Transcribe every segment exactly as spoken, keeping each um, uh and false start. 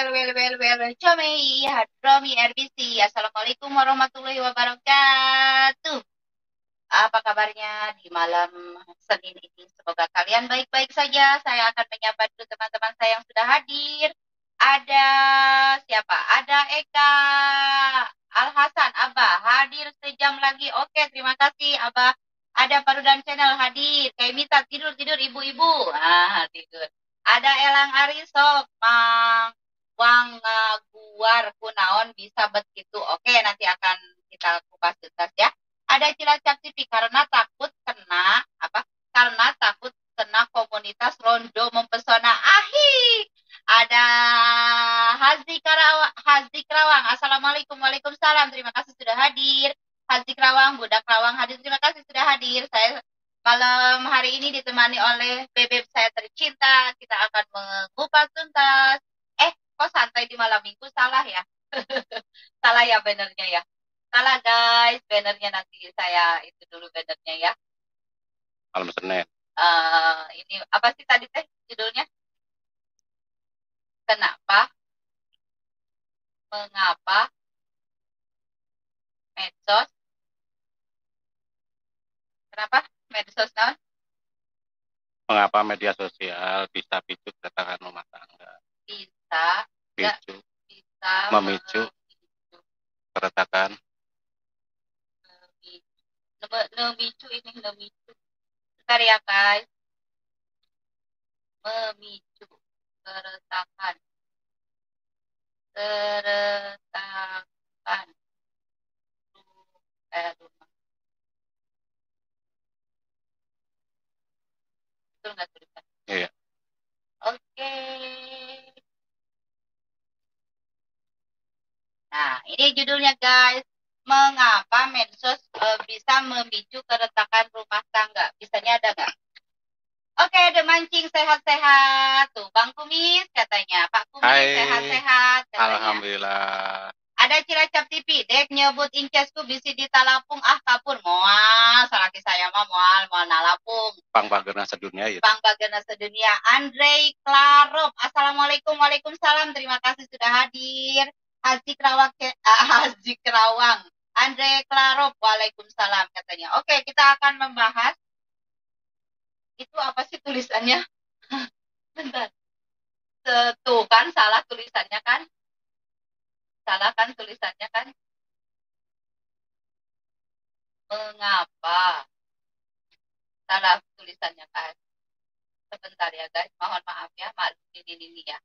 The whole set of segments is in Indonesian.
well, well, well, well. Comey, Hadromi, R B C. Assalamualaikum warahmatullahi wabarakatuh. Apa kabarnya di malam Senin ini? Semoga kalian baik-baik saja. Saya akan menyapa dulu teman-teman saya yang sudah hadir. Ada siapa? Ada Eka Al-Hasan, Abah, hadir sejam lagi. Oke, terima kasih, Abah. Ada Parudan Channel hadir. Kayak Mita, tidur-tidur ibu-ibu. Ah, tidur. Ada Elang Arisok, Mang Wang Guar Kunaon bisa begitu. Oke, nanti akan kita kupas tuntas ya. Ada Cilacap T V karena takut kena apa? Karena takut kena komunitas rondo mempesona. Ahi. Ada Hazi Karawang, Hazi Karawang. Assalamualaikum, waalaikumsalam. Terima kasih sudah hadir. Hazi Karawang, Budak Karawang hadir. Terima kasih sudah hadir. Saya malam hari ini ditemani oleh bebek saya tercinta. Kita akan mengupas tuntas. Eh, kok santai di malam minggu? Salah ya? Salah ya benernya ya. Salah guys, bannernya nanti saya itu dulu bannernya ya. Malam Senin. Uh, ini apa sih tadi teh judulnya? Kenapa? Mengapa? Medsos? Kenapa? Medsos non? Mengapa media sosial bisa picu keretakan rumah tangga? Bisa. Picu. Bisa. Memicu keretakan. Memicu ini memicu. Bentar ya guys. Memicu keretakan. Keretakan. Eh, rumah. Betul nggak tulisan? Iya. Oke. Nah, ini judulnya guys. Mengapa medsos e, bisa memicu keretakan rumah tangga? Bisanya ada nggak? Oke, The Mancing sehat-sehat. Tuh, Bang Kumis katanya. Pak Kumis sehat-sehat katanya. Alhamdulillah. Ada Cilacap T V. Dek nyebut incesku bisi di talapung. Ah, kapur. Moal. Salaki saya mah moal. Moal nalapung. Pang bagena sedunia ya. Pang bagena sedunia. Andre Klarop. Assalamualaikum. Waalaikumsalam. Terima kasih sudah hadir. Haji Kerawang. Haji Kerawang. Andre Klarop, waalaikumsalam katanya. Oke, kita akan membahas. Itu apa sih tulisannya? Bentar. Tuh kan, salah tulisannya kan? Salah kan tulisannya kan? Mengapa? Salah tulisannya kan? Sebentar ya guys, mohon maaf ya. Maklum ini, ini ya.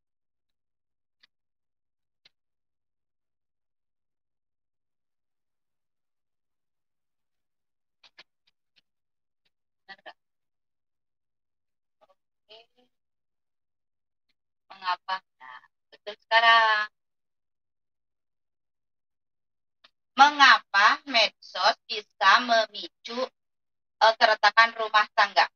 Mengapa? Nah, betul sekarang. Mengapa medsos bisa memicu uh, keretakan rumah tangga?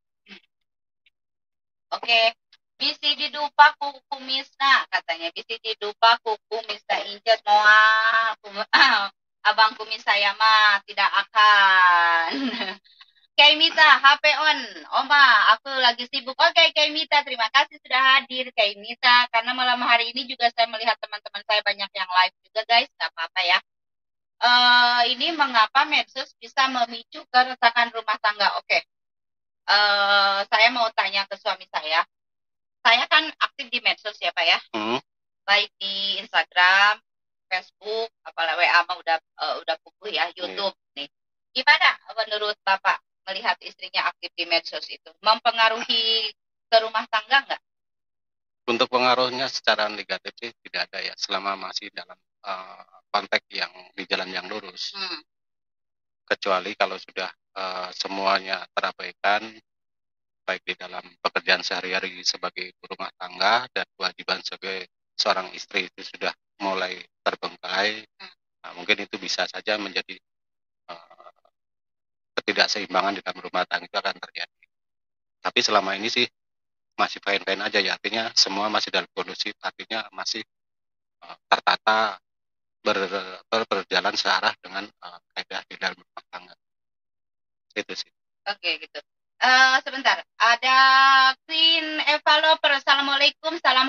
Oke, okay. Bisi didupa kukumisna katanya. Bisi didupa kukumisna injet moal. Abang kumis saya mah tidak akan. Kaimita, H P on. Oma, aku lagi sibuk. Oke, okay, Kaimita, terima kasih sudah hadir, Kaimita. Karena malam hari ini juga saya melihat teman-teman saya banyak yang live juga, guys. Gak apa-apa ya. Uh, ini mengapa medsos bisa memicu keretakan rumah tangga? Oke, okay. uh, saya mau tanya ke suami saya. Saya kan aktif di medsos ya, Pak ya. Hmm. Baik di Instagram, Facebook, apalah W A mah udah uh, udah pupuh ya, YouTube hmm. nih. Gimana menurut Bapak melihat istrinya aktif di medsos itu? Mempengaruhi ke rumah tangga nggak? Untuk pengaruhnya secara negatif sih tidak ada ya, selama masih dalam uh, konteks yang di jalan yang lurus. Hmm. Kecuali kalau sudah uh, semuanya terabaikan, baik di dalam pekerjaan sehari-hari sebagai ibu rumah tangga dan kewajiban sebagai seorang istri itu sudah mulai terbengkalai, hmm. nah, mungkin itu bisa saja menjadi uh, ketidakseimbangan di dalam rumah tangga itu akan terjadi. Tapi selama ini sih masih fine-fine aja ya, artinya semua masih dalam kondusif, artinya masih uh, tertata ber, ber, berjalan searah dengan uh, kaidah di dalam rumah tangga. Itu sih. Oke, gitu. Uh, sebentar, ada Queen Eva Loper. Assalamualaikum, salam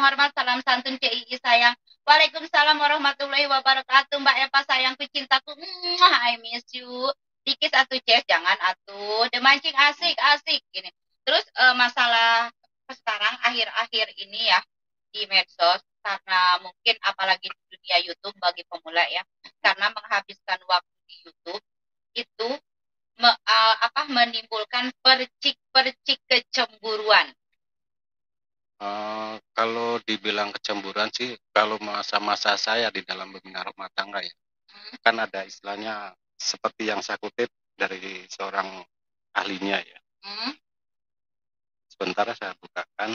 hormat, salam santun C I I sayang. Waalaikumsalam warahmatullahi wabarakatuh. Mbak Eva sayangku, cintaku. I miss you. Dikis atuh Ces, jangan atuh. Demancing asik-asik gini. Terus uh, masalah sekarang akhir-akhir ini ya di medsos, karena mungkin apalagi di dunia YouTube bagi pemula ya, karena menghabiskan waktu di YouTube itu me, uh, apa menimbulkan percik-percik kecemburuan. Uh, kalau dibilang kecemburuan sih, kalau masa-masa saya di dalam membina rumah tangga ya, hmm. kan ada istilahnya seperti yang saya kutip dari seorang ahlinya ya. Hmm. Sebentar saya bukakan.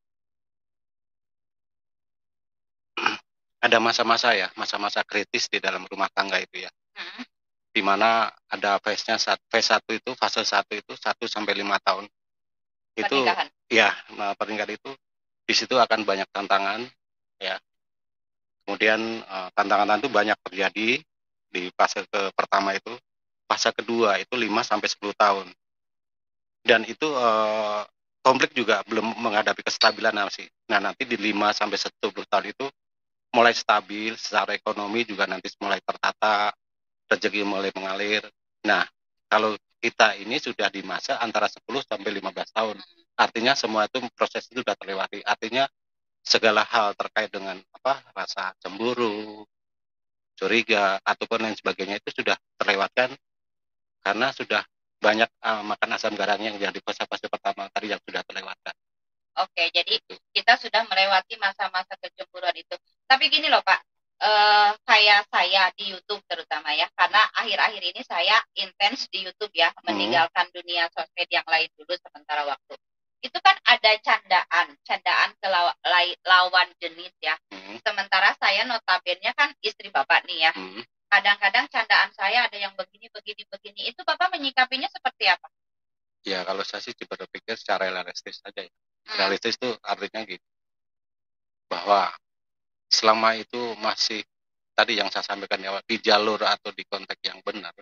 Ada masa-masa ya, masa-masa kritis di dalam rumah tangga itu ya. Hmm. Di mana ada phase-nya, phase satu itu, fase satu itu satu sampai lima tahun. Pernikahan. Itu ya, pernikahan itu di situ akan banyak tantangan ya. Kemudian tantangan itu banyak terjadi di fase ke pertama itu. Fase kedua itu lima sampai sepuluh tahun. Dan itu eh, konflik juga belum menghadapi kestabilan sih. Nah, nanti di lima sampai sepuluh tahun itu mulai stabil, secara ekonomi juga nanti mulai tertata, rezeki mulai mengalir. Nah, kalau kita ini sudah di masa antara sepuluh sampai lima belas tahun. Artinya semua itu proses itu sudah terlewati. Artinya segala hal terkait dengan apa rasa cemburu, curiga ataupun lain sebagainya itu sudah terlewatkan karena sudah banyak uh, makan asam garam yang di fase-fase pertama tadi yang sudah terlewatkan. Oke, jadi kita sudah melewati masa-masa kecemburuan itu. Tapi gini loh Pak, uh, kayak saya di YouTube terutama ya, karena akhir-akhir ini saya intens di YouTube ya, hmm. meninggalkan dunia sosmed yang lain dulu sementara waktu. Itu kan ada candaan, candaan ke law, lawan jenis ya. Hmm. Sementara saya notabene kan istri Bapak nih ya. Hmm. Kadang-kadang candaan saya ada yang begini, begini, begini. Itu Bapak menyikapinya seperti apa? Ya, kalau saya sih berpikir secara realistis saja ya. Hmm. Realistis itu artinya gitu. Bahwa selama itu masih, tadi yang saya sampaikan ya, di jalur atau di konteks yang benar.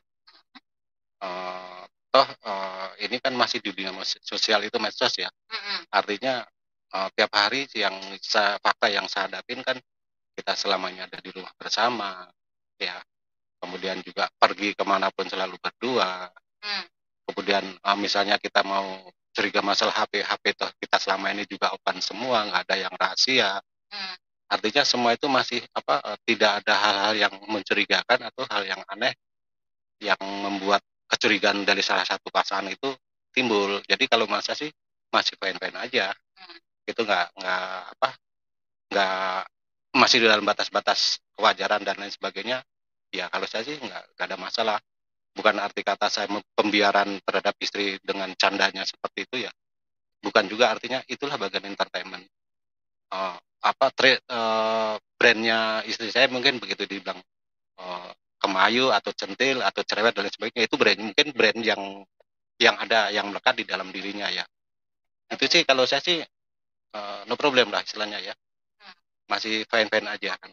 Uh, toh uh, ini kan masih di dunia sosial itu medsos ya. Hmm. Artinya uh, tiap hari yang saya, fakta yang saya hadapin kan kita selamanya ada di rumah bersama, ya. Kemudian juga pergi kemanapun selalu berdua. Hmm. Kemudian uh, misalnya kita mau curiga masalah H P, H P toh kita selama ini juga open semua, nggak ada yang rahasia. Hmm. Artinya semua itu masih apa uh, tidak ada hal-hal yang mencurigakan atau hal yang aneh yang membuat kecurigaan dari salah satu pasangan itu timbul. Jadi kalau masa sih masih fine-fine aja. Hmm. Itu nggak nggak apa nggak masih dalam batas-batas kewajaran dan lain sebagainya. Ya kalau saya sih nggak, nggak ada masalah. Bukan arti kata saya pembiaran terhadap istri dengan candanya seperti itu ya. Bukan juga artinya itulah bagian entertainment. Uh, apa trade uh, brandnya istri saya mungkin begitu dibilang uh, kemayu atau centil atau cerewet dan lain sebagainya, itu brand mungkin brand yang yang ada yang melekat di dalam dirinya ya. Itu sih kalau saya sih uh, no problem lah istilahnya ya. Masih fine-fine aja kan.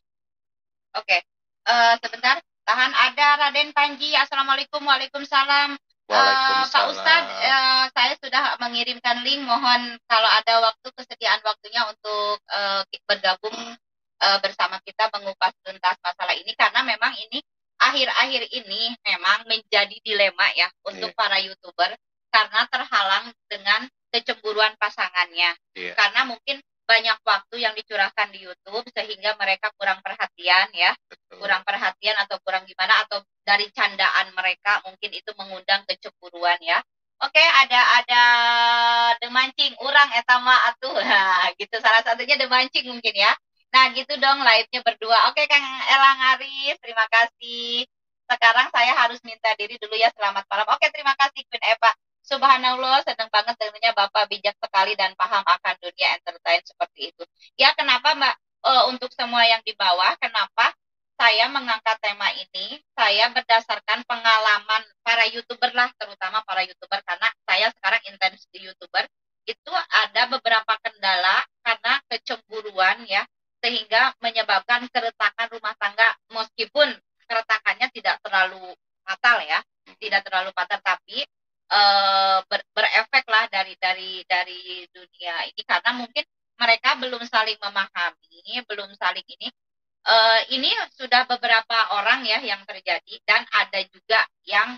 Oke. Okay. Uh, sebentar, tahan, ada Raden Panji. Assalamualaikum. Waalaikumsalam. Uh, Pak Ustadz, uh, saya sudah mengirimkan link. Mohon kalau ada waktu, kesediaan waktunya untuk uh, bergabung uh, bersama kita mengupas tuntas masalah ini, karena memang ini akhir-akhir ini memang menjadi dilema ya untuk yeah. para YouTuber, karena terhalang dengan kecemburuan pasangannya. Yeah. Karena mungkin banyak waktu yang dicurahkan di YouTube sehingga mereka kurang perhatian ya. Betul. Kurang perhatian atau kurang gimana, atau dari candaan mereka mungkin itu mengundang kecemburuan ya. Oke, ada ada demancing urang etama atuh. Nah, gitu salah satunya demancing mungkin ya. Nah, gitu dong live-nya berdua. Oke, Kang Elang Aris, terima kasih. Sekarang saya harus minta diri dulu ya, selamat malam. Oke, terima kasih Queen Eva. Subhanallah, senang banget dengarnya Bapak bijak sekali dan paham akan dunia entertain seperti itu. Ya, kenapa Mbak, e, untuk semua yang di bawah, kenapa saya mengangkat tema ini? Saya berdasarkan pengalaman para YouTuber lah, terutama para YouTuber, karena saya sekarang intens di YouTuber. Itu ada beberapa kendala karena kecemburuan ya, sehingga menyebabkan keretakan rumah tangga, meskipun keretakannya tidak terlalu fatal ya, tidak terlalu fatal, tapi Uh, ber, berefek lah dari dari dari dunia ini, karena mungkin mereka belum saling memahami, belum saling ini. Uh, ini sudah beberapa orang ya yang terjadi, dan ada juga yang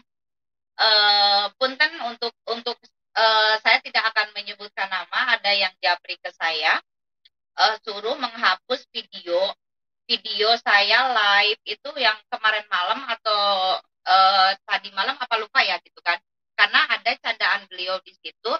uh, punten untuk untuk uh, saya tidak akan menyebutkan nama, ada yang japri ke saya, uh, suruh menghapus video video saya live itu yang kemarin malam atau uh, tadi malam apa lupa ya gitu kan, karena ada candaan beliau di situ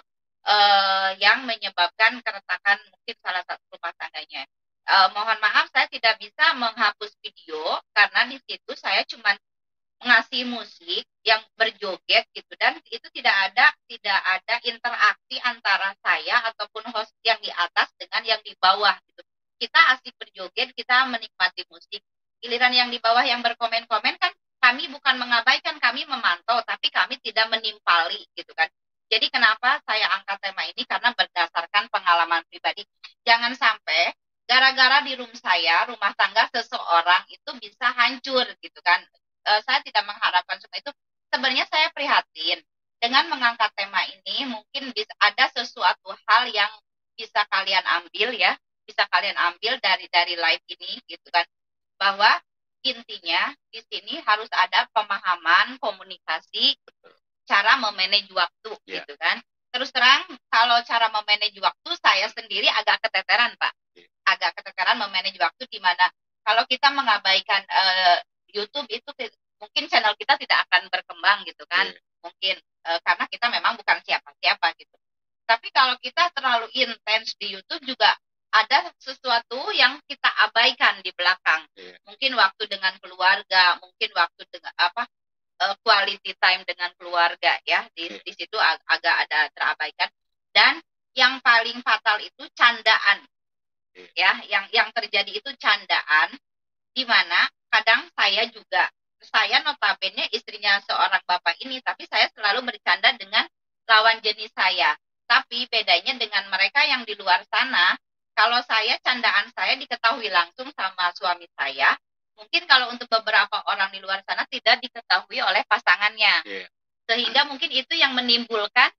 uh, yang menyebabkan keretakan mungkin salah satu rumah tangganya. Uh, mohon maaf saya tidak bisa menghapus video karena di situ saya cuma ngasih musik yang berjoget gitu, dan itu tidak ada tidak ada interaksi antara saya ataupun host yang di atas dengan yang di bawah gitu. Kita asik berjoget, kita menikmati musik. Giliran yang di bawah yang berkomen-komen kan kami bukan mengabaikan, kami memantau, tapi kami tidak menimpali gitu kan. Jadi kenapa saya angkat tema ini? Karena berdasarkan pengalaman pribadi. Jangan sampai gara-gara di room saya, rumah tangga seseorang itu bisa hancur gitu kan. Uh, saya tidak mengharapkan seperti itu. Sebenarnya saya prihatin dengan mengangkat tema ini. Mungkin bisa ada sesuatu hal yang bisa kalian ambil ya, bisa kalian ambil dari dari live ini gitu kan, bahwa intinya di sini harus ada pemahaman, komunikasi, cara memanage waktu yeah. gitu kan. Terus terang kalau cara memanage waktu saya sendiri agak keteteran Pak, yeah. agak keteteran memanage waktu, di mana kalau kita mengabaikan uh, YouTube itu mungkin channel kita tidak akan berkembang gitu kan, yeah. mungkin e, karena kita memang bukan siapa-siapa gitu. Tapi kalau kita terlalu intens di YouTube juga ada sesuatu yang kita abaikan di belakang. Yeah. Mungkin waktu dengan keluarga, mungkin waktu dengan apa e, quality time dengan keluarga ya, di, yeah. di situ ag- agak ada terabaikan. Dan yang paling fatal itu candaan, yeah. ya, yang yang terjadi itu candaan, di mana kadang saya juga, saya notabene istrinya seorang bapak ini, tapi saya selalu bercanda dengan lawan jenis saya. Tapi bedanya dengan mereka yang di luar sana, kalau saya candaan saya diketahui langsung sama suami saya, mungkin kalau untuk beberapa orang di luar sana tidak diketahui oleh pasangannya. Yeah. Sehingga mungkin itu yang menimbulkan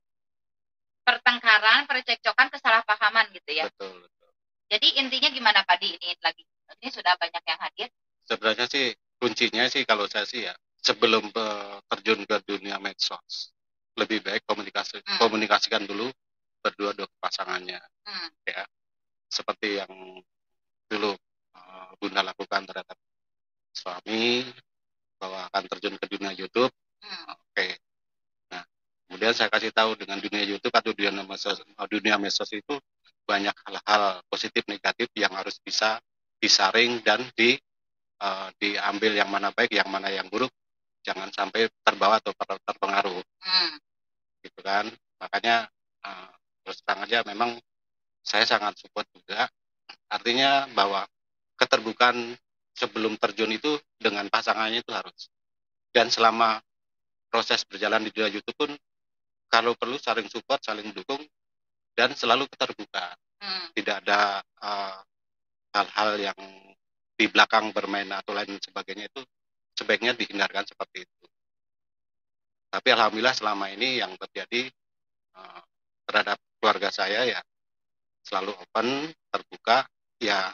pertengkaran, percekcokan, kesalahpahaman gitu ya. Betul, betul. Jadi intinya gimana Pak Di, ini lagi, ini sudah banyak yang hadir. Sebenarnya sih kuncinya sih kalau saya sih ya, sebelum terjun ke dunia medsos, lebih baik komunikasi hmm. komunikasikan dulu berdua dua pasangannya, hmm. ya seperti yang dulu uh, Bunda lakukan terhadap suami bahwa akan terjun ke dunia YouTube. hmm. Oke, okay. Nah kemudian saya kasih tahu dengan dunia YouTube atau dunia medsos, dunia medsos itu banyak hal-hal positif negatif yang harus bisa disaring dan di Uh, diambil yang mana baik, yang mana yang buruk, jangan sampai terbawa atau ter- terpengaruh, hmm. gitu kan. Makanya uh, terus terang aja memang saya sangat support juga, artinya bahwa keterbukaan sebelum terjun itu dengan pasangannya itu harus, dan selama proses berjalan di dunia YouTube pun kalau perlu saling support, saling mendukung, dan selalu keterbukaan, hmm. tidak ada uh, hal-hal yang di belakang bermain atau lain sebagainya, itu sebaiknya dihindarkan seperti itu. Tapi alhamdulillah selama ini yang terjadi uh, terhadap keluarga saya ya selalu open, terbuka. Ya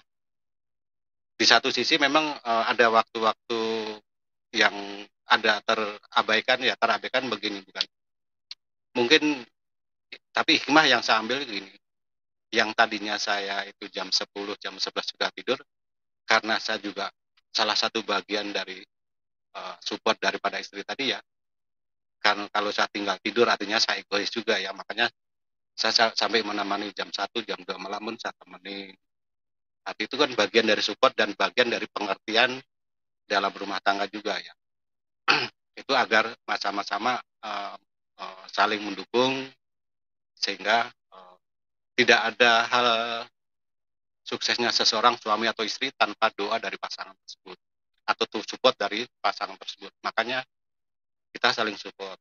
di satu sisi memang uh, ada waktu-waktu yang ada terabaikan, ya terabaikan begini bukan. Mungkin, tapi hikmah yang saya ambil gini, yang tadinya saya itu jam sepuluh, jam sebelas sudah tidur, karena saya juga salah satu bagian dari uh, support daripada istri tadi ya, kan kalau saya tinggal tidur artinya saya egois juga ya, makanya saya sampai menemani jam satu, jam dua malam pun saya temani. Tapi itu kan bagian dari support dan bagian dari pengertian dalam rumah tangga juga ya. Itu agar sama-sama uh, uh, saling mendukung, sehingga uh, tidak ada hal suksesnya seseorang suami atau istri tanpa doa dari pasangan tersebut atau tuh support dari pasangan tersebut. Makanya kita saling support.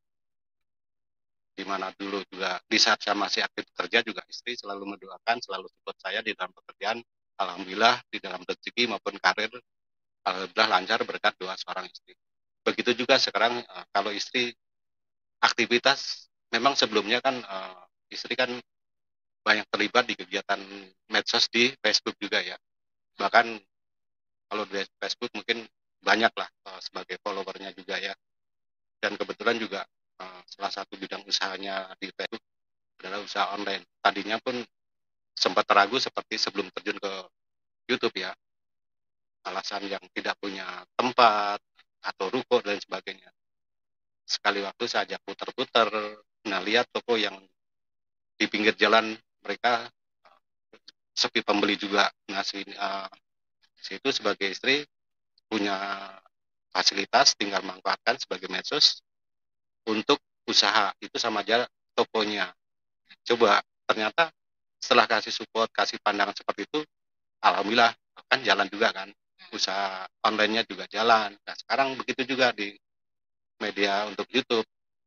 Di mana dulu juga di saat saya masih aktif kerja juga istri selalu mendoakan, selalu support saya di dalam pekerjaan. Alhamdulillah di dalam rezeki maupun karir, alhamdulillah lancar berkat doa seorang istri. Begitu juga sekarang uh, kalau istri aktivitas, memang sebelumnya kan uh, istri kan banyak terlibat di kegiatan medsos di Facebook juga ya. Bahkan kalau di Facebook mungkin banyak lah uh, sebagai followernya juga ya. Dan kebetulan juga uh, salah satu bidang usahanya di Facebook adalah usaha online. Tadinya pun sempat ragu seperti sebelum terjun ke YouTube ya. Alasan yang tidak punya tempat atau ruko dan sebagainya. Sekali waktu saya ajak putar-putar, nah lihat toko yang di pinggir jalan mereka uh, sepi pembeli juga. Nah, uh, situ sebagai istri punya fasilitas, tinggal manfaatkan sebagai medsos untuk usaha. Itu sama aja tokonya. Coba, ternyata setelah kasih support, kasih pandangan seperti itu, alhamdulillah kan jalan juga kan. Usaha online-nya juga jalan. Nah, sekarang begitu juga di media untuk YouTube.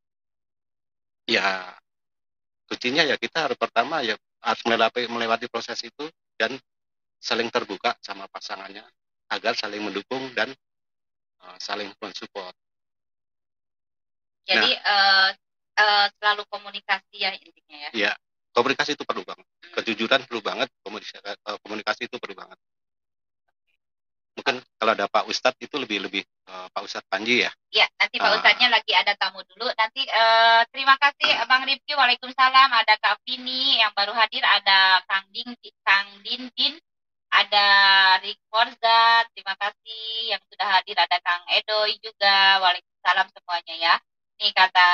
Ya, kuncinya ya kita harus pertama ya harus melewati, melewati proses itu dan saling terbuka sama pasangannya agar saling mendukung dan uh, saling mensupport. Jadi nah, uh, uh, selalu komunikasi ya intinya ya. Iya, komunikasi itu perlu banget. Hmm. Kejujuran perlu banget, komunikasi, uh, komunikasi itu perlu banget. Mungkin oh. kalau ada Pak Ustadz itu lebih lebih uh, Pak Ustadz Panji ya. Iya, nanti Pak uh, Ustadznya lagi ada tamu dulu. Nanti uh, terima kasih uh, Bang Rifki. Waalaikumsalam. Ada Kak Vini yang baru hadir, ada Kang Ding, Kang Dindin, ada Rick Forza. Terima kasih yang sudah hadir. Ada Kang Edoy juga. Waalaikumsalam semuanya ya. Nih kata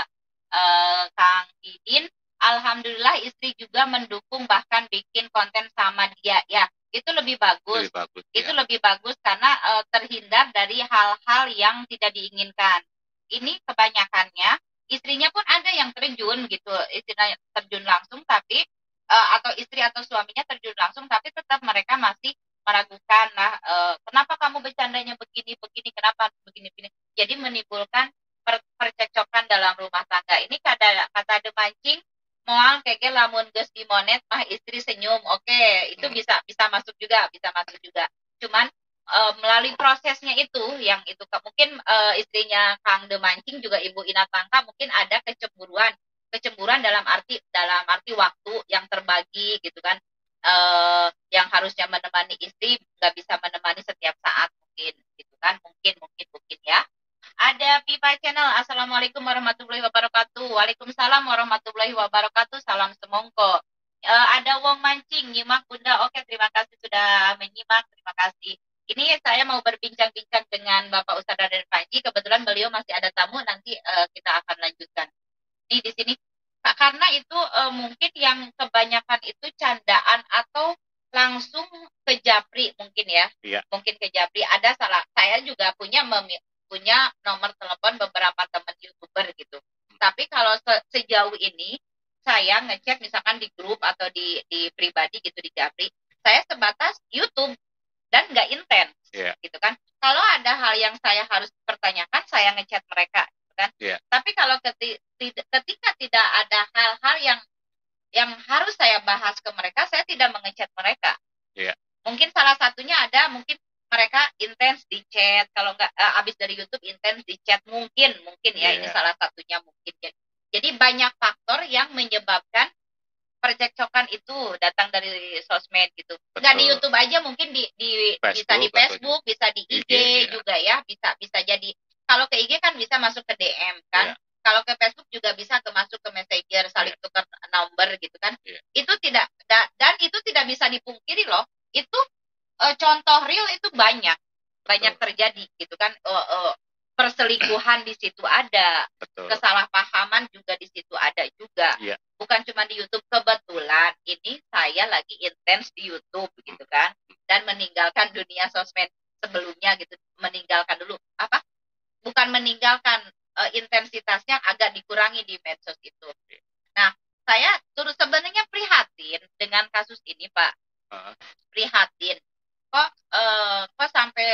uh, Kang Didin, alhamdulillah istri juga mendukung bahkan bikin konten sama dia ya. Itu lebih bagus. Lebih bagus itu ya. lebih bagus karena uh, terhindar dari hal-hal yang tidak diinginkan. Ini kebanyakannya istrinya pun ada yang terjun gitu, istrinya terjun langsung tapi uh, atau istri atau suaminya terjun langsung tapi tetap mereka masih meragukan lah uh, kenapa kamu bercandanya begini begini kenapa begini begini. Jadi menimbulkan per percekcokan dalam rumah tangga. Ini kata kata de mancing moal keke lamun geus dimonet mah istri senyum. Oke, okay, itu hmm. bisa bisa masuk juga, bisa masuk juga. Cuman e, melalui prosesnya itu yang itu mungkin e, istrinya Kang de mancing juga Ibu Ina Tangka mungkin ada kecemburuan. Kecemburuan dalam arti dalam arti waktu yang terbagi gitu kan. E, yang harusnya menemani istri nggak bisa menemani setiap saat mungkin gitu kan. Mungkin mungkin mungkin ya. Ada Pipa Channel, Assalamualaikum warahmatullahi wabarakatuh. Waalaikumsalam warahmatullahi wabarakatuh. Salam semongko. E, ada Wong Mancing, nyimak Bunda. Oke, terima kasih sudah menyimak. Terima kasih. Ini saya mau berbincang-bincang dengan Bapak Ustadz Raden Panji. Kebetulan beliau masih ada tamu. Nanti e, kita akan lanjutkan. Ini di sini, karena itu e, mungkin yang kebanyakan itu candaan atau langsung ke japri mungkin ya. Iya. Mungkin ke japri. Ada salah. Saya juga punya mem- punya nomor telepon beberapa teman YouTuber gitu. Tapi kalau se- sejauh ini saya ngechat misalkan di grup atau di di pribadi gitu di Japri, saya sebatas YouTube dan nggak intens yeah. gitu kan. Kalau ada hal yang saya harus pertanyakan, saya ngechat mereka gitu kan. Yeah. Tapi kalau keti- ketika tidak ada hal-hal yang yang harus saya bahas ke mereka, saya tidak mengechat mereka. Yeah. Mungkin salah satunya ada mungkin mereka intens di chat, kalau nggak uh, abis dari YouTube intens di chat mungkin mungkin ya yeah. Ini salah satunya mungkin. Jadi banyak faktor yang menyebabkan percekcokan itu datang dari sosmed gitu. Nggak di YouTube aja, mungkin di, di Facebook, bisa di Facebook, bisa di I G, I G ya. Juga ya, bisa bisa jadi. Kalau ke I G kan bisa masuk ke D M kan. Yeah. Kalau ke Facebook juga bisa ke masuk ke Messenger, saling yeah. tukar nomor gitu kan. Yeah. Itu tidak da, dan itu tidak bisa dipungkiri loh. Itu Uh, contoh real itu banyak, banyak Betul. terjadi gitu kan. Uh, uh, perselingkuhan di situ ada, Betul. kesalahpahaman juga di situ ada juga. Yeah. Bukan cuma di YouTube. Kebetulan ini saya lagi intens di YouTube gitu kan, dan meninggalkan dunia sosmed sebelumnya gitu, meninggalkan dulu apa? Bukan meninggalkan uh, intensitasnya agak dikurangi di medsos itu. Nah, saya turut sebenarnya prihatin dengan kasus ini, Pak. Uh. Prihatin. kok eh, kok sampai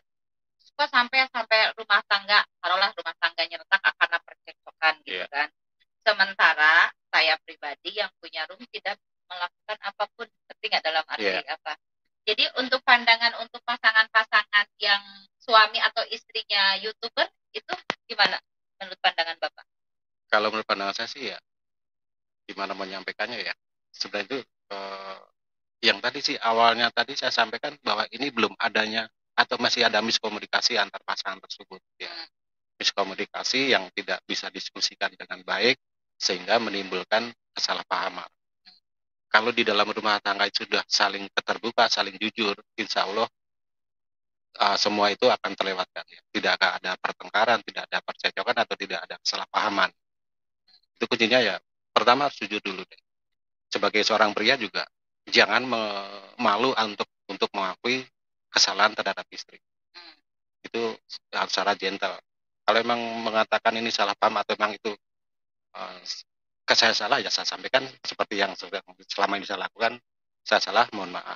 kok sampai sampai rumah tangga taruhlah rumah tangganya retak karena percekcokan gitu yeah. kan. Sementara saya pribadi yang punya room tidak melakukan apapun, ngerti nggak dalam arti yeah. apa. Jadi untuk pandangan untuk pasangan-pasangan yang suami atau istrinya YouTuber itu gimana menurut pandangan Bapak? Kalau menurut pandangan saya sih ya gimana menyampaikannya ya. Sudah itu uh, yang tadi sih awalnya tadi saya sampaikan bahwa ini belum adanya atau masih ada miskomunikasi antar pasangan tersebut ya. Miskomunikasi yang tidak bisa diskusikan dengan baik sehingga menimbulkan kesalahpahaman. Kalau di dalam rumah tangga itu sudah saling terbuka, saling jujur, insya Allah uh, semua itu akan terlewatkan ya. Tidak akan ada pertengkaran, tidak ada percekcokan atau tidak ada kesalahpahaman. Itu kuncinya ya. Pertama harus jujur dulu deh. Sebagai seorang pria juga jangan malu untuk untuk mengakui kesalahan terhadap istri. Hmm. Itu harus secara gentle. Kalau memang mengatakan ini salah paham atau memang itu uh, saya salah, ya saya sampaikan seperti yang selama ini saya lakukan, saya salah, mohon maaf.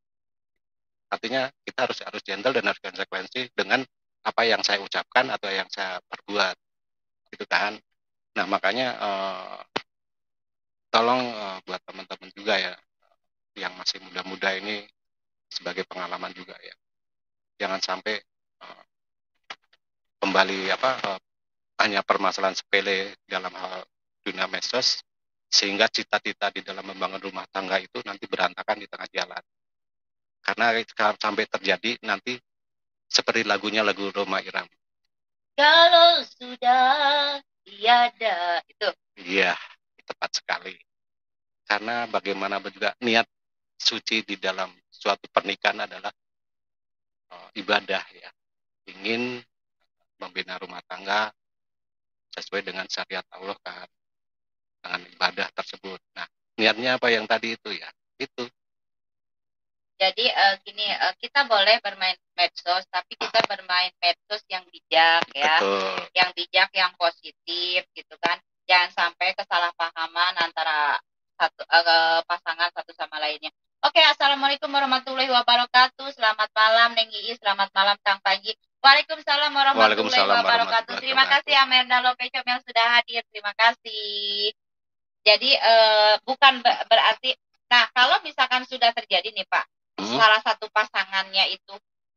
Artinya kita harus harus gentle dan harus konsekuensi dengan apa yang saya ucapkan atau yang saya perbuat, gitu kan. Nah makanya uh, tolong uh, buat teman-teman juga ya yang masih muda-muda ini sebagai pengalaman juga ya, jangan sampai uh, kembali apa uh, hanya permasalahan sepele dalam hal dunia medsos sehingga cita-cita di dalam membangun rumah tangga itu nanti berantakan di tengah jalan. Karena sampai terjadi nanti seperti lagunya, lagu Rhoma Irama. Kalau sudah tiada itu. Iya, tepat sekali. Karena bagaimana juga niat suci di dalam suatu pernikahan adalah uh, ibadah ya. Ingin membina rumah tangga sesuai dengan syariat Allah kan, dengan ibadah tersebut. Nah, niatnya apa yang tadi itu ya? Itu. Jadi uh, gini, uh, kita boleh bermain medsos, tapi kita bermain medsos yang bijak ya, Betul. Yang bijak, yang positif gitu kan. Jangan sampai kesalahpahaman antara satu uh, pasangan satu sama lainnya. Oke, assalamualaikum warahmatullahi wabarakatuh. Selamat malam Neng Ii, selamat malam Kang Panji. Waalaikumsalam warahmatullahi Waalaikumsalam wabarakatuh. warahmatullahi Terima kasih Amerda Lopecom yang sudah hadir. Terima kasih. Jadi uh, bukan berarti, nah kalau misalkan sudah terjadi nih Pak, hmm. salah satu pasangannya itu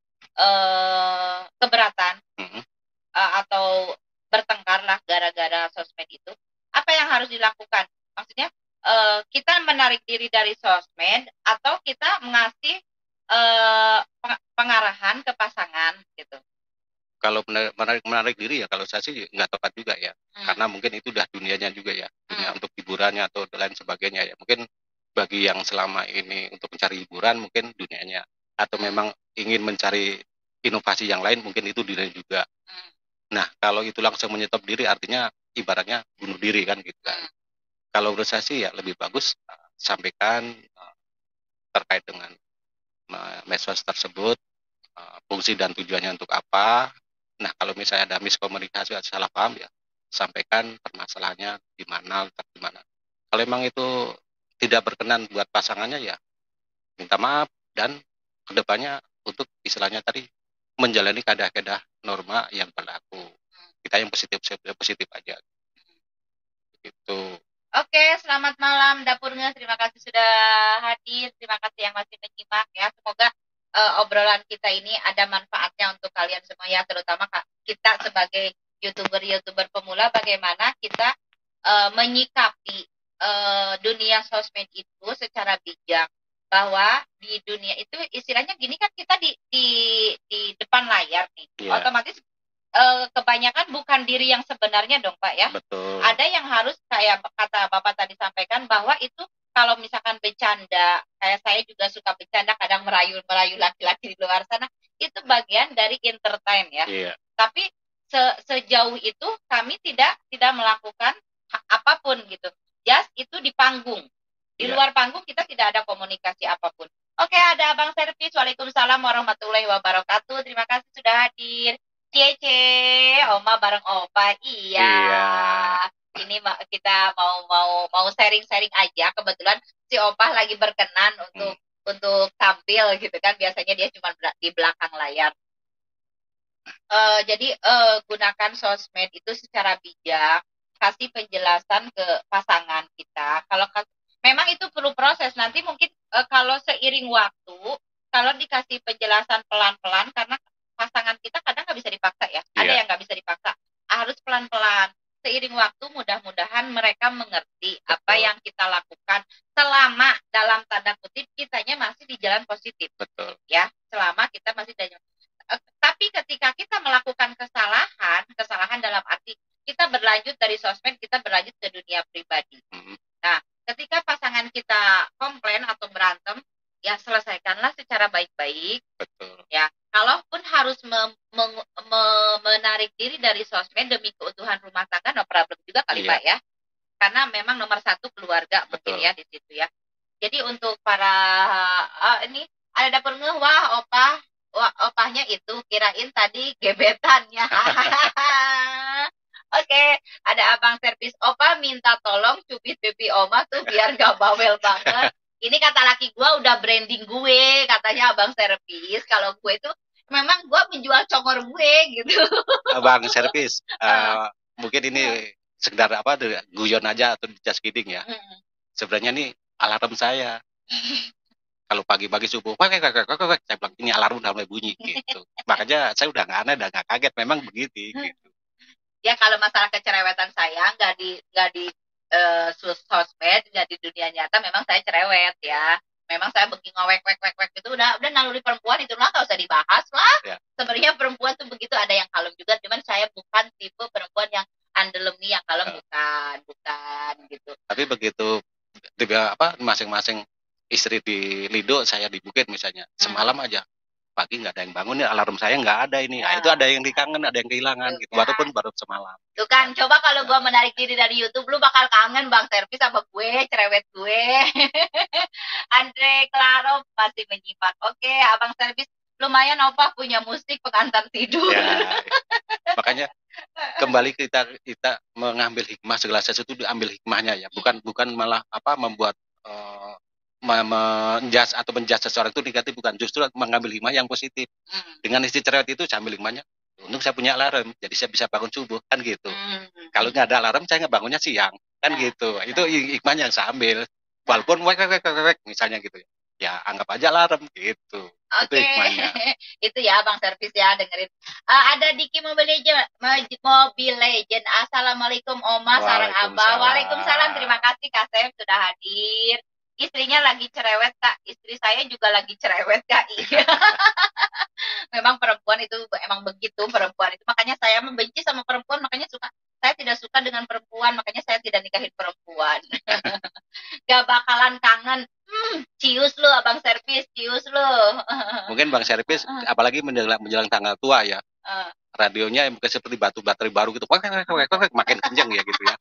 uh, keberatan hmm. uh, atau bertengkar lah gara-gara sosmed itu, apa yang harus dilakukan? Maksudnya uh, kita menarik diri dari sosmed atau kita mengasih uh, pengarahan ke pasangan gitu? Kalau menarik menarik diri ya, kalau saya sih nggak tepat juga ya, hmm. karena mungkin itu udah dunianya juga ya, dunia hmm. untuk hiburannya atau lain sebagainya ya. Mungkin bagi yang selama ini untuk mencari hiburan mungkin dunianya, atau hmm. memang ingin mencari inovasi yang lain mungkin itu dirinya juga. Hmm. Nah kalau itu langsung menyetop diri artinya ibaratnya bunuh diri kan gitu kan. Hmm. Kalau menurut saya sih ya lebih bagus uh, sampaikan uh, terkait dengan uh, medsos tersebut, uh, fungsi dan tujuannya untuk apa. Nah, kalau misalnya ada miskomunikasi atau salah paham ya, sampaikan permasalahannya di mana, letak di mana. Kalau memang itu tidak berkenan buat pasangannya ya, minta maaf dan kedepannya untuk istilahnya tadi menjalani kaedah-kaedah norma yang berlaku. Kita yang positif positif aja. Gitu. Oke, selamat malam Dapurnya. Terima kasih sudah hadir. Terima kasih yang masih menyimak ya. Semoga uh, obrolan kita ini ada manfaatnya untuk kalian semua ya, terutama kita sebagai youtuber-youtuber pemula, bagaimana kita uh, menyikapi uh, dunia sosmed itu secara bijak, bahwa di dunia itu istilahnya gini kan, kita di di di depan layar nih, yeah. otomatis uh, kebanyakan bukan diri yang sebenarnya dong Pak ya. Betul. Ada yang harus kayak kata Bapak tadi sampaikan, bahwa itu kalau misalkan bercanda, kayak saya juga suka bercanda, kadang merayu-merayu laki-laki di luar sana, itu bagian dari entertain ya. Iya. Tapi se sejauh itu kami tidak tidak melakukan apapun gitu. Just itu di panggung. Di iya. luar panggung kita tidak ada komunikasi apapun. Oke, ada Abang Servis. Waalaikumsalam warahmatullahi wabarakatuh. Terima kasih sudah hadir. Ciece, Oma bareng Opa. Iya. Iya. Ini kita mau mau mau sharing-sharing aja. Kebetulan si Opah lagi berkenan untuk hmm. untuk tampil gitu kan. Biasanya dia cuma di belakang layar. Uh, jadi uh, gunakan sosmed itu secara bijak. Kasih penjelasan ke pasangan kita. Kalau memang itu perlu proses. Nanti mungkin uh, kalau seiring waktu, kalau dikasih penjelasan pelan-pelan, karena pasangan kita kadang nggak bisa dipaksa ya. Yeah. Ada yang nggak bisa dipaksa. Harus pelan-pelan. seiring waktu mudah-mudahan mereka mengerti betul. Apa yang kita lakukan selama dalam tanda kutip kitanya masih di jalan positif. Betul. Ya, selama kita masih di jalan. Tapi ketika kita melakukan kesalahan, kesalahan dalam arti kita berlanjut dari sosmed, kita berlanjut ke dunia pribadi. Hmm. Nah, ketika pasangan kita komplain atau berantem, ya selesaikanlah secara baik-baik. Betul. Ya, kalaupun harus me- me- me- menarik diri dari sosmed demi keutuhan rumah tangga, no problem juga kali iya. Pak ya. Karena memang nomor satu keluarga. Betul. Mungkin ya di situ ya. Jadi untuk para uh, ini ada dapur ngeh, wah opah, wah opahnya itu kirain tadi gebetannya. Oke, okay. Ada abang servis opa minta tolong cubit pipi oma tuh biar gak bawel banget. Ini kata laki gue udah branding gue, katanya abang servis. Kalau gue itu memang gue menjual congor gue gitu. Abang servis, uh, mungkin ini sekedar apa, guyon aja atau just kidding ya. Hmm. Sebenarnya nih alarm saya. Kalau pagi-pagi subuh, wak, wak, wak, wak, saya bilang ini alarm udah mulai bunyi gitu. Makanya saya udah nggak aneh, udah nggak kaget, memang begitu gitu. Ya kalau masalah kecerewetan saya nggak di nggak di uh, sosmed, nggak di dunia nyata, memang saya cerewet ya. Memang saya begini ngowek wek wek wek itu udah udah naluri perempuan itu lah, nggak usah dibahas lah. Ya. Sebenarnya perempuan tuh begitu, ada yang kalem juga, cuman saya bukan tipe perempuan yang andelemi yang kalem, uh. bukan bukan gitu. Tapi begitu tiba apa masing-masing istri di Lido, saya di Bukit misalnya, semalam hmm. aja pagi nggak ada yang bangun ya, alarm saya nggak ada ini. Ya. Nah, itu ada yang dikangen, ada yang kehilangan tuh gitu. Kan. Walaupun baru semalam. Tuh kan, coba kalau gue menarik diri dari YouTube, lu bakal kangen bang servis sama gue, cerewet gue. Andre Claro pasti menyimpan. Oke, abang servis lumayan opah punya musik pengantar tidur. Ya, makanya kembali kita kita mengambil hikmah, segala sesuatu diambil hikmahnya ya, bukan bukan malah apa membuat uh, menjas atau menjas seseorang itu negatif, bukan, justru mengambil hikmah yang positif. Hmm. Dengan istri cerewet itu saya ambil hikmahnya, untung saya punya alarm, jadi saya bisa bangun subuh kan gitu. Hmm. Kalau nggak ada alarm saya nggak bangunnya siang kan nah, gitu. Nah. Itu hikmahnya yang saya ambil, walaupun wek wek wek wek misalnya gitu ya. Ya anggap aja alarm gitu. Oke, okay. Itu ya bang servis ya, dengerin. Uh, ada Diki Mobile Legend, Mobile Legend. Assalamualaikum Oma, sarang Abah. Waalaikumsalam. Terima kasih Kak Sem sudah hadir. Istrinya lagi cerewet Kak, istri saya juga lagi cerewet Kak. Iya. Memang perempuan itu emang begitu, perempuan itu, makanya saya membenci sama perempuan, makanya suka saya tidak suka dengan perempuan, makanya saya tidak nikahin perempuan. Gak bakalan kangen. Hmm, cius lu abang servis, cius lu. Mungkin bang servis, apalagi menjelang, menjelang tanggal tua ya, uh. radionya mungkin seperti batu baterai baru gitu, makin kenceng ya gitu ya.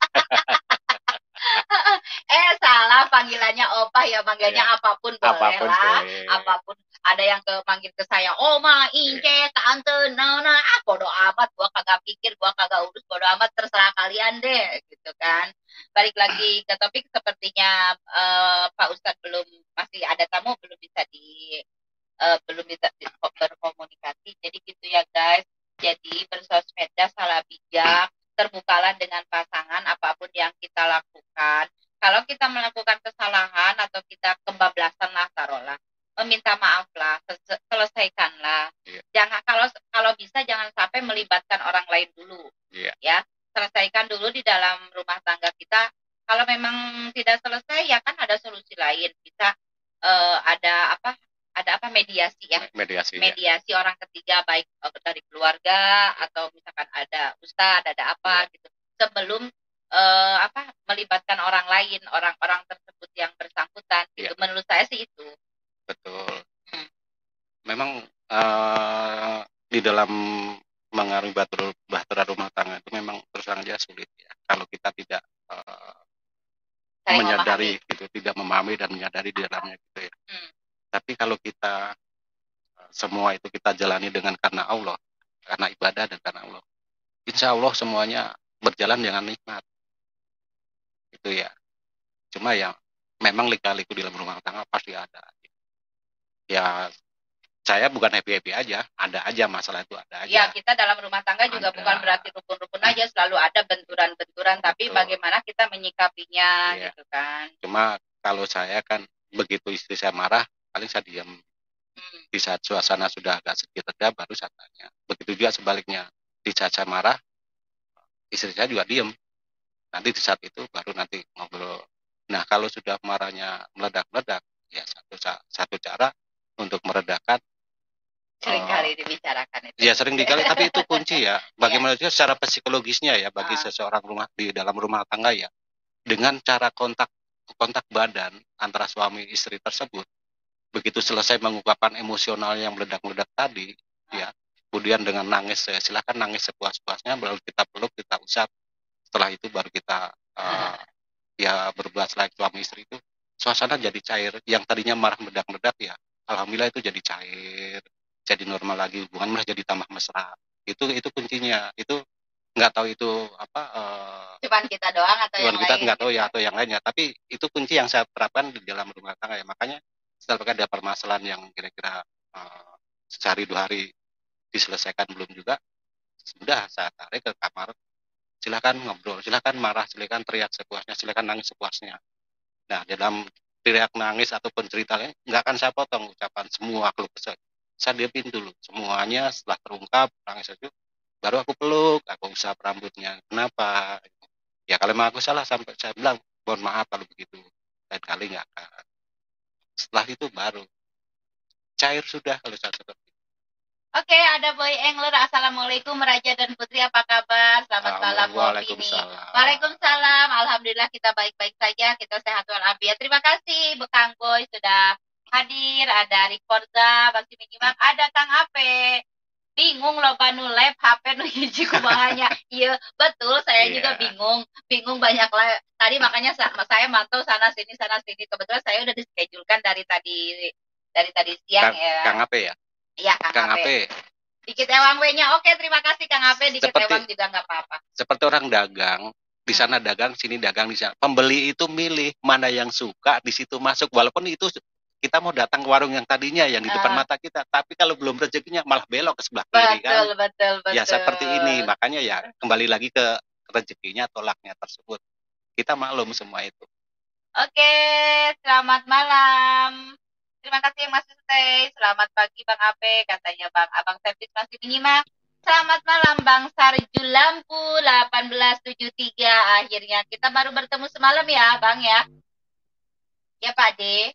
Eh salah panggilannya opah ya, panggilnya yeah. apapun boleh apapun lah, boleh. apapun. Ada yang ke manggil ke saya, Oma, Ince, yeah. tante, nana, ah bodo amat, gua kagak pikir, gua kagak urus, bodo amat, terserah kalian deh, gitu kan. Balik lagi ke topik, sepertinya uh, Pak Ustadz belum, masih ada tamu, belum bisa di, uh, belum bisa di, berkomunikasi, jadi gitu ya guys. Jadi bersosmednya salah bijak, terbukalah dengan pasangan apapun yang kita lakukan. Kalau kita melakukan kesalahan atau kita kebablasan lah, taruhlah, meminta maaf lah, selesaikanlah. Yeah. Jangan, kalau kalau bisa jangan sampai melibatkan orang lain dulu. Yeah. Ya, selesaikan dulu di dalam rumah tangga kita. Kalau memang tidak selesai ya kan ada solusi lain. Bisa uh, ada apa? Ada apa mediasi ya? Mediasi. Mediasi ya. Orang ketiga, baik dari keluarga atau misalkan ada ustadz, ada apa yeah. gitu. Sebelum uh, apa melibatkan orang lain, orang-orang tersebut yang bersangkutan. Gitu. Yeah. Menurut saya sih itu. Betul. Hmm. Memang uh, di dalam mengarungi bahtera rumah tangga itu memang terus terang aja sulit ya. Kalau kita tidak uh, menyadari, memahami. Gitu, tidak memahami dan menyadari di dalamnya gitu ya. Hmm. Tapi kalau kita semua itu kita jalani dengan karena Allah, karena ibadah dan karena Allah, insya Allah semuanya berjalan dengan nikmat. Itu ya. Cuma ya memang lika-liku di dalam rumah tangga pasti ada. Ya saya bukan happy-happy aja, ada aja masalah itu ada aja. Ya kita dalam rumah tangga juga ada. Bukan berarti rukun-rukun aja, selalu ada benturan-benturan, tapi bagaimana kita menyikapinya ya. Gitu kan. Cuma kalau saya kan begitu istri saya marah, paling saya diam. Hmm. Di saat suasana sudah agak sedikit reda baru saya tanya. Begitu juga sebaliknya, di saat saya marah, istri saya juga diam. Nanti di saat itu baru nanti ngobrol. Nah, kalau sudah marahnya meledak-meledak, ya satu satu cara untuk meredakan. Sering kali dibicarakan itu. Ya sering dikali, tapi itu kunci ya. Bagaimana juga secara psikologisnya ya bagi uh. seseorang rumah di dalam rumah tangga ya. Dengan cara kontak kontak badan antara suami istri tersebut, begitu selesai mengungkapkan emosional yang meledak-meledak tadi, uh. ya, kemudian dengan nangis, ya, silakan nangis sepuas-puasnya, baru kita peluk, kita usap. Setelah itu baru kita uh, ya berbuat like suami istri itu, suasana jadi cair. Yang tadinya marah meledak-meledak ya, alhamdulillah itu jadi cair. Jadi normal lagi, hubungan malah jadi tambah mesra. Itu itu kuncinya. Itu nggak tahu itu apa. Uh, cuman kita doang atau cuman yang kita lain? Nggak tahu gitu. Ya atau yang lainnya. Tapi itu kunci yang saya terapkan di dalam rumah tangga ya. Makanya setelah ada permasalahan yang kira-kira uh, sehari dua hari diselesaikan belum juga, sudah saya tarik ke kamar. Silakan ngobrol, silakan marah, silakan teriak sepuasnya, silakan nangis sepuasnya. Nah, dalam teriak nangis ataupun ceritanya nggak akan saya potong ucapan semua keluh kesah. Saya diepin dulu semuanya. Setelah terungkap nangis itu baru aku peluk, aku usap rambutnya. Kenapa? Ya kalau memang aku salah, sampai saya bilang mohon maaf kalau begitu, lain kali nggak akan. Setelah itu baru cair sudah kalau saya seperti itu. Oke, ada Boy Engler. Assalamualaikum Raja dan Putri, apa kabar? Selamat malam. Waalaikumsalam. Waalaikumsalam. Alhamdulillah kita baik-baik saja, kita sehat walafiat. Terima kasih Bekang Boy sudah hadir. Ada Rikorza, Bakti Minimak, ada Kang Ape. Bingung loh Banu Lab H P nu hiji kumahanya. Iya, betul, saya yeah. juga bingung. Bingung banyak lah. Tadi makanya saya mantau sana sini sana sini. Kebetulan saya udah dischedule-kan dari tadi dari tadi siang. Kang, ya. Kang Ape ya? Iya, Kang, Kang Ape. Dikit ewang we-nya. Oke, terima kasih Kang Ape. Dikit seperti, ewang juga nggak apa-apa. Seperti orang dagang, di sana hmm. dagang, sini dagang, di sana. Pembeli itu milih mana yang suka, di situ masuk. Walaupun itu kita mau datang ke warung yang tadinya yang di depan uh. mata kita, tapi kalau belum rezekinya malah belok ke sebelah kiri kan. Betul, betul, betul. Ya seperti ini, makanya ya kembali lagi ke rezekinya, tolaknya tersebut. Kita maklum semua itu. Oke, selamat malam. Terima kasih yang masih stay. Selamat pagi Bang Ape, katanya Bang Abang Servis masih minimal. Selamat malam Bang Sarjul Lampu delapan belas tujuh puluh tiga. Akhirnya kita baru bertemu semalam ya Bang ya. Ya Pak De.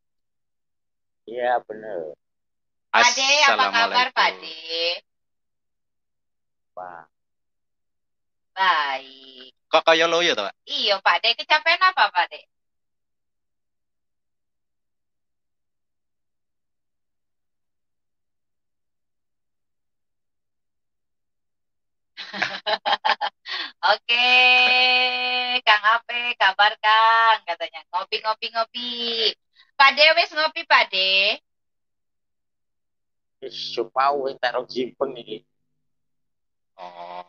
Iya benar. Pak De, apa kabar Pak De? Pak. Baik. Kok kayak loyo toh Pak? Iya Pak De, kecapean apa Pak De? Oke, Kang Ape, kabar Kang, katanya ngopi-ngopi-ngopi. Pak De, wis ngopi Pak De? Supau wis taruh jimpeng iki. Oh.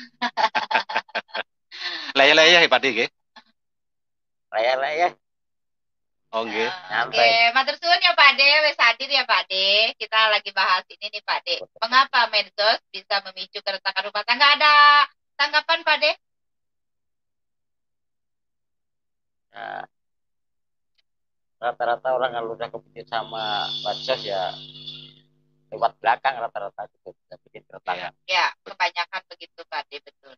Laya-laya Pak De nggih. Laya-laya. Oh nggih. Oke, okay. Matur suwun ya Pak De, wis hadir ya Pak De. Kita lagi bahas ini nih Pak De. Mengapa medsos bisa memicu keretakan rumah tangga? Ada tanggapan Pak De? Nah, rata-rata orang kalau udah kepikiran sama medsos ya lewat belakang rata-rata gitu bisa bikin keretakan. Ya, kebanyakan begitu Pak De, betul.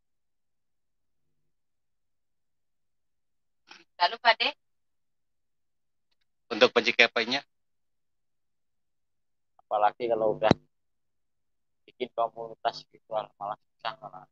Lalu Pak De? Untuk pencapaiannya? Apalagi kalau udah bikin komunitas virtual malah susah malah.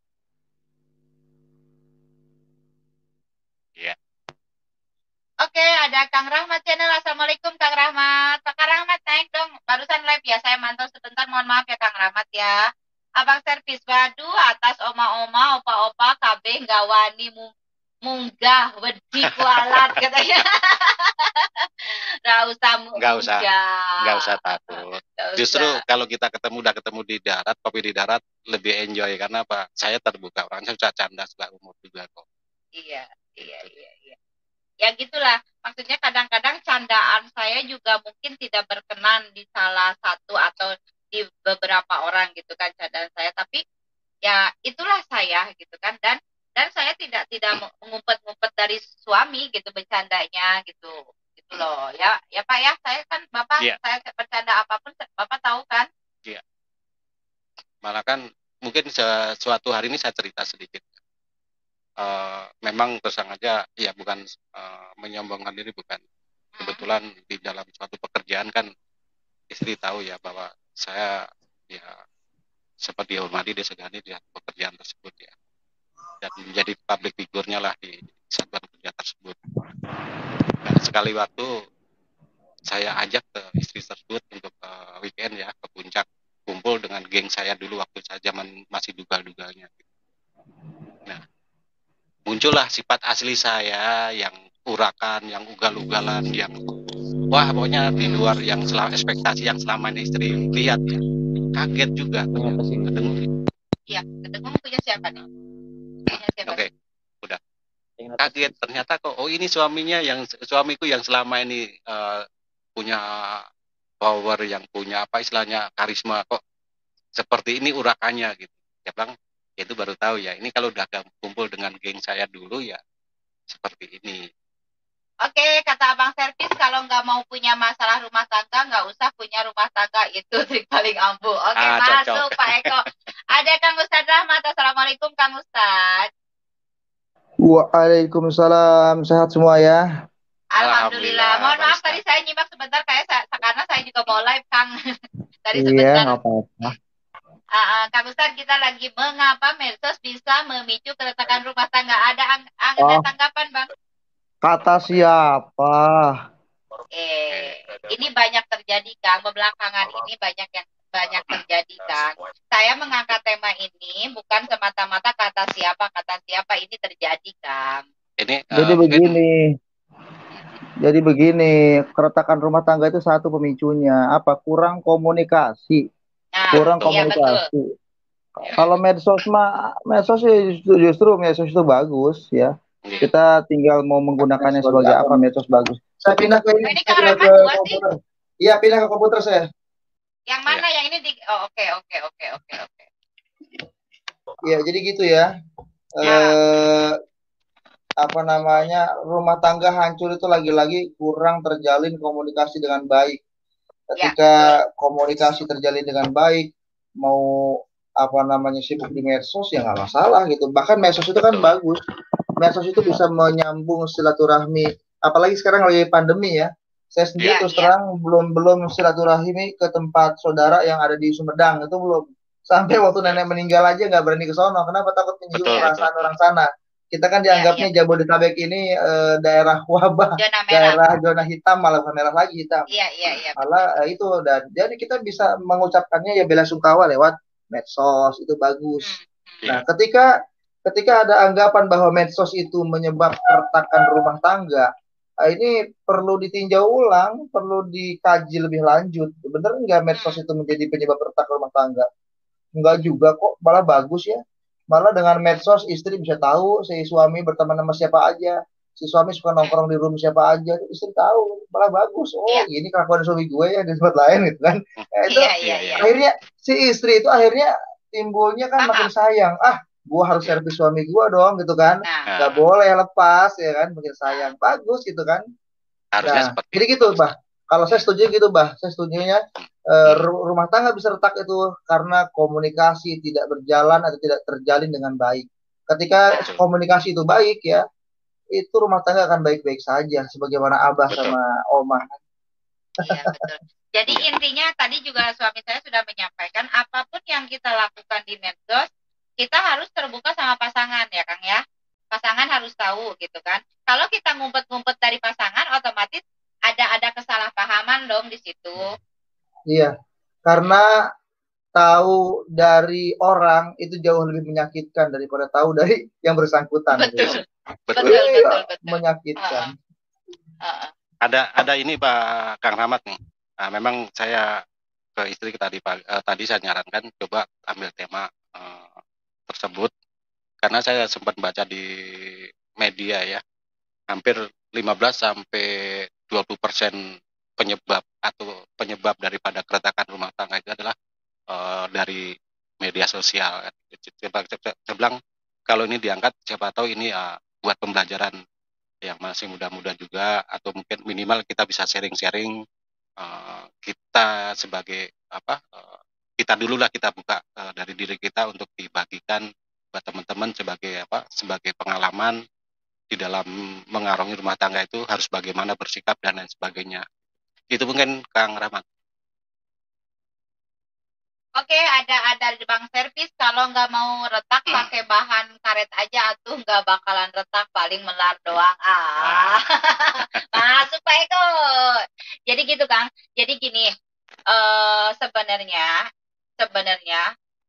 Iya. Oke, ada Kang Rahmat channel. Assalamualaikum Kang Rahmat. Kang Rahmat naik dong. Barusan live ya, saya mantau sebentar. Mohon maaf ya Kang Rahmat ya. Abang servis, waduh atas oma-oma, opa-opa, kabeh nggak wani munggah, wedi kualat katanya. Nggak usah munggah. Nggak usah, nggak usah takut. Gak Justru usah. Kalau kita ketemu, udah ketemu di darat, kopi di darat, lebih enjoy. Karena apa? Saya terbuka, orangnya sudah canda, sudah umur juga kok. Iya, iya, iya, iya. Ya gitulah, maksudnya kadang-kadang candaan saya juga mungkin tidak berkenan di salah satu atau di beberapa orang gitu kan candaan saya, tapi ya itulah saya gitu kan, dan dan saya tidak tidak mengumpet-ngumpet dari suami gitu bercandanya gitu gitu loh ya ya Pak ya, saya kan Bapak yeah. Saya bercanda apapun Bapak tahu kan. Iya. Yeah. Malah kan mungkin suatu hari ini saya cerita sedikit. uh, memang tersengaja ya bukan uh, menyombongkan diri, bukan. Kebetulan di dalam suatu pekerjaan kan istri tahu ya bahwa saya ya seperti dihormati, disegani di pekerjaan tersebut ya, dan menjadi public figure-nya lah di satuan kerja tersebut. Nah, sekali waktu saya ajak ke istri tersebut untuk uh, weekend ya ke puncak, kumpul dengan geng saya dulu waktu saya zaman masih dugal-dugalnya. Nah, muncullah sifat asli saya yang urakan, yang ugal-ugalan, yang wah pokoknya di luar yang selama ekspektasi yang selama ini istri lihat ya. Kaget juga ternyata sih ketemu. Iya, ketemu punya siapa nih? Punya siapa? Oke, okay. Udah. Kaget ternyata kok oh ini suaminya yang suamiku yang selama ini uh, punya power, yang punya apa istilahnya karisma, kok seperti ini urakannya gitu. Ya bang, ya itu baru tahu ya. Ini kalau udah kumpul dengan geng saya dulu ya seperti ini. Oke, kata Abang Servis, kalau nggak mau punya masalah rumah tangga, nggak usah punya rumah tangga. Itu trik paling ampuh. Oke, ah, masuk cocok. Pak Eko. Ada Kang Ustadz Rahmat. Assalamualaikum Kang Ustadz. Waalaikumsalam. Sehat semua ya? Alhamdulillah. Mohon maaf tadi saya nyimak sebentar, kayak saya, karena saya juga mau live Kang. Tadi iya, sebentar. Iya, apa-apa. Uh, uh, Kang Ustadz, kita lagi mengapa medsos bisa memicu keretakan rumah tangga. Ada ang ang oh. tanggapan Bang? Kata siapa? Eh, ini banyak terjadi Kang, belakangan ini banyak yang banyak terjadi Kang. Saya mengangkat tema ini bukan semata-mata kata siapa kata siapa, ini terjadi Kang. Ini, uh, jadi begini, mungkin... jadi begini, keretakan rumah tangga itu satu pemicunya apa? Kurang komunikasi, nah, kurang iya, komunikasi. Betul. Kalau medsos mah, medsos justru, justru medsos itu bagus ya. Kita tinggal mau menggunakannya sebagai apa, medsos bagus. Saya pindah ke ini, ini saya pindah ke komputer. Iya, pindah ke komputer saya. Yang mana ya. Yang ini di oh, oke oke oke oke oke. Iya, jadi gitu ya. ya. Eh apa namanya? Rumah tangga hancur itu lagi-lagi kurang terjalin komunikasi dengan baik. Ketika ya, komunikasi terjalin dengan baik, mau apa namanya sibuk di medsos ya nggak masalah gitu. Bahkan medsos itu kan bagus. Medsos itu bisa menyambung silaturahmi, apalagi sekarang lagi pandemi ya. Saya sendiri ya, terus ya. terang belum belum silaturahmi ke tempat saudara yang ada di Sumedang, itu belum. Sampai waktu nenek meninggal aja nggak berani ke sono. Kenapa? Takut menyinggung perasaan orang sana. Kita kan dianggapnya ya, ya. Jabodetabek ini e, daerah wabah, daerah zona hitam, malah bukan merah lagi hitam. Iya iya iya. Malah e, itu dan jadi kita bisa mengucapkannya ya bela sungkawa lewat medsos, itu bagus. Hmm. Nah, ketika Ketika ada anggapan bahwa medsos itu menyebabkan keretakan rumah tangga, ini perlu ditinjau ulang, perlu dikaji lebih lanjut. Benar nggak medsos itu menjadi penyebab keretakan rumah tangga? Enggak juga kok, malah bagus ya. Malah dengan medsos istri bisa tahu si suami berteman sama siapa aja, si suami suka nongkrong di room siapa aja, istri tahu, malah bagus. Oh, yeah. Ini kelakuan suami gue ya di tempat lain gitu kan. Ya, itu yeah, yeah, yeah. Akhirnya si istri itu akhirnya timbulnya kan makin sayang. Ah, gue harus servis suami gue dong gitu kan, nah. Gak boleh lepas ya kan, mungkin sayang, bagus gitu kan. Harusnya nah, jadi gitu bah, kalau saya setuju gitu bah, saya setujunya eh, rumah tangga bisa retak itu karena komunikasi tidak berjalan atau tidak terjalin dengan baik. Ketika komunikasi itu baik ya, itu rumah tangga akan baik-baik saja, sebagaimana abah betul. Sama omah. Iya betul. Jadi intinya tadi juga suami saya sudah menyampaikan, apapun yang kita lakukan di medsos, kita harus terbuka sama pasangan ya Kang ya. Pasangan harus tahu gitu kan. Kalau kita ngumpet-ngumpet dari pasangan, otomatis ada ada kesalahpahaman dong di situ. Iya. Karena tahu dari orang itu jauh lebih menyakitkan daripada tahu dari yang bersangkutan. Betul. Gitu. Betul, betul, betul, betul. Menyakitkan. Uh, uh. Ada ada ini Pak Kang Rahmat nih. Nah, memang saya ke istri tadi uh, tadi saya nyarankan coba ambil tema uh, tersebut karena saya sempat baca di media ya, hampir lima belas sampai dua puluh persen penyebab atau penyebab daripada keretakan rumah tangga itu adalah uh, dari media sosial. Saya bilang kalau ini diangkat siapa tahu ini uh, buat pembelajaran yang masih muda-muda juga, atau mungkin minimal kita bisa sharing-sharing uh, kita sebagai apa uh, kita dulu lah kita buka uh, dari diri kita untuk dibagikan buat teman-teman sebagai apa sebagai pengalaman di dalam mengarungi rumah tangga itu harus bagaimana bersikap dan lain sebagainya. Itu mungkin Kang Rahmat. Oke, ada ada di Bang Servis, kalau nggak mau retak pakai bahan karet aja atuh, nggak bakalan retak, paling melar doang. Ah, masuk Pak Eko. Jadi gitu Kang. Jadi gini, eh sebenarnya sebenarnya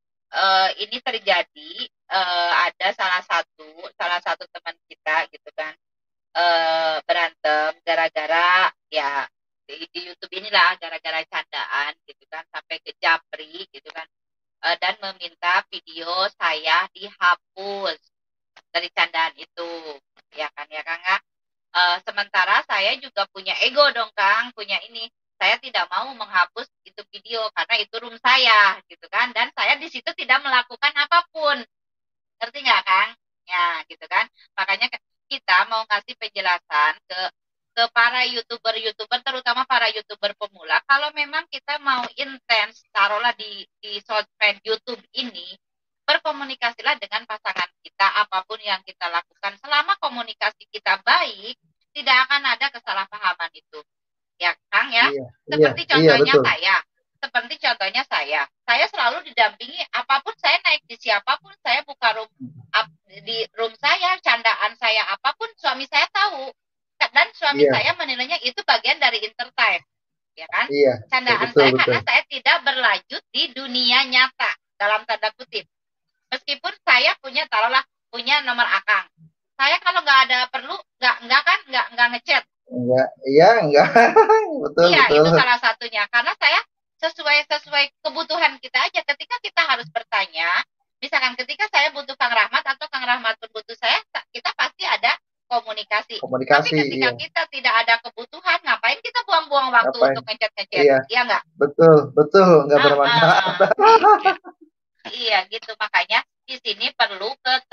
eh, ini terjadi, eh, ada salah satu salah satu teman kita gitu kan, eh, berantem gara-gara ya di, di YouTube inilah, gara-gara candaan gitu kan, sampai ke japri gitu kan, eh, dan meminta video saya dihapus dari candaan itu, ya kan ya Kang ya. Eh, sementara saya juga punya ego dong Kang, punya ini, saya tidak mau menghapus itu video karena itu room saya gitu kan, dan saya di situ tidak melakukan apapun, ngerti nggak Kang? Ya gitu kan, makanya kita mau ngasih penjelasan ke ke para youtuber-youtuber, terutama para youtuber pemula, kalau memang kita mau intens, taruhlah di di sosmed YouTube ini, berkomunikasilah dengan pasangan kita, apapun yang kita lakukan, selama komunikasi kita baik, tidak akan ada kesalahpahaman itu, ya Kang ya. Iya, seperti iya, contohnya iya, saya, seperti contohnya saya, saya selalu didampingi, apapun saya naik di siapapun, saya buka room di room saya, candaan saya apapun, suami saya tahu. Dan suami iya, saya menilainya itu bagian dari entertain, ya kan? iya, Candaan betul, saya betul. karena saya tidak berlanjut di dunia nyata, dalam tanda kutip. Meskipun saya punya, taruhlah punya nomor akang, saya kalau nggak ada perlu, nggak nggak kan nggak nggak ngechat. Enggak, iya, enggak. Betul, Iya, betul. itu salah satunya. Karena saya sesuai sesuai kebutuhan kita aja. Ketika kita harus bertanya, misalkan ketika saya butuh Kang Rahmat atau Kang Rahmat pun butuh saya, kita pasti ada komunikasi. Komunikasi, Tapi ketika iya. kita tidak ada kebutuhan, ngapain kita buang-buang waktu Ngapain? untuk ngechat-ngechat? Iya, Iya nggak? betul, betul, nggak Ah, bermanfaat. ah. Iya, gitu. Makanya di sini perlu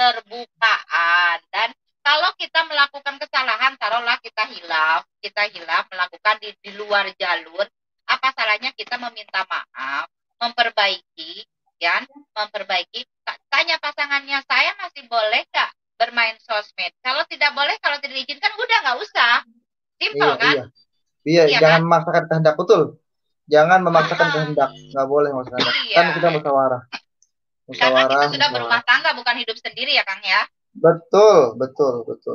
keterbukaan. Dan kalau kita melakukan kesalahan, taruhlah kita hilaf, kita hilaf melakukan di, di luar jalur, apa salahnya kita meminta maaf, memperbaiki, ya, memperbaiki. Tanya pasangannya, saya masih boleh nggak bermain sosmed? Kalau tidak boleh, kalau tidak diizinkan, udah nggak usah. Simple Iya, kan? iya. Iya, Iya jangan kan? memaksakan kehendak, betul. Jangan memaksakan Ah, ah. kehendak, nggak boleh memaksakan kehendak. Iya. Kan kita musyawarah. Karena kita Musyawarah, sudah musyawarah. berumah tangga, bukan hidup sendiri ya Kang ya. Betul, betul, betul.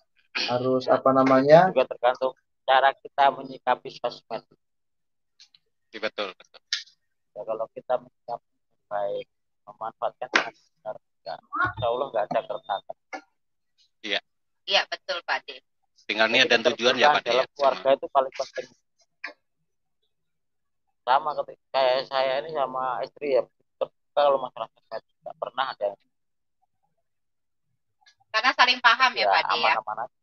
Harus apa namanya? Juga tergantung cara kita menyikapi sosmed. Betul, betul. Ya, kalau kita menyikapi baik, memanfaatkan dengan benar, ya, insya Allah nggak ada keretakan. Iya. Iya, betul Pak De. Tinggal niat dan tujuan ya Pak De. Dalam keluarga itu paling penting. Sama ketika kayak saya ini sama istri ya, kalau masalah sosmed nggak pernah ada. Karena saling paham ya, Ya, Pak De ya. aman-aman aja.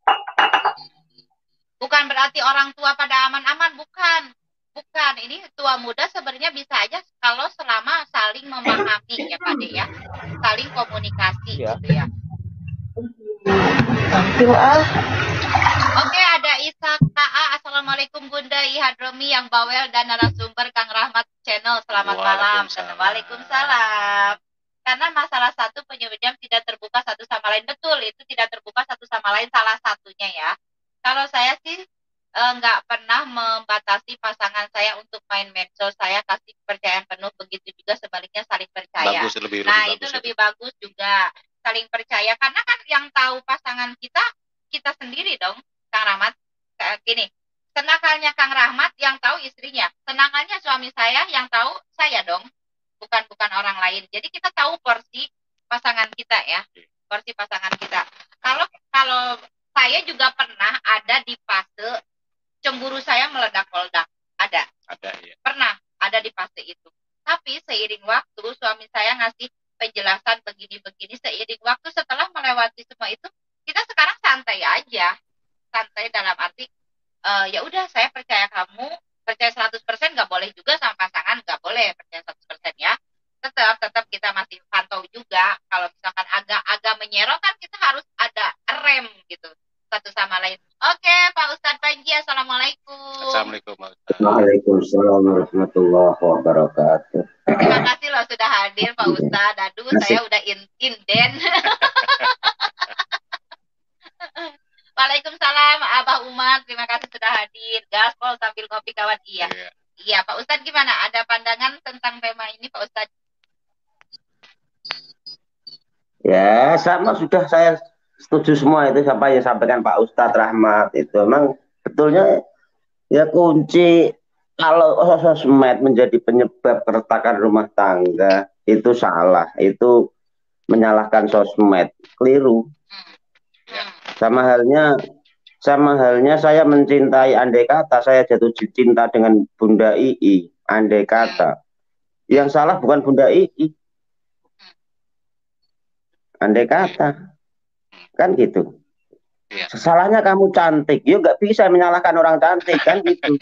Bukan berarti orang tua pada aman-aman, bukan. Bukan, ini tua muda sebenarnya bisa aja kalau selama saling memahami ya Pak De ya. Saling komunikasi Ya. gitu ya. Oke, ada Isa K A. Assalamualaikum Bunda Ihadromi yang bawel dan narasumber Kang Rahmat Channel. Selamat malam. Waalaikumsalam. Waalaikumsalam. Karena masalah satu penyebabnya tidak terbuka satu sama lain. Betul, itu tidak terbuka satu sama lain salah satunya ya. Kalau saya sih eh, nggak pernah membatasi pasangan saya untuk main medsos. Saya kasih kepercayaan penuh, begitu juga sebaliknya saling percaya. Bagus, lebih, nah lebih itu bagus lebih bagus juga, saling percaya. Karena kan yang tahu pasangan kita, kita sendiri dong, Kang Rahmat. Kayak gini, senakalnya Kang Rahmat yang tahu istrinya, senakalnya suami saya yang tahu saya dong. Bukan bukan orang lain. Jadi kita tahu porsi pasangan kita ya, porsi pasangan kita. Kalau kalau saya juga pernah ada di fase cemburu saya meledak-ledak, ada. Ada ya. Pernah ada di fase itu. Tapi seiring waktu suami saya ngasih penjelasan begini-begini, seiring waktu setelah melewati semua itu, kita sekarang santai aja. Santai dalam arti uh, ya udah, saya percaya kamu, percaya seratus persen, nggak boleh juga sama pasangan, nggak boleh percaya seratus persen ya. Tetap, tetap kita masih pantau juga. Kalau misalkan agak-agak menyerok kan kita harus ada rem gitu, satu sama lain. Oke, Pak Ustadz Panji, Assalamualaikum. Assalamualaikum Pak Ustadz. Waalaikumsalam warahmatullahi wabarakatuh. Terima kasih loh sudah hadir Pak Ustadz. Aduh, Masih. Saya udah in inden. Waalaikumsalam Abah Umar, terima kasih sudah hadir. Gaspol sambil kopi kawan. Iya. Iya, iya Pak Ustadz gimana? Ada pandangan tentang tema ini Pak Ustadz? Ya, sama sudah saya setuju semua itu apa yang sampaikan Pak Ustadz Rahmat itu. Memang betulnya ya kunci kalau sosmed menjadi penyebab keretakan rumah tangga itu salah, itu menyalahkan sosmed, keliru. Sama halnya, sama halnya saya mencintai andai kata saya jatuh cinta dengan Bunda Ii, andai kata. Yang salah bukan Bunda Ii, andai kata, kan gitu. Salahnya kamu cantik, yuk nggak bisa menyalahkan orang cantik kan gitu.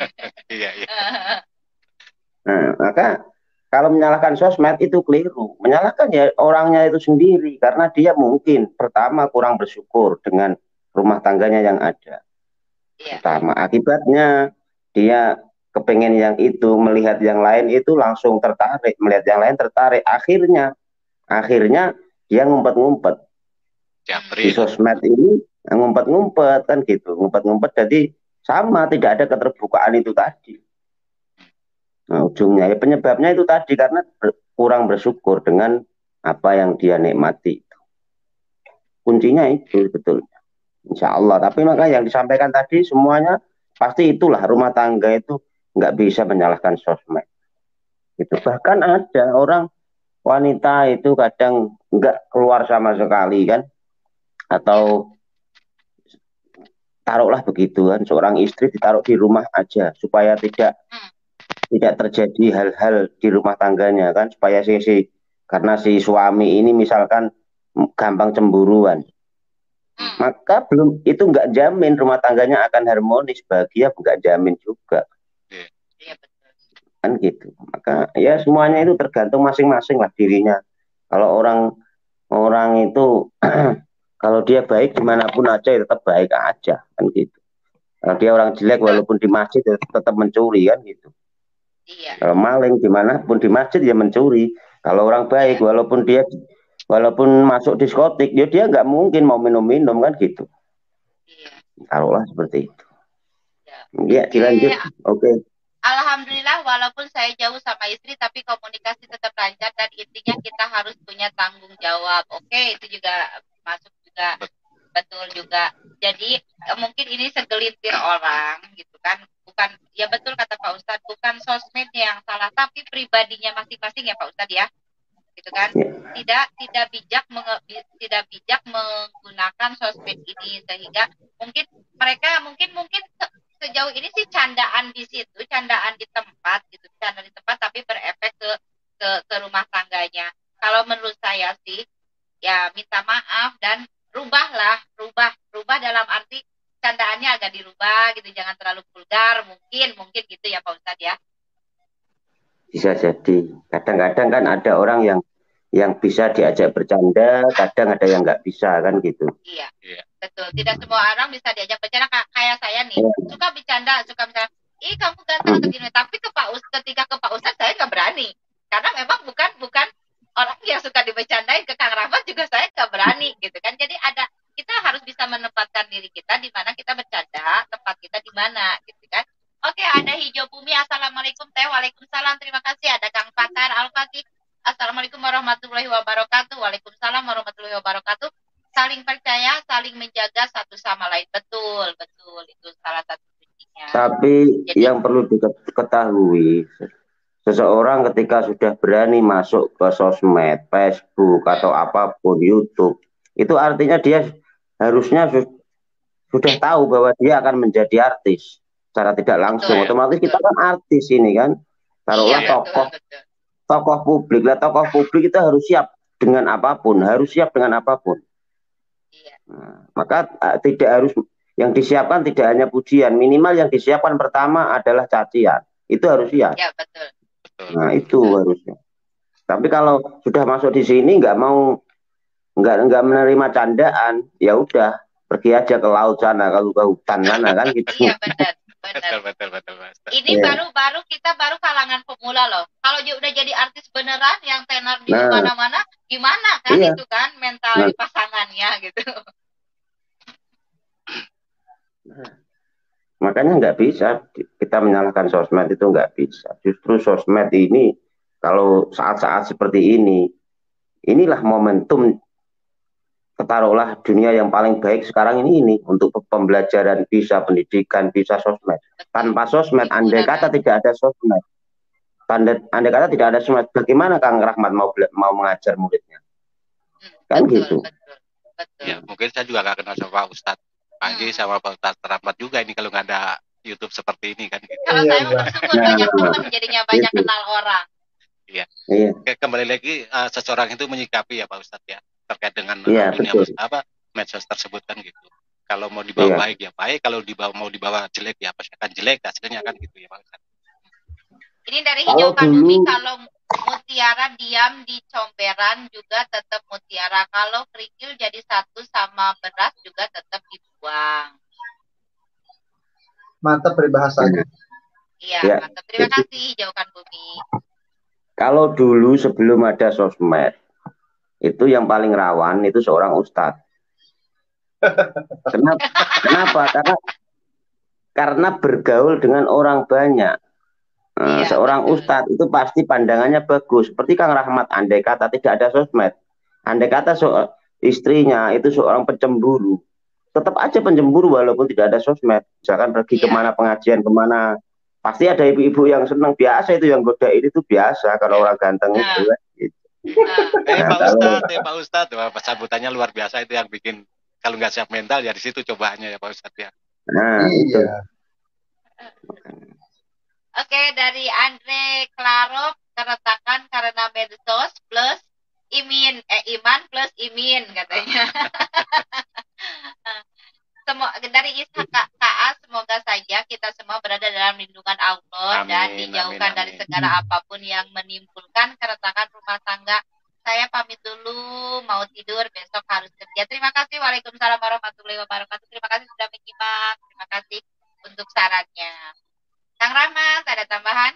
Nah, maka kalau menyalahkan sosmed itu keliru. Menyalahkan ya orangnya itu sendiri karena dia mungkin pertama kurang bersyukur dengan rumah tangganya yang ada. Pertama, akibatnya dia kepengen yang itu, melihat yang lain itu langsung tertarik, melihat yang lain tertarik. Akhirnya, akhirnya dia ngumpet-ngumpet di sosmed ini. Ngumpet-ngumpet kan gitu, ngumpet-ngumpet jadi sama tidak ada keterbukaan itu tadi. Nah, ujungnya ya penyebabnya itu tadi karena ber, kurang bersyukur dengan apa yang dia nikmati. Kuncinya itu betulnya, insya Allah. Tapi maka yang disampaikan tadi semuanya pasti itulah rumah tangga itu nggak bisa menyalahkan sosmed. Itu bahkan ada orang wanita itu kadang nggak keluar sama sekali kan, atau taruhlah begitu kan, seorang istri ditaruh di rumah aja supaya tidak tidak terjadi hal-hal di rumah tangganya kan, supaya si, si karena si suami ini misalkan gampang cemburuan, hmm. maka belum itu nggak jamin rumah tangganya akan harmonis, bahagia, nggak jamin juga, yeah. kan gitu. Maka ya semuanya itu tergantung masing-masing lah dirinya. Kalau orang orang itu kalau dia baik dimanapun aja ya tetap baik aja kan gitu. Kalau dia orang jelek walaupun di masjid ya tetap mencuri kan gitu. Iya. Kalau maling dimanapun di masjid ya mencuri. Kalau orang baik iya. walaupun dia walaupun masuk diskotik ya dia nggak mungkin mau minum-minum kan gitu. Iya. Taruhlah seperti itu. Ya, ya dilanjut. Oke. Okay. Alhamdulillah walaupun saya jauh sama istri tapi komunikasi tetap lancar dan intinya kita harus punya tanggung jawab. Oke, okay, itu juga masuk juga betul juga. Jadi mungkin ini segelintir orang gitu kan, bukan ya betul kata Pak Ustadz, bukan sosmed yang salah tapi pribadinya masing-masing ya Pak Ustadz ya, gitu kan. Tidak tidak bijak menge, tidak bijak menggunakan sosmed ini sehingga mungkin mereka mungkin mungkin sejauh ini sih candaan di situ, candaan di tempat gitu, candaan di tempat tapi berefek ke ke, ke rumah tangganya. Kalau menurut saya sih ya minta maaf dan rubahlah, rubah, rubah dalam arti candaannya agak dirubah gitu, jangan terlalu vulgar, mungkin, mungkin gitu ya Pak Ustadz ya. Bisa jadi, kadang-kadang kan ada orang yang yang bisa diajak bercanda, kadang ada yang nggak bisa kan gitu. Iya, iya, betul. Tidak semua orang bisa diajak bercanda kayak saya nih, ya. Suka bercanda, suka bercanda. Ih kamu ganteng atau gini, tapi ke Pak Ustadz, ketika ke Pak Ustadz saya nggak berani, karena memang bukan bukan orang yang suka dibercandain, ke Kang Rahmat juga saya nggak berani gitu kan. Jadi ada, kita harus bisa menempatkan diri kita di mana kita bercanda, tempat kita di mana gitu kan. Oke, ada Hijau Bumi, assalamualaikum teh, waalaikumsalam, terima kasih. Ada Kang Fatar Al-Fatih, assalamualaikum warahmatullahi wabarakatuh, waalaikumsalam warahmatullahi wabarakatuh. Saling percaya, saling menjaga satu sama lain, betul, betul, itu salah satu kuncinya. Tapi jadi, yang perlu diketahui, seseorang ketika sudah berani masuk ke sosmed, Facebook atau apapun, YouTube, itu artinya dia harusnya sudah tahu bahwa dia akan menjadi artis secara tidak langsung. Betul, otomatis betul. Kita kan artis ini kan, taruhlah iya, tokoh, betul, betul. tokoh publik lah, tokoh publik kita harus siap dengan apapun, harus siap dengan apapun. Iya. Nah, maka uh, tidak harus yang disiapkan tidak hanya pujian, minimal yang disiapkan pertama adalah cacian, itu harus siap. Ya, betul. Nah itu harusnya. Tapi kalau sudah masuk di sini nggak mau nggak nggak menerima candaan, ya udah pergi aja ke laut sana, kalau ke hutan sana kan gitu. Iya benar. Benar. Betul, betul, betul. Ini Iya. baru-baru kita baru kalangan pemula loh. Kalau dia udah jadi artis beneran yang tenar di Nah. mana-mana, gimana kan Iya. itu kan mental Nah. di pasangannya gitu. Makanya nggak bisa kita menyalahkan sosmed, itu nggak bisa. Justru sosmed ini kalau saat-saat seperti ini, inilah momentum, ketaruhlah dunia yang paling baik sekarang ini ini untuk pembelajaran, bisa pendidikan, bisa sosmed. Tanpa sosmed, andai kata tidak ada sosmed, andai, andai kata tidak ada sosmed, bagaimana Kang Rahmat mau mau mengajar muridnya? Kan Betul, gitu. betul, betul. Ya, mungkin saya juga nggak kenal sama Pak Ustadz Panji sama Pak Ustadz Rahmat juga ini kalau nggak ada YouTube seperti ini kan gitu. Kalau Iya, saya iya. mau bersyukur Nah, banyak teman jadinya banyak gitu. kenal orang. Iya. Iya. Oke, kembali lagi uh, seseorang itu menyikapi ya Pak Ustadz ya terkait dengan Iya, uh, dunia betul. mes- apa medsos tersebut kan gitu. Kalau mau dibawa Iya. baik ya baik, kalau dibawa mau dibawa jelek ya pasti akan jelek hasilnya kan gitu ya Pak Ustadz. Ini dari Kalau Hijaukan Bumi, dulu- kalau mutiara diam di comberan juga tetap mutiara. Kalau kerikil jadi satu sama beras juga tetap dibuang. Mantap peribahasanya. Iya, Ya. mantap. Terima kasih Hijaukan Bumi. Kalau dulu sebelum ada sosmed, itu yang paling rawan itu seorang ustadz. Kenapa? Kenapa? Karena karena bergaul dengan orang banyak. Nah, Iya, seorang betul. ustadz itu pasti pandangannya bagus. Seperti Kang Rahmat, andai kata tidak ada sosmed, andai kata so istrinya itu seorang pencemburu, tetap aja pencemburu walaupun tidak ada sosmed. Misalkan pergi Iya. kemana pengajian kemana, pasti ada ibu-ibu yang senang, biasa itu yang godain itu biasa kalau orang ganteng Nah. itu. Gitu. Nah, Eh Nah, Pak kalau- Ustadz, eh Pak Ustadz, wah, sambutannya luar biasa itu yang bikin kalau nggak siap mental ya di situ cobaannya ya Pak Ustadz ya. Nah, itu. Iya. Oke, dari Andre Klarov, keretakan karena medsos plus imin, eh iman plus imin katanya. Semua dari Ishak K A, semoga saja kita semua berada dalam lindungan Allah Amin, dan dijauhkan amin, dari amin. segala apapun yang menimbulkan keretakan rumah tangga. Saya pamit dulu, mau tidur, besok harus kerja. Terima kasih. Waalaikumsalam warahmatullahi wabarakatuh. Terima kasih sudah menyimak. Terima kasih untuk sarannya. Kang Rahmat, ada tambahan?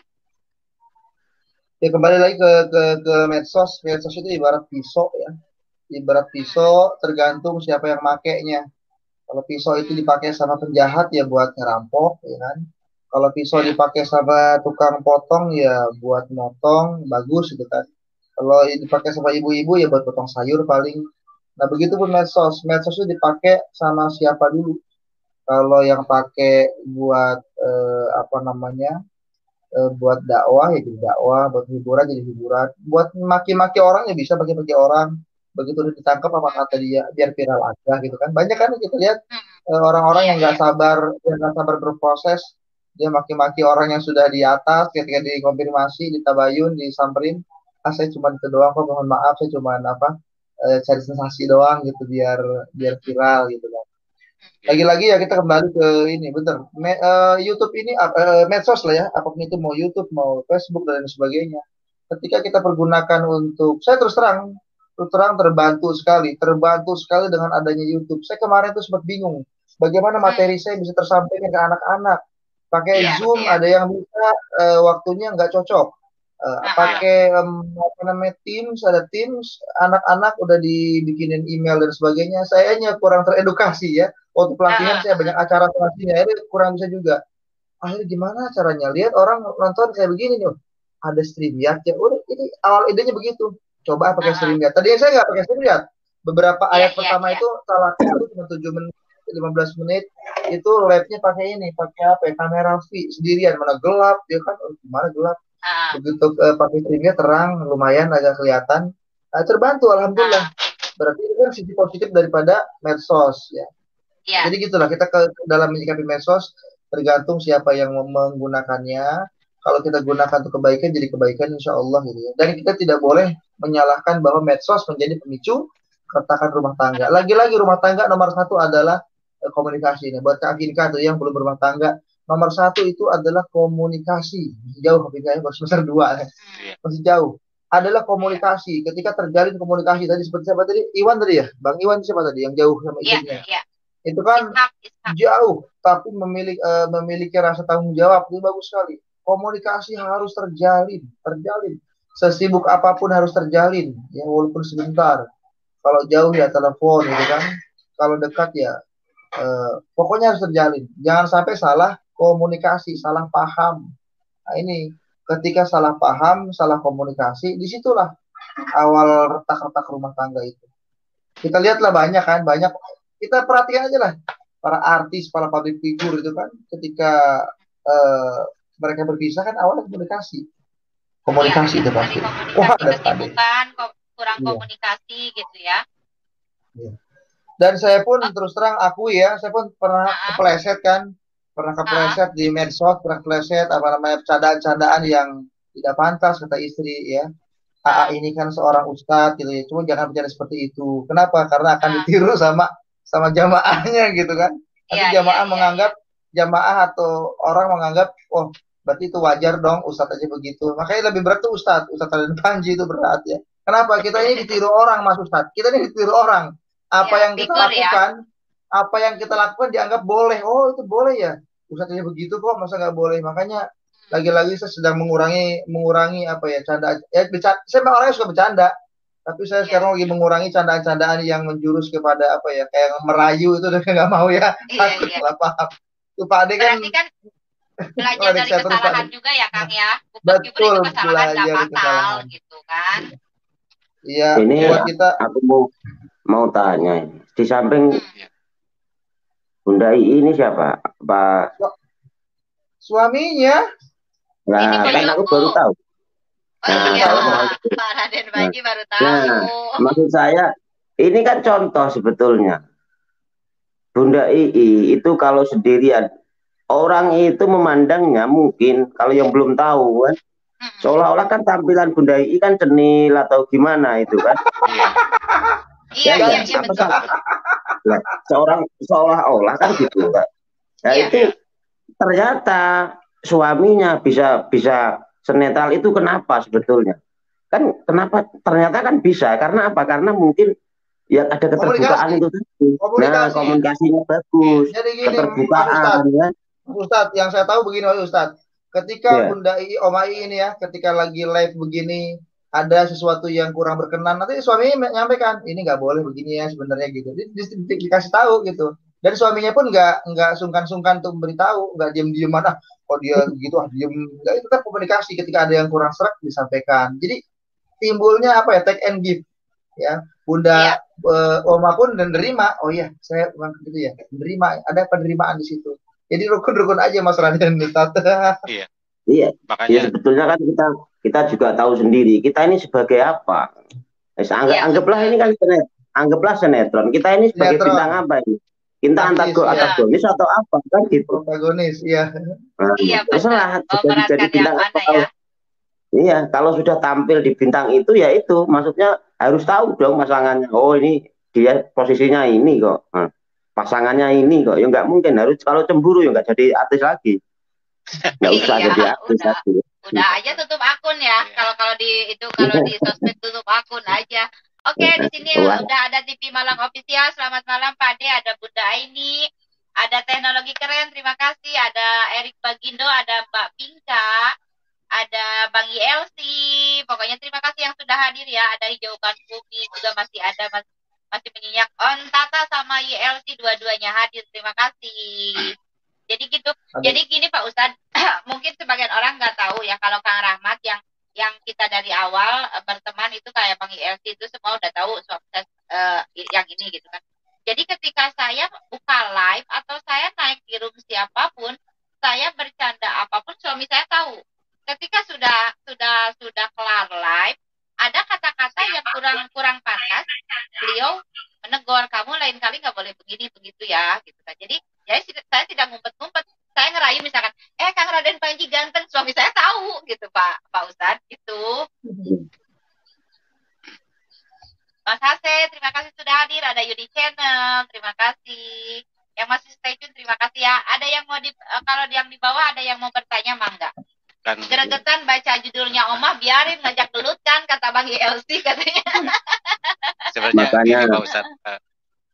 Ya kembali lagi ke ke ke medsos. Medsos itu ibarat pisau ya. Ibarat pisau tergantung siapa yang makainya. Kalau pisau itu dipakai sama penjahat ya buat ngerampok, ya kan. Kalau pisau dipakai sama tukang potong ya buat motong, bagus gitu kan. Kalau dipakai sama ibu-ibu ya buat potong sayur paling. Nah begitu pun medsos. Medsos itu dipakai sama siapa dulu. Kalau yang pakai buat eh, apa namanya, eh, buat dakwah ya jadi dakwah, buat hiburan jadi hiburan, buat maki-maki orang ya bisa maki-maki orang. Begitu udah ditangkap apa kata dia, biar viral aja gitu kan. Banyak kan kita lihat eh, orang-orang yang nggak sabar, yang nggak sabar berproses, dia maki-maki orang yang sudah di atas, ketika dikonfirmasi, ditabayun, disamperin, ah saya cuma itu doang kok, mohon maaf, saya cuma apa, eh, cari sensasi doang gitu biar biar viral gitu kan. Lagi-lagi ya kita kembali ke ini, bener. Me, uh, YouTube ini, uh, medsos lah ya, apapun itu mau YouTube, mau Facebook dan sebagainya. Ketika kita pergunakan untuk, saya terus terang, terus terang terbantu sekali, terbantu sekali dengan adanya YouTube. Saya kemarin tuh sempat bingung, bagaimana materi saya bisa tersampaikan ke anak-anak. Pakai Iya, Zoom, iya. ada yang bisa uh, waktunya nggak cocok. Uh, Nah, pakai um, apa namanya Teams, ada Teams, anak-anak udah dibikinin email dan sebagainya. Sayanya kurang teredukasi ya. Waktu pelatihan Ah, saya banyak acara pelatihan, akhirnya kurang bisa juga. Akhirnya gimana caranya? Lihat orang nonton kayak begini nih, ada StreamYard ya. Udah, ini awal idenya begitu. Coba pakai Ah, StreamYard. Tadinya saya nggak pakai StreamYard. Beberapa Iya, ayat iya, pertama iya. itu salah satu cuma tujuh menit, lima belas menit. Itu labnya pakai ini, pakai apa ya? Kamera V sendirian, mana gelap, ya kan? Oh, gimana gelap? Ah, Begitu uh, pakai StreamYard terang, lumayan agak kelihatan. Uh, terbantu, alhamdulillah. ah, Berarti itu kan sisi positif daripada medsos ya. Iya. Jadi gitulah kita ke dalam menyikapi medsos tergantung siapa yang menggunakannya. Kalau kita gunakan untuk kebaikan jadi kebaikan insya Allah gitu ya. Dan kita tidak boleh menyalahkan bahwa medsos menjadi pemicu keretakan rumah tangga. Lagi-lagi rumah tangga nomor satu adalah eh, komunikasi. Nah, buat Kak Ginka tuh yang belum berumah tangga, nomor satu itu adalah komunikasi. Masih jauh Kak Ginka, baru semester dua masih jauh. Adalah komunikasi. Ketika terjalin komunikasi tadi seperti siapa tadi? Iwan tadi ya, Bang Iwan siapa tadi yang jauh sama Iya, istrinya? iya. itu kan Ishak, Ishak. jauh tapi memiliki uh, memiliki rasa tanggung jawab. Itu bagus sekali. Komunikasi harus terjalin, terjalin. Sesibuk apapun harus terjalin, ya walaupun sebentar. Kalau jauh ya telepon gitu kan. Kalau dekat ya uh, pokoknya harus terjalin. Jangan sampai salah komunikasi, salah paham. Nah ini ketika salah paham, salah komunikasi, disitulah awal retak-retak rumah tangga itu. Kita lihatlah banyak kan, banyak kita perhatikan aja lah para artis, para public figure itu kan ketika uh, mereka berpisah kan awalnya komunikasi. Komunikasi ya, itu pasti. Wah, ada kesibukan, kurang iya. komunikasi gitu ya. Iya. Dan saya pun oh. terus terang akui ya, saya pun pernah uh-huh. kepleset kan, pernah kepleset uh-huh. di medsos, pernah kepleset apa namanya candaan-candaan yang tidak pantas kata istri ya. A A ini kan seorang ustadz gitu ya, cuma jangan bicara seperti itu. Kenapa? Karena akan ditiru sama sama jamaahnya gitu kan. Nanti yeah, jamaah yeah, menganggap yeah. jamaah atau orang menganggap, oh berarti itu wajar dong ustadz aja begitu. Makanya lebih berat tuh ustadz, ustadz Raden Panji itu berat ya. Kenapa? Kita ini ditiru orang mas ustadz, kita ini ditiru orang. Apa yeah, yang kita figur, lakukan, ya. apa yang kita lakukan dianggap boleh. Oh itu boleh ya, ustadz aja begitu kok, masa nggak boleh? Makanya lagi-lagi saya sedang mengurangi mengurangi apa ya canda ya bercanda, saya memang orangnya suka bercanda tapi saya yeah. sekarang lagi mengurangi candaan-candaan yang menjurus kepada apa ya kayak merayu itu udah nggak mau ya yeah, takut yeah. salah paham itu Pak Ade kan berarti kan belajar dari kesalahan juga ya Kang ya bukan betul itu kesalahan nggak fatal gitu kan iya ini buat kita aku mau mau tanya di samping hmm. Bunda I ini siapa Pak suaminya. Nah, ini kan aku baru tahu. Oh nah, iya, Pak Raden Panji baru tahu. Nah, maksud saya, ini kan contoh sebetulnya. Bunda I itu kalau sendirian, orang itu memandangnya mungkin, kalau yang belum tahu kan, seolah-olah kan tampilan Bunda I kan cenil atau gimana itu kan. Iya, ya, iya, iya, betul. Nah, seorang seolah-olah kan gitu kan. Nah, iya, itu iya. ternyata suaminya bisa bisa senetral itu kenapa sebetulnya kan kenapa ternyata kan bisa karena apa karena mungkin ya ada keterbukaan itu tadi nah komunikasinya bagus jadi gini, keterbukaan ya Ustadz yang saya tahu begini Ustadz ketika yeah. Bunda I Oma I ini ya ketika lagi live begini ada sesuatu yang kurang berkenan nanti suaminya menyampaikan ini nggak boleh begini ya sebenarnya gitu di, di, di, dikasih tahu gitu dan suaminya pun nggak nggak sungkan-sungkan untuk memberitahu, nggak diem-diem mana, oh dia gitu ah diem, nggak itu kan komunikasi ketika ada yang kurang serak disampaikan. Jadi timbulnya apa ya take and give, ya Bunda ya. Uh, Oma pun menerima, oh iya saya bukan gitu ya, menerima, ada penerimaan di situ. Jadi rukun-rukun aja Mas Raden. Iya, iya. Makanya ya, sebetulnya kan kita kita juga tahu sendiri kita ini sebagai apa. Anggap, ya, anggaplah betul. Ini kan anggaplah sinetron. Kita ini sebagai sinetron. Bintang apa ini? Kita antagonis ya. Atau apa kan gitu. Protagonis, iya. Nah, iya, terserah jadi, jadi bintang apa. Ya? Iya, kalau sudah tampil di bintang itu ya itu, maksudnya harus tahu dong pasangannya. Oh ini dia posisinya ini kok, nah, pasangannya ini kok. Ya nggak mungkin harus kalau cemburu ya nggak jadi artis lagi. Nggak usah iya, jadi artis udah, lagi. Udah aja tutup akun ya. Kalau kalau di itu kalau di sosmed tutup akun aja. Oke, di sini Wah. udah ada T V Malang Official. Selamat malam Pak De, ada Bunda Aini, ada teknologi keren, terima kasih. Ada Erik Bagindo, ada Mbak Pinka, ada Bang Y L C. Pokoknya terima kasih yang sudah hadir ya. Ada Hijaukan Bumi juga masih ada masih, masih menyenyak. On Tata sama Y L C dua-duanya hadir. Terima kasih. Jadi gitu. Aduh. Jadi gini Pak Ustadz, mungkin sebagian orang nggak tahu ya kalau Kang Rahmat yang yang kita dari awal uh, berteman itu kayak Bang I L C itu semua udah tahu sukses uh, yang ini gitu kan. Jadi ketika saya buka live atau saya naik di room siapapun, saya bercanda apapun suami saya tahu. Ketika sudah sudah sudah kelar live, ada kata-kata yang kurang kurang pantas, beliau menegur kamu lain kali nggak boleh begini begitu ya gitu kan. Jadi ya saya tidak ngumpet-ngumpet. Saya ngerayu misalkan, eh Kang Raden Panji ganteng, suami saya tahu gitu Pak Pak Ustadz itu. Mas Hase, terima kasih sudah hadir. Ada Yudi Channel, terima kasih. Yang masih stay tune, terima kasih ya. Ada yang mau di, uh, kalau yang di bawah ada yang mau bertanya, mangga. Kan, Geregetan baca judulnya Omah, biarin ngajak gelut kan, kata Bang Y L C katanya. Sebenarnya ini Pak Ustadz, uh,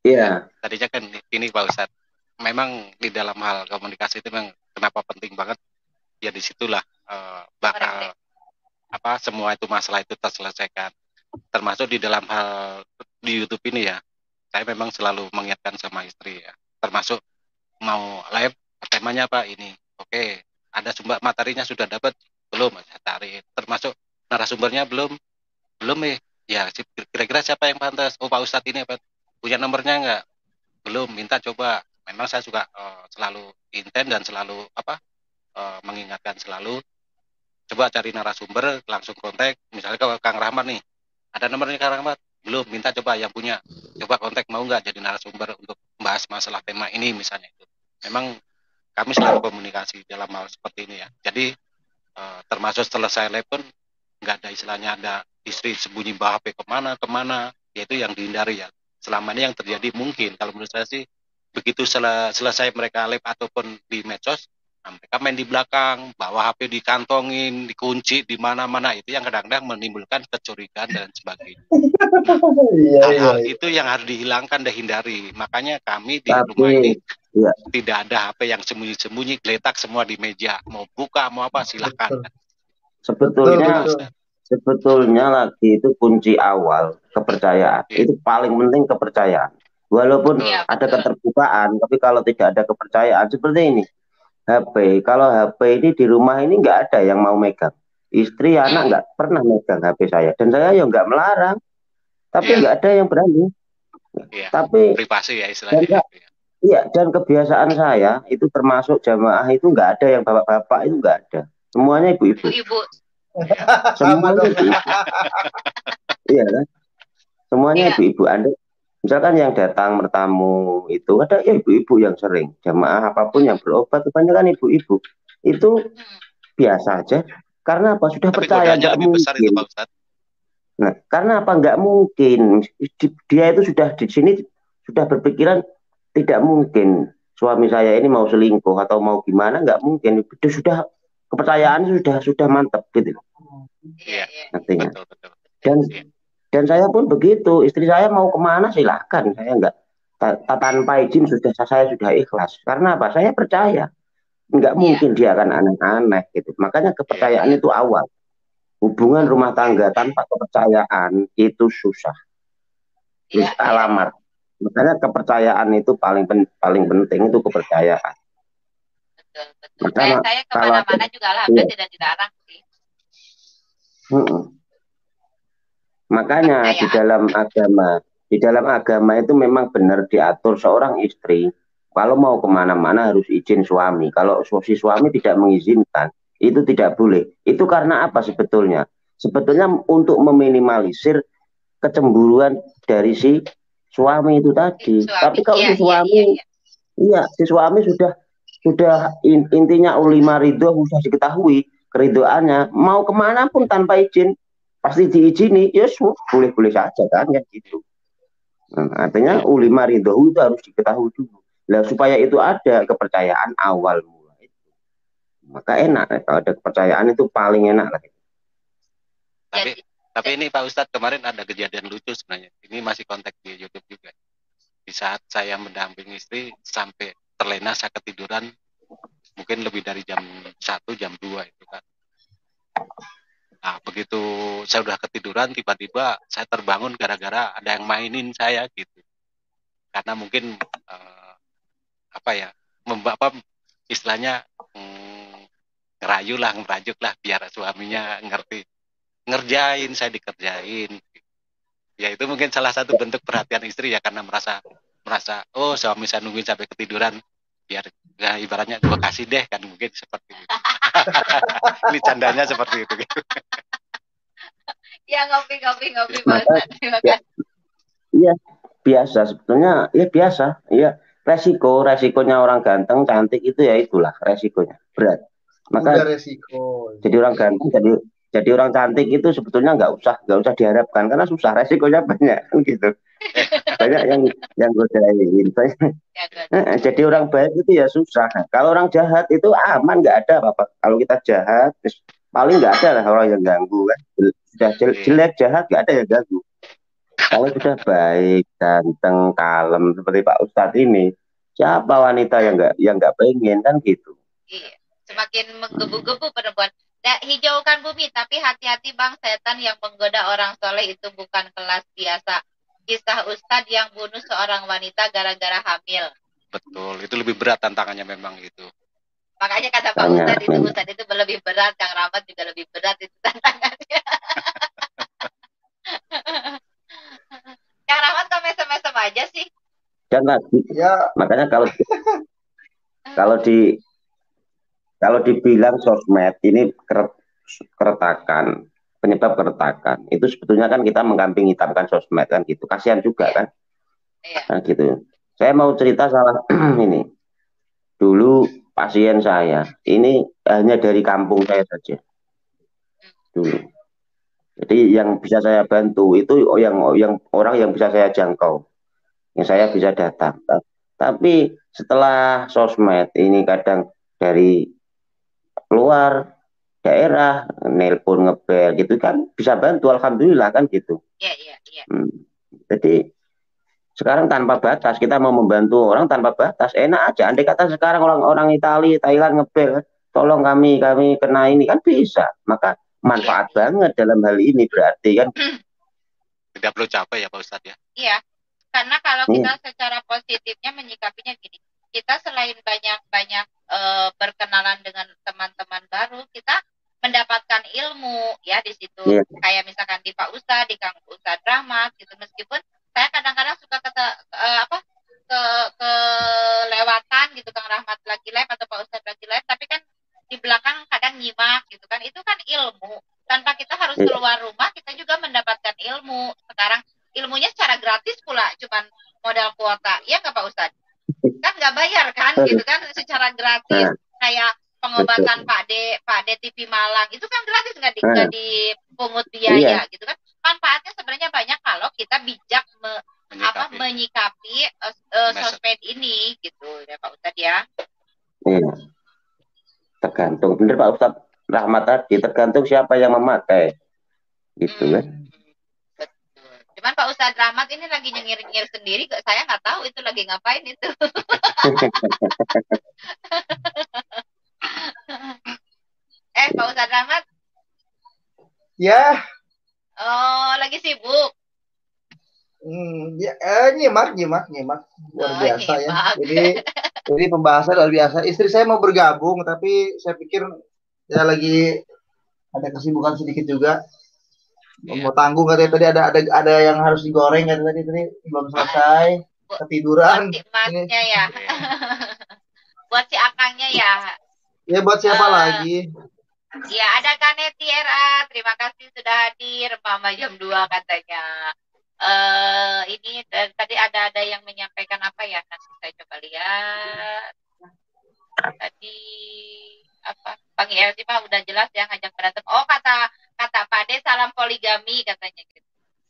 Iya. Tadinya kan ini Pak Ustadz, memang di dalam hal komunikasi itu memang kenapa penting banget, ya disitulah uh, bakal apa semua itu masalah itu terselesaikan. Termasuk di dalam hal di YouTube ini ya, saya memang selalu mengingatkan sama istri ya, termasuk mau live temanya apa ini, oke, ada sumber materinya sudah dapat belum, saya tarik, termasuk narasumbernya belum belum eh ya kira-kira siapa yang pantas, oh Pak Ustadz ini apa punya nomornya enggak, belum, minta coba. Memang saya juga uh, selalu intent dan selalu apa uh, mengingatkan selalu, coba cari narasumber, langsung kontak. Misalnya kalau Kang Rahmat nih, ada nomornya Kang Rahmat, belum, minta coba yang punya, coba kontak mau nggak jadi narasumber untuk membahas masalah tema ini misalnya itu. Memang kami selalu komunikasi dalam hal seperti ini ya. Jadi uh, termasuk setelah saya live pun nggak ada istilahnya ada istri sembunyi bawa H P kemana kemana, yaitu yang dihindari ya. Selama ini yang terjadi mungkin kalau menurut saya sih begitu sel selesai mereka live ataupun di medsos, nah, mereka main di belakang, bawa H P dikantongin, dikunci di mana-mana, itu yang kadang-kadang menimbulkan kecurigaan dan sebagainya. Hal-hal itu yang harus dihilangkan dan hindari. Makanya kami di Tapi, rumah ini ya. tidak ada H P yang sembunyi-sembunyi, geletak semua di meja, mau buka mau apa silahkan. Sebetulnya betul, betul. sebetulnya lagi itu kunci awal kepercayaan. Yeah. Itu paling penting kepercayaan. Walaupun yeah, ada keterbukaan, tapi kalau tidak ada kepercayaan seperti ini. H P, kalau H P ini di rumah ini nggak ada yang mau megang. Istri, anak nggak pernah megang H P saya. Dan saya ya nggak melarang. Tapi nggak yeah. ada yang berani. Yeah. Tapi privasi ya istilahnya. Iya, dan kebiasaan saya itu termasuk jamaah itu nggak ada yang bapak-bapak, itu nggak ada. Semuanya ibu-ibu. Ibu. Semuanya ibu-ibu. Iya kan? Semuanya ibu-ibu. Anda misalkan yang datang bertamu itu ada ya ibu-ibu yang sering. Jamaah apapun yang berobat kebanyakan ibu-ibu. Itu biasa aja. Karena apa? Sudah Tapi percaya nggak mungkin. Besar itu, Pak Ustadz. Nah, karena apa? Nggak mungkin. Dia itu sudah di sini sudah berpikiran tidak mungkin suami saya ini mau selingkuh atau mau gimana, nggak mungkin. Itu sudah kepercayaan sudah sudah mantap gitu. Iya, artinya. Betul, betul. Dan ya. dan saya pun begitu. Istri saya mau kemana silahkan. Saya nggak tanpa izin sudah saya sudah ikhlas. Karena apa? Saya percaya nggak mungkin dia akan aneh-aneh gitu. Makanya kepercayaan ya. itu awal. Hubungan rumah tangga tanpa kepercayaan itu susah. Terus ya, alamat. Makanya kepercayaan itu paling pen, paling penting itu kepercayaan. Betul, betul. Makanya saya kemana-mana juga lah, iya. tidak dilarang sih. Hmm. Makanya di dalam agama, di dalam agama itu memang benar diatur seorang istri kalau mau kemana-mana harus izin suami. Kalau si suami tidak mengizinkan, itu tidak boleh. Itu karena apa sebetulnya? Sebetulnya untuk meminimalisir kecemburuan dari si suami itu tadi. Suami, Tapi kalau iya, si suami, iya, iya, iya. iya si suami sudah sudah in, intinya ulima ridho sudah diketahui keridoannya, mau kemana pun tanpa izin pasti diizini, ya boleh-boleh saja kan ya gitu. Nah, artinya ulima ridho itu harus diketahui dulu. Nah, supaya itu ada kepercayaan awal mulai. Maka enak kalau ada kepercayaan itu paling enak lah. Tapi Tapi ini Pak Ustadz kemarin ada kejadian lucu sebenarnya. Ini masih kontak di YouTube juga. Di saat saya mendampingi istri sampai terlena saya ketiduran mungkin lebih dari jam satu, jam dua itu kan. Nah begitu saya udah ketiduran tiba-tiba saya terbangun gara-gara ada yang mainin saya gitu. Karena mungkin eh, apa ya, membawa istilahnya hmm, ngerayu lah, ngerajuk lah biar suaminya ngerti. Ngerjain, saya dikerjain. Ya itu mungkin salah satu bentuk perhatian istri ya, karena merasa merasa oh suami saya nungguin sampai ketiduran biar ya ibaratnya gue kasih deh kan, mungkin seperti itu. Ini candanya seperti itu gitu. Ya ngopi ngopi ngopi Pak. Terima kasih. Iya, biasa sebetulnya, ya biasa. Iya, resiko resikonya orang ganteng cantik itu ya itulah resikonya, berat. Maka resiko. Jadi orang ganteng jadi Jadi orang cantik itu sebetulnya nggak usah nggak usah diharapkan karena susah, resikonya banyak gitu. Banyak yang yang godain. Jadi orang baik itu ya susah. Kalau orang jahat itu aman, nggak ada apa-apa. Kalau kita jahat, paling nggak ada lah orang yang ganggu kan. Sudah jelek jahat nggak ada yang ganggu. Kalau sudah baik, ganteng, kalem seperti Pak Ustadz ini, siapa wanita yang nggak yang nggak pengen kan gitu? Iya, semakin menggebu-gebu perempuan. Nah, hijaukan bumi, tapi hati-hati bang, setan yang menggoda orang soleh itu bukan kelas biasa. Kisah Ustadz yang bunuh seorang wanita gara-gara hamil. Betul, itu lebih berat tantangannya memang itu. Makanya kata Pak Ustadz itu, Ustadz itu lebih berat, Kang Rahmat juga lebih berat itu tantangannya. Kang Rahmat kok mesem-mesem aja sih? Kan ya. Makanya kalau kalau di kalau dibilang sosmed ini keretakan, penyebab keretakan, itu sebetulnya kan kita mengkambing hitamkan sosmed kan gitu. Kasihan juga iya. kan. Iya. Nah, gitu. Saya mau cerita salah ini. Dulu pasien saya, ini hanya dari kampung saya saja. Dulu. Jadi yang bisa saya bantu itu yang yang orang yang bisa saya jangkau. Yang saya bisa datang. Tapi setelah sosmed ini kadang dari luar daerah nelpon ngebel gitu kan bisa bantu, alhamdulillah kan gitu. Iya iya iya. Hmm. Jadi sekarang tanpa batas kita mau membantu orang tanpa batas, enak aja. Andai kata sekarang orang-orang Italia, Thailand ngebel, tolong kami kami kena ini kan bisa. Maka manfaat iya, banget iya. dalam hal ini berarti kan. Tidak perlu capek ya Pak Ustadz ya. Iya. Karena kalau kita hmm. secara positifnya menyikapinya gini, kita selain banyak-banyak e, berkenalan dengan teman-teman baru, kita mendapatkan ilmu ya di situ. Yeah. Kayak misalkan di Pak Ustadz, di Kang Ustadz Rahmat gitu. Meskipun saya kadang-kadang suka kata e, apa ke kelewatan gitu, Kang Rahmat lagi live atau Pak Ustadz lagi live, tapi kan di belakang kadang nyimak gitu kan. Itu kan ilmu. Tanpa kita harus yeah. keluar rumah, kita juga mendapatkan ilmu. Sekarang ilmunya secara gratis pula, cuman modal kuota. Ya nggak Pak Ustadz? Kan nggak bayar kan, gitu kan, secara gratis. Kayak pengobatan Pak D, Pak D T V Malang, itu kan gratis, nggak di, nggak dipungut biaya, gitu kan. Manfaatnya sebenarnya banyak kalau kita bijak me, menyikapi. apa menyikapi uh, uh, sosmed ini, gitu ya Pak Ustadz ya. Iya. Tergantung, bener Pak Ustadz Rahmat tadi, tergantung siapa yang memakai, gitu hmm. kan. Cuman Pak Ustadz Rahmat ini lagi nyengir-nyengir sendiri, saya nggak tahu itu lagi ngapain itu. eh Pak Ustadz Rahmat? Ya. Oh lagi sibuk? Hmm, ya, eh, nyimak, nyimak, nyimak, luar oh, biasa nyimak. ya. Jadi, jadi pembahasan luar biasa. Istri saya mau bergabung, tapi saya pikir ya lagi ada kesibukan sedikit juga. Mau tanggung katanya tadi ada ada ada yang harus digoreng katanya tadi tadi belum selesai ketiduran. Buat si emasnya ya. Buat si akangnya ya. Ya buat siapa uh, lagi? Ya ada Kaneti R A, terima kasih sudah hadir. Mama jam dua katanya. Uh, ini tadi ada ada yang menyampaikan apa ya? Nanti saya coba lihat. Tadi apa? Bang I L C Pak udah jelas ya ngajak berantem. Oh kata kata Pak De salam poligami katanya gitu.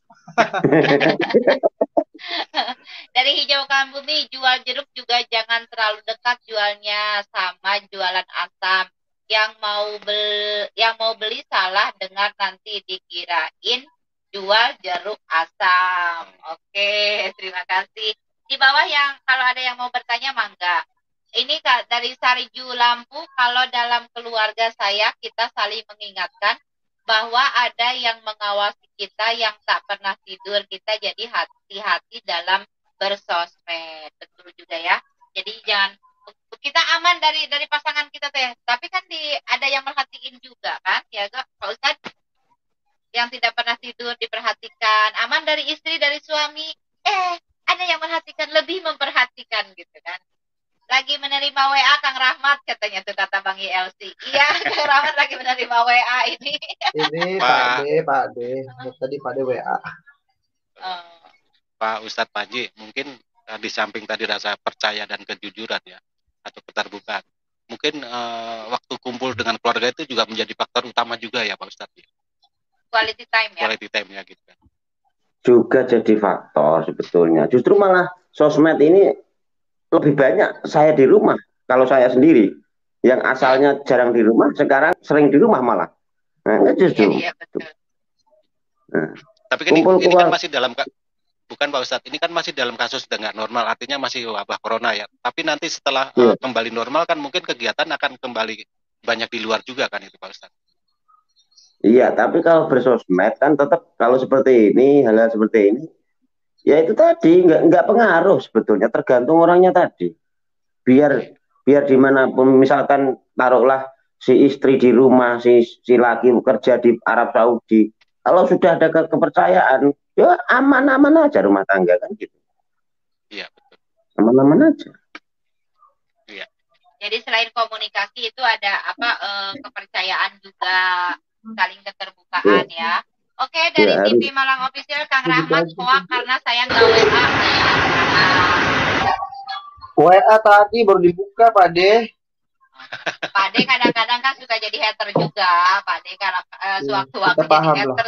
Dari hijaukan bumi, jual jeruk juga jangan terlalu dekat jualnya, sama jualan asam. Yang mau beli yang mau beli salah dengar nanti dikirain jual jeruk asam. Oke, terima kasih. Di bawah yang kalau ada yang mau bertanya mangga. Ini Kak, dari Sariju Lampu, kalau dalam keluarga saya kita saling mengingatkan bahwa ada yang mengawasi kita yang tak pernah tidur, kita jadi hati-hati dalam bersosmed. Betul juga ya. Jadi jangan kita aman dari dari pasangan kita teh, tapi kan di ada yang merhatiin juga kan, ya Kak, Pak Ustadz? Yang tidak pernah tidur diperhatikan, aman dari istri, dari suami, eh ada yang merhatikan, lebih memperhatikan gitu kan. Lagi menerima W A Kang Rahmat katanya tuh kata Bang I L C. Iya, Kang Rahmat lagi menerima W A ini. Ini Pak D, Pak D. Tadi Pak D W A. Oh. Pak Ustadz Panji, mungkin uh, di samping tadi rasa percaya dan kejujuran ya, atau keterbukaan. Mungkin uh, waktu kumpul dengan keluarga itu juga menjadi faktor utama juga ya Pak Ustadz ya. Quality time ya. Quality time ya gitu kan. Juga jadi faktor sebetulnya. Justru malah sosmed ini lebih banyak saya di rumah. Kalau saya sendiri yang asalnya jarang di rumah sekarang sering di rumah malah. Nah, justru. Iya, iya, betul. Nah, tapi kan kumpul, ini, ini kan masih dalam bukan Pak Ustadz, ini kan masih dalam kasus tidak normal, artinya masih wabah corona ya. Tapi nanti setelah yeah. uh, kembali normal kan mungkin kegiatan akan kembali banyak di luar juga kan itu Pak Ustadz. Iya, tapi kalau bersosmed kan tetap kalau seperti ini, hal-hal seperti ini, ya itu tadi nggak nggak pengaruh sebetulnya, tergantung orangnya tadi. Biar biar dimanapun, misalkan taruhlah si istri di rumah, si si laki bekerja di Arab Saudi, kalau sudah ada ke kepercayaan, ya aman-aman aja rumah tangga kan gitu. Iya betul. Aman-aman aja. Iya. Jadi selain komunikasi itu ada apa eh, kepercayaan juga, saling keterbukaan ya. ya. Oke, dari ya, T V harus. Malang Official Kang Rahmat hoak karena saya nggak W A. W A tadi baru dibuka Pak De. Pak De kadang-kadang kan suka jadi hater juga, Pak De karena uh, sewaktu-waktu jadi hater.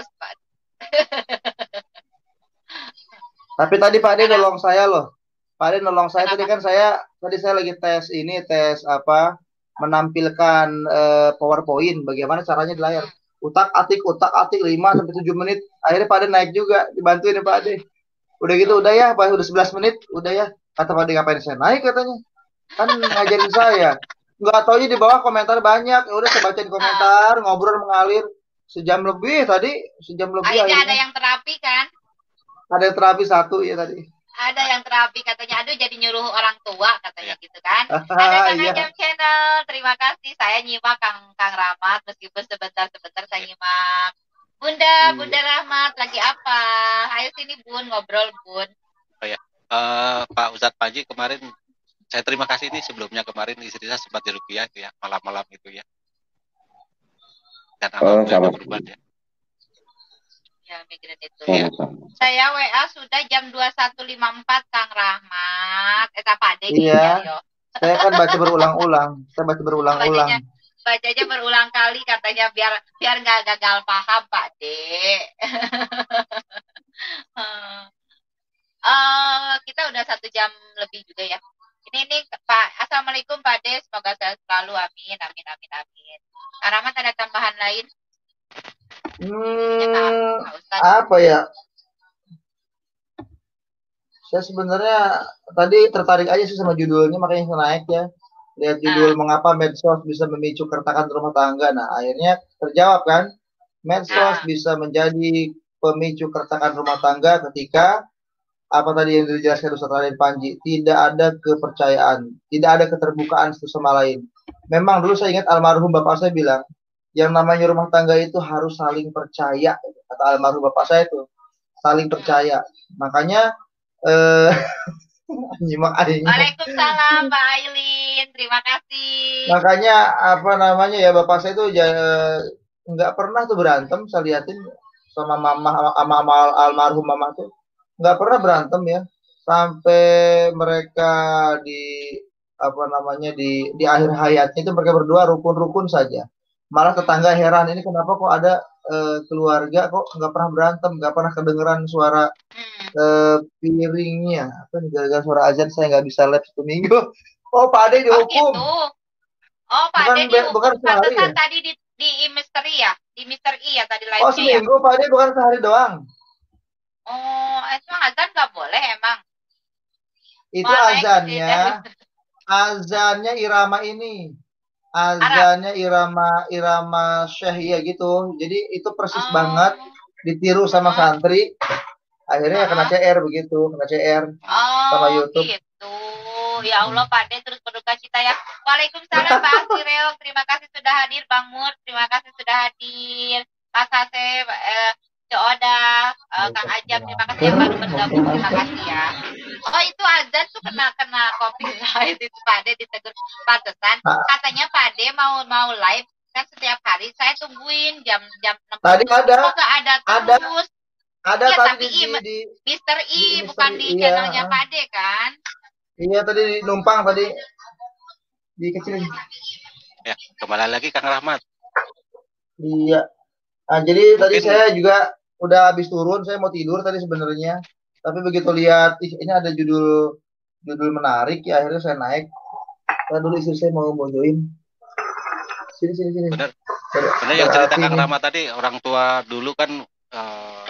Tapi tadi Pak De nolong saya loh. Pak De nolong saya. Kenapa? Tadi kan saya tadi saya lagi tes ini, tes apa? Menampilkan uh, PowerPoint bagaimana caranya di layar. Utak-atik, utak-atik lima sampai tujuh menit. Akhirnya Pak De naik juga, dibantuin ya Pak De. Udah gitu udah ya, Pak udah sebelas menit, udah ya. Kata Pak De ngapain saya naik katanya. Kan ngajarin saya. Nggak taunya di bawah komentar banyak. Ya udah saya bacain komentar, ngobrol mengalir sejam lebih tadi, sejam lebih. Akhirnya ada yang terapi kan? Ada yang terapi satu ya tadi. Ada yang terapi katanya, aduh jadi nyuruh orang tua katanya gitu kan. Ada Kang Ajam Channel, terima kasih. Saya nyimak Kang Kang Rahmat meskipun sebentar-sebentar saya nyimak. Bunda, Bunda Rahmat lagi apa? Ayo sini Bun, ngobrol Bun. Oh ya, uh, Pak Ustadz Panji kemarin saya terima kasih nih sebelumnya, kemarin istri saya sempat di Rupiah ya malam-malam itu ya. Dan alhamdulillah oh, berubah ya. Ya, mikirin itu ya. Saya W A sudah jam dua puluh satu lima puluh empat Kang Rahmat. Eh, Pak De iya. Ya, saya kan baca berulang-ulang. Saya baca berulang-ulang. Bacanya, bacanya berulang kali katanya biar biar nggak gagal paham Pak De. uh, kita udah satu jam lebih juga ya. Ini nih Pak. Assalamualaikum Pak De. Semoga sehat selalu. Amin. Amin. Amin. Amin. Kang Rahmat ada tambahan lain? Hmm, apa ya? Saya sebenarnya tadi tertarik aja sih sama judulnya, makanya saya naik ya. Lihat judul ah. Mengapa medsos bisa memicu keretakan rumah tangga. Nah, akhirnya terjawab kan? Medsos ah. bisa menjadi pemicu keretakan rumah tangga ketika apa tadi yang dijelaskan Ustaz Raden Panji, tidak ada kepercayaan, tidak ada keterbukaan satu sama lain. Memang dulu saya ingat almarhum bapak saya bilang, yang namanya rumah tangga itu harus saling percaya, kata almarhum bapak saya itu, saling percaya. Makanya eh nyimak aing. Waalaikumsalam Pak Ailin, terima kasih. Makanya apa namanya ya, bapak saya itu nggak pernah tuh berantem, saya liatin sama mama sama, sama almarhum mama tuh nggak pernah berantem ya, sampai mereka di apa namanya di di akhir hayatnya itu mereka berdua rukun-rukun saja. Malah tetangga heran, ini kenapa kok ada uh, keluarga kok nggak pernah berantem, nggak pernah kedengeran suara uh, piringnya. Apa nih, gara-gara suara azan saya nggak bisa live satu minggu. Oh Pak Ade dihukum. Oh, gitu. Oh Pak Ade dihukum. Bukan sehari ya? Tadi di di misteri ya, di Mister I ya tadi live-nya. Oh seminggu ya? Pak Ade bukan sehari doang. Oh, itu azan nggak boleh emang? Itu Malah azannya, azannya irama ini. Azannya irama irama syekh ya gitu. Jadi itu persis oh. banget ditiru sama santri. Akhirnya oh. kena C R begitu, kena C R oh, sama YouTube. Gitu. Ya Allah Pak De terus berduka cita ya. Waalaikumsalam Pak Asireo. Terima kasih sudah hadir Bang Mur. Terima kasih sudah hadir. Mas Hasep, eh, Oda, uh, Kang Ajam, terima kasih yang baru bergabung, terima kasih ya. Oh itu azan tuh kena kena copyright itu Pak De ditegur pantesan. Katanya Pak De mau mau live kan setiap hari, saya tungguin jam jam enam. Tadi ada. Kok nggak ada terus? Ada, ada ya, tadi tapi di, I, di Mister I di, bukan di iya. channelnya Pak De kan? Iya tadi numpang tadi di kecilin. Ya kembali lagi Kang Rahmat. Iya. Nah, jadi Mungkin... tadi saya juga udah habis turun, saya mau tidur tadi sebenarnya, tapi begitu lihat ini ada judul judul menarik ya, akhirnya saya naik. Saya dulu istri saya mau mau join. Sini sini sini. Benar. Benar yang cerita Kang Rahmat tadi, orang tua dulu kan nggak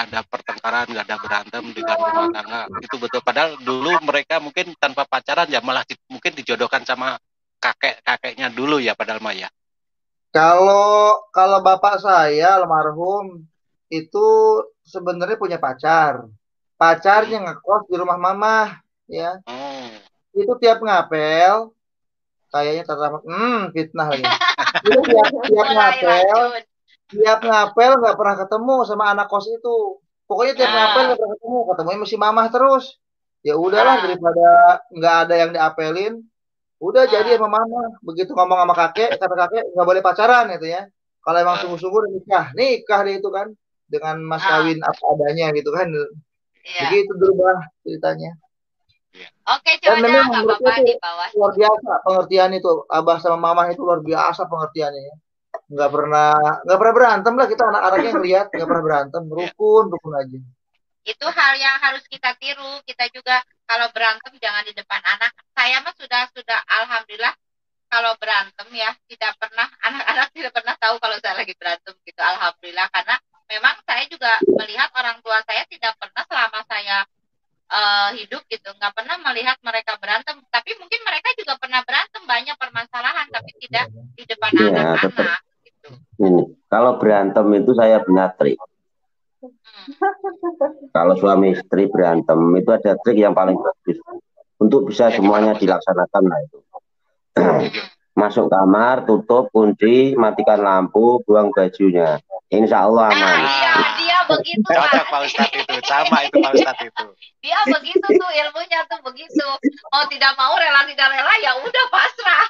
nggak ada pertengkaran, nggak ada berantem dengan rumah tangga. Itu betul. Padahal dulu mereka mungkin tanpa pacaran ya malah di, mungkin dijodohkan sama kakek-kakeknya dulu ya padahal Maya. Kalau kalau bapak saya almarhum itu sebenarnya punya pacar. Pacarnya hmm. ngekos di rumah mama, ya. Hmm. Itu tiap ngapel, kayaknya terdapat, hmm, fitnah lagi. Itu tiap, tiap ngapel, tiap ngapel nggak pernah ketemu sama anak kos itu. Pokoknya tiap nah. ngapel nggak pernah ketemu, ketemunya mesti mamah terus. Ya udahlah, nah. daripada nggak ada yang diapelin, udah nah. jadi sama mama. Begitu ngomong sama kakek, kata kakek nggak boleh pacaran gitu ya. Kalau emang sungguh-sungguh nikah, nikah deh itu kan dengan mas kawin nah. apa adanya gitu kan. Iya. Begitu berubah ceritanya. Oke, coba nggak apa-apa di bawah. Luar biasa pengertian itu, abah sama mama itu luar biasa pengertiannya ya. Nggak pernah nggak pernah berantem lah, kita anak-anaknya ngelihat nggak pernah berantem, rukun rukun aja. Itu hal yang harus kita tiru. Kita juga kalau berantem jangan di depan anak. Saya mah sudah sudah alhamdulillah kalau berantem ya tidak pernah, anak-anak tidak pernah tahu kalau saya lagi berantem gitu, alhamdulillah, karena memang saya juga melihat orang tua saya tidak pernah selama saya uh, hidup gitu, nggak pernah melihat mereka berantem. Tapi mungkin mereka juga pernah berantem, banyak permasalahan, tapi tidak di depan ya, anak-anak. Gitu. Ini kalau berantem itu saya punya trik. Hmm. Kalau suami istri berantem itu ada trik yang paling bagus untuk bisa semuanya dilaksanakan lah itu. Masuk kamar, tutup, kunci, matikan lampu, buang bajunya. Insya Allah aman. Nah, iya, dia begitu. Cocok Pak Ustadz itu, sama itu Pak Ustadz itu. Dia begitu tuh ilmunya tuh begitu. Mau tidak mau rela tidak rela ya udah pasrah.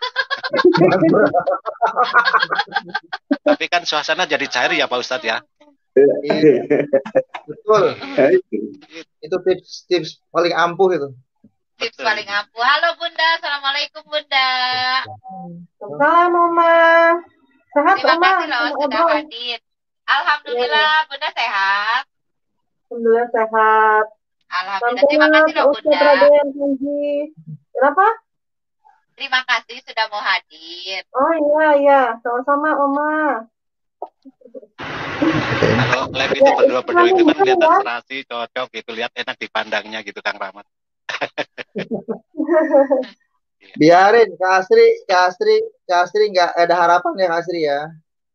Tapi kan suasana jadi cair ya Pak Ustadz ya. Betul. Itu tips-tips paling ampuh itu. Tips Betul. paling ampuh. Halo Bunda, assalamualaikum Bunda. Salam Mama. Sehat Terima Mama. kasih loh sudah hadir. Alhamdulillah ya. Bunda sehat. Alhamdulillah sehat. Alhamdulillah. Terima kasih loh Bunda. Kenapa? Terima kasih sudah mau hadir. Oh iya iya, sama-sama Oma. Kalau live itu ya, berdua-berdua itu kan kelihatan ya. Serasi, cocok gitu, lihat enak dipandangnya gitu Kang Rahmat. Biarin Kak Asri, Kak Asri, Kak Asri nggak ada harapan ya Kak Asri ya.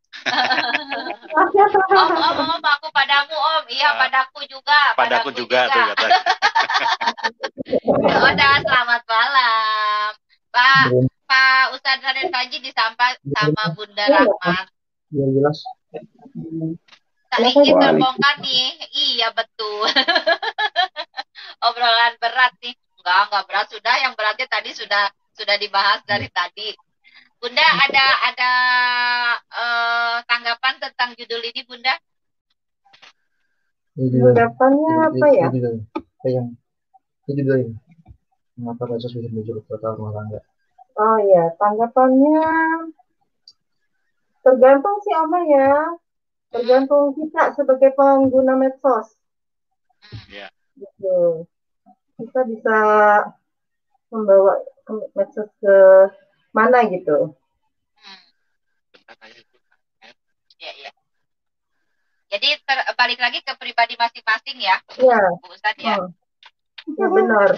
om, om, om, aku padamu Om, iya padaku juga. Padaku, padaku juga, juga tuh katanya. Udah, selamat malam, Pak. Pak Ustadz Raden Panji disampa sama Bunda Rahmat. Ya jelas. Tak ingin terbongkar nih, iya betul. Obrolan berat nih, enggak enggak berat, sudah yang beratnya tadi sudah sudah dibahas dari tadi. Bunda ada ada uh, tanggapan tentang judul ini Bunda? Tanggapannya apa ya? Yang judul ini, mengapa kasus bisa muncul total rumah tangga? Oh ya, tanggapannya tergantung sih Oma ya. Tergantung kita sebagai pengguna medsos. Ya. Gitu. Kita bisa membawa medsos ke mana gitu. Ya, ya. Jadi ter, balik lagi ke pribadi masing-masing ya, ya. Bu Ustadz ya. Oh. Ya benar.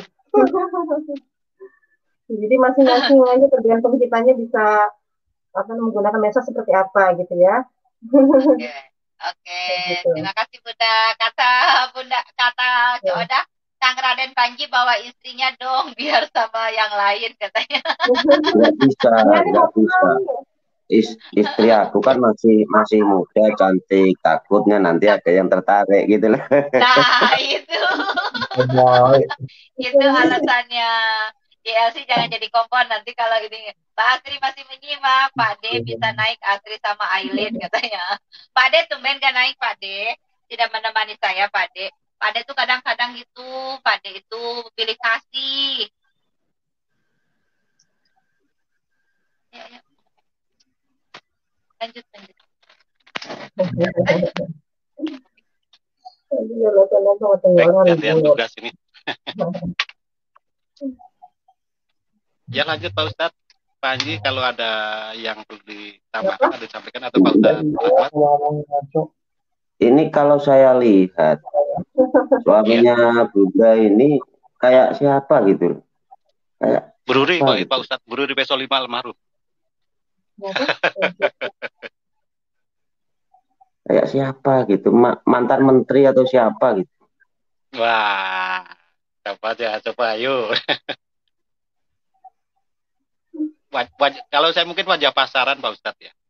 Jadi masing-masing aja tergantung kitanya bisa apa menggunakan medsos seperti apa gitu ya. Oke, okay. okay. gitu. Terima kasih Bunda. Kata Bunda, kata Coda, Kang Raden Panji bawa istrinya dong biar sama yang lain katanya. Nggak bisa, nggak bisa. Is, istri aku kan masih masih muda, cantik, takutnya nanti ada yang tertarik gitu loh. Nah itu, itu alasannya. Y L C jangan jadi kompon nanti kalau ini Pak Asri masih menyimak, Pak D bisa naik Asri sama Aileen katanya. Pak D tumben gak naik Pak D, tidak menemani saya Pak D. Pak D tuh kadang-kadang gitu, Pak D itu pilih kasih. Ya, ya. Lanjut, lanjut. Baik, gantian tugas ini. Ya lanjut Pak Ustadz Panji, kalau ada yang perlu ditambahkan atau disampaikan atau Pak Ustadz Rahmat. ini kalau saya lihat suaminya Bunda ini kayak siapa gitu? Kayak Beruri Pak, gitu? Pak Ustadz, Beruri Peso lima almarhum. Kayak siapa gitu? Ma mantan menteri atau siapa gitu? Wah, coba aja, coba ayo. Waj waj kalau saya mungkin wajah pasaran Pak Ustadz ya.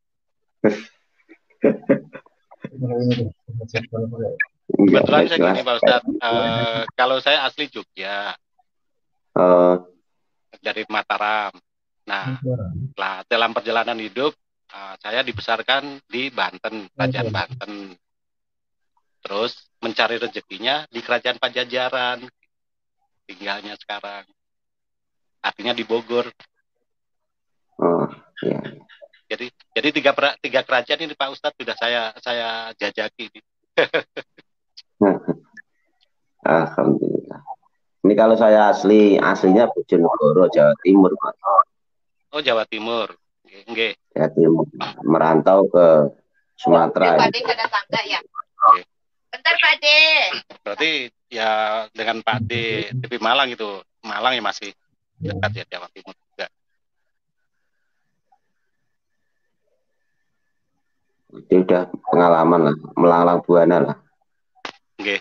Kebetulan saya gini Pak Ustadz, uh, kalau saya asli Jogja, uh, dari Mataram. Nah, lah dalam perjalanan hidup uh, saya dibesarkan di Banten, Kerajaan Banten. Terus mencari rezekinya di Kerajaan Pajajaran, tinggalnya sekarang. Artinya di Bogor. Oh, iya. Jadi jadi tiga tiga kerajaan ini Pak Ustadz sudah saya saya jajaki. Alhamdulillah. Ini kalau saya asli aslinya Bojonegoro, Jawa Timur, Pak. Oh, Jawa Timur. Nggih. Jawa Timur. Merantau ke Sumatera. Pak Ade kada sangka ya. Okay. Bentar Pak Ade. Berarti ya dengan Pak Ade T V Malang itu, Malang ya masih dekat ya Jawa Timur juga. Itu udah pengalaman lah, melanglang buana lah. Oke.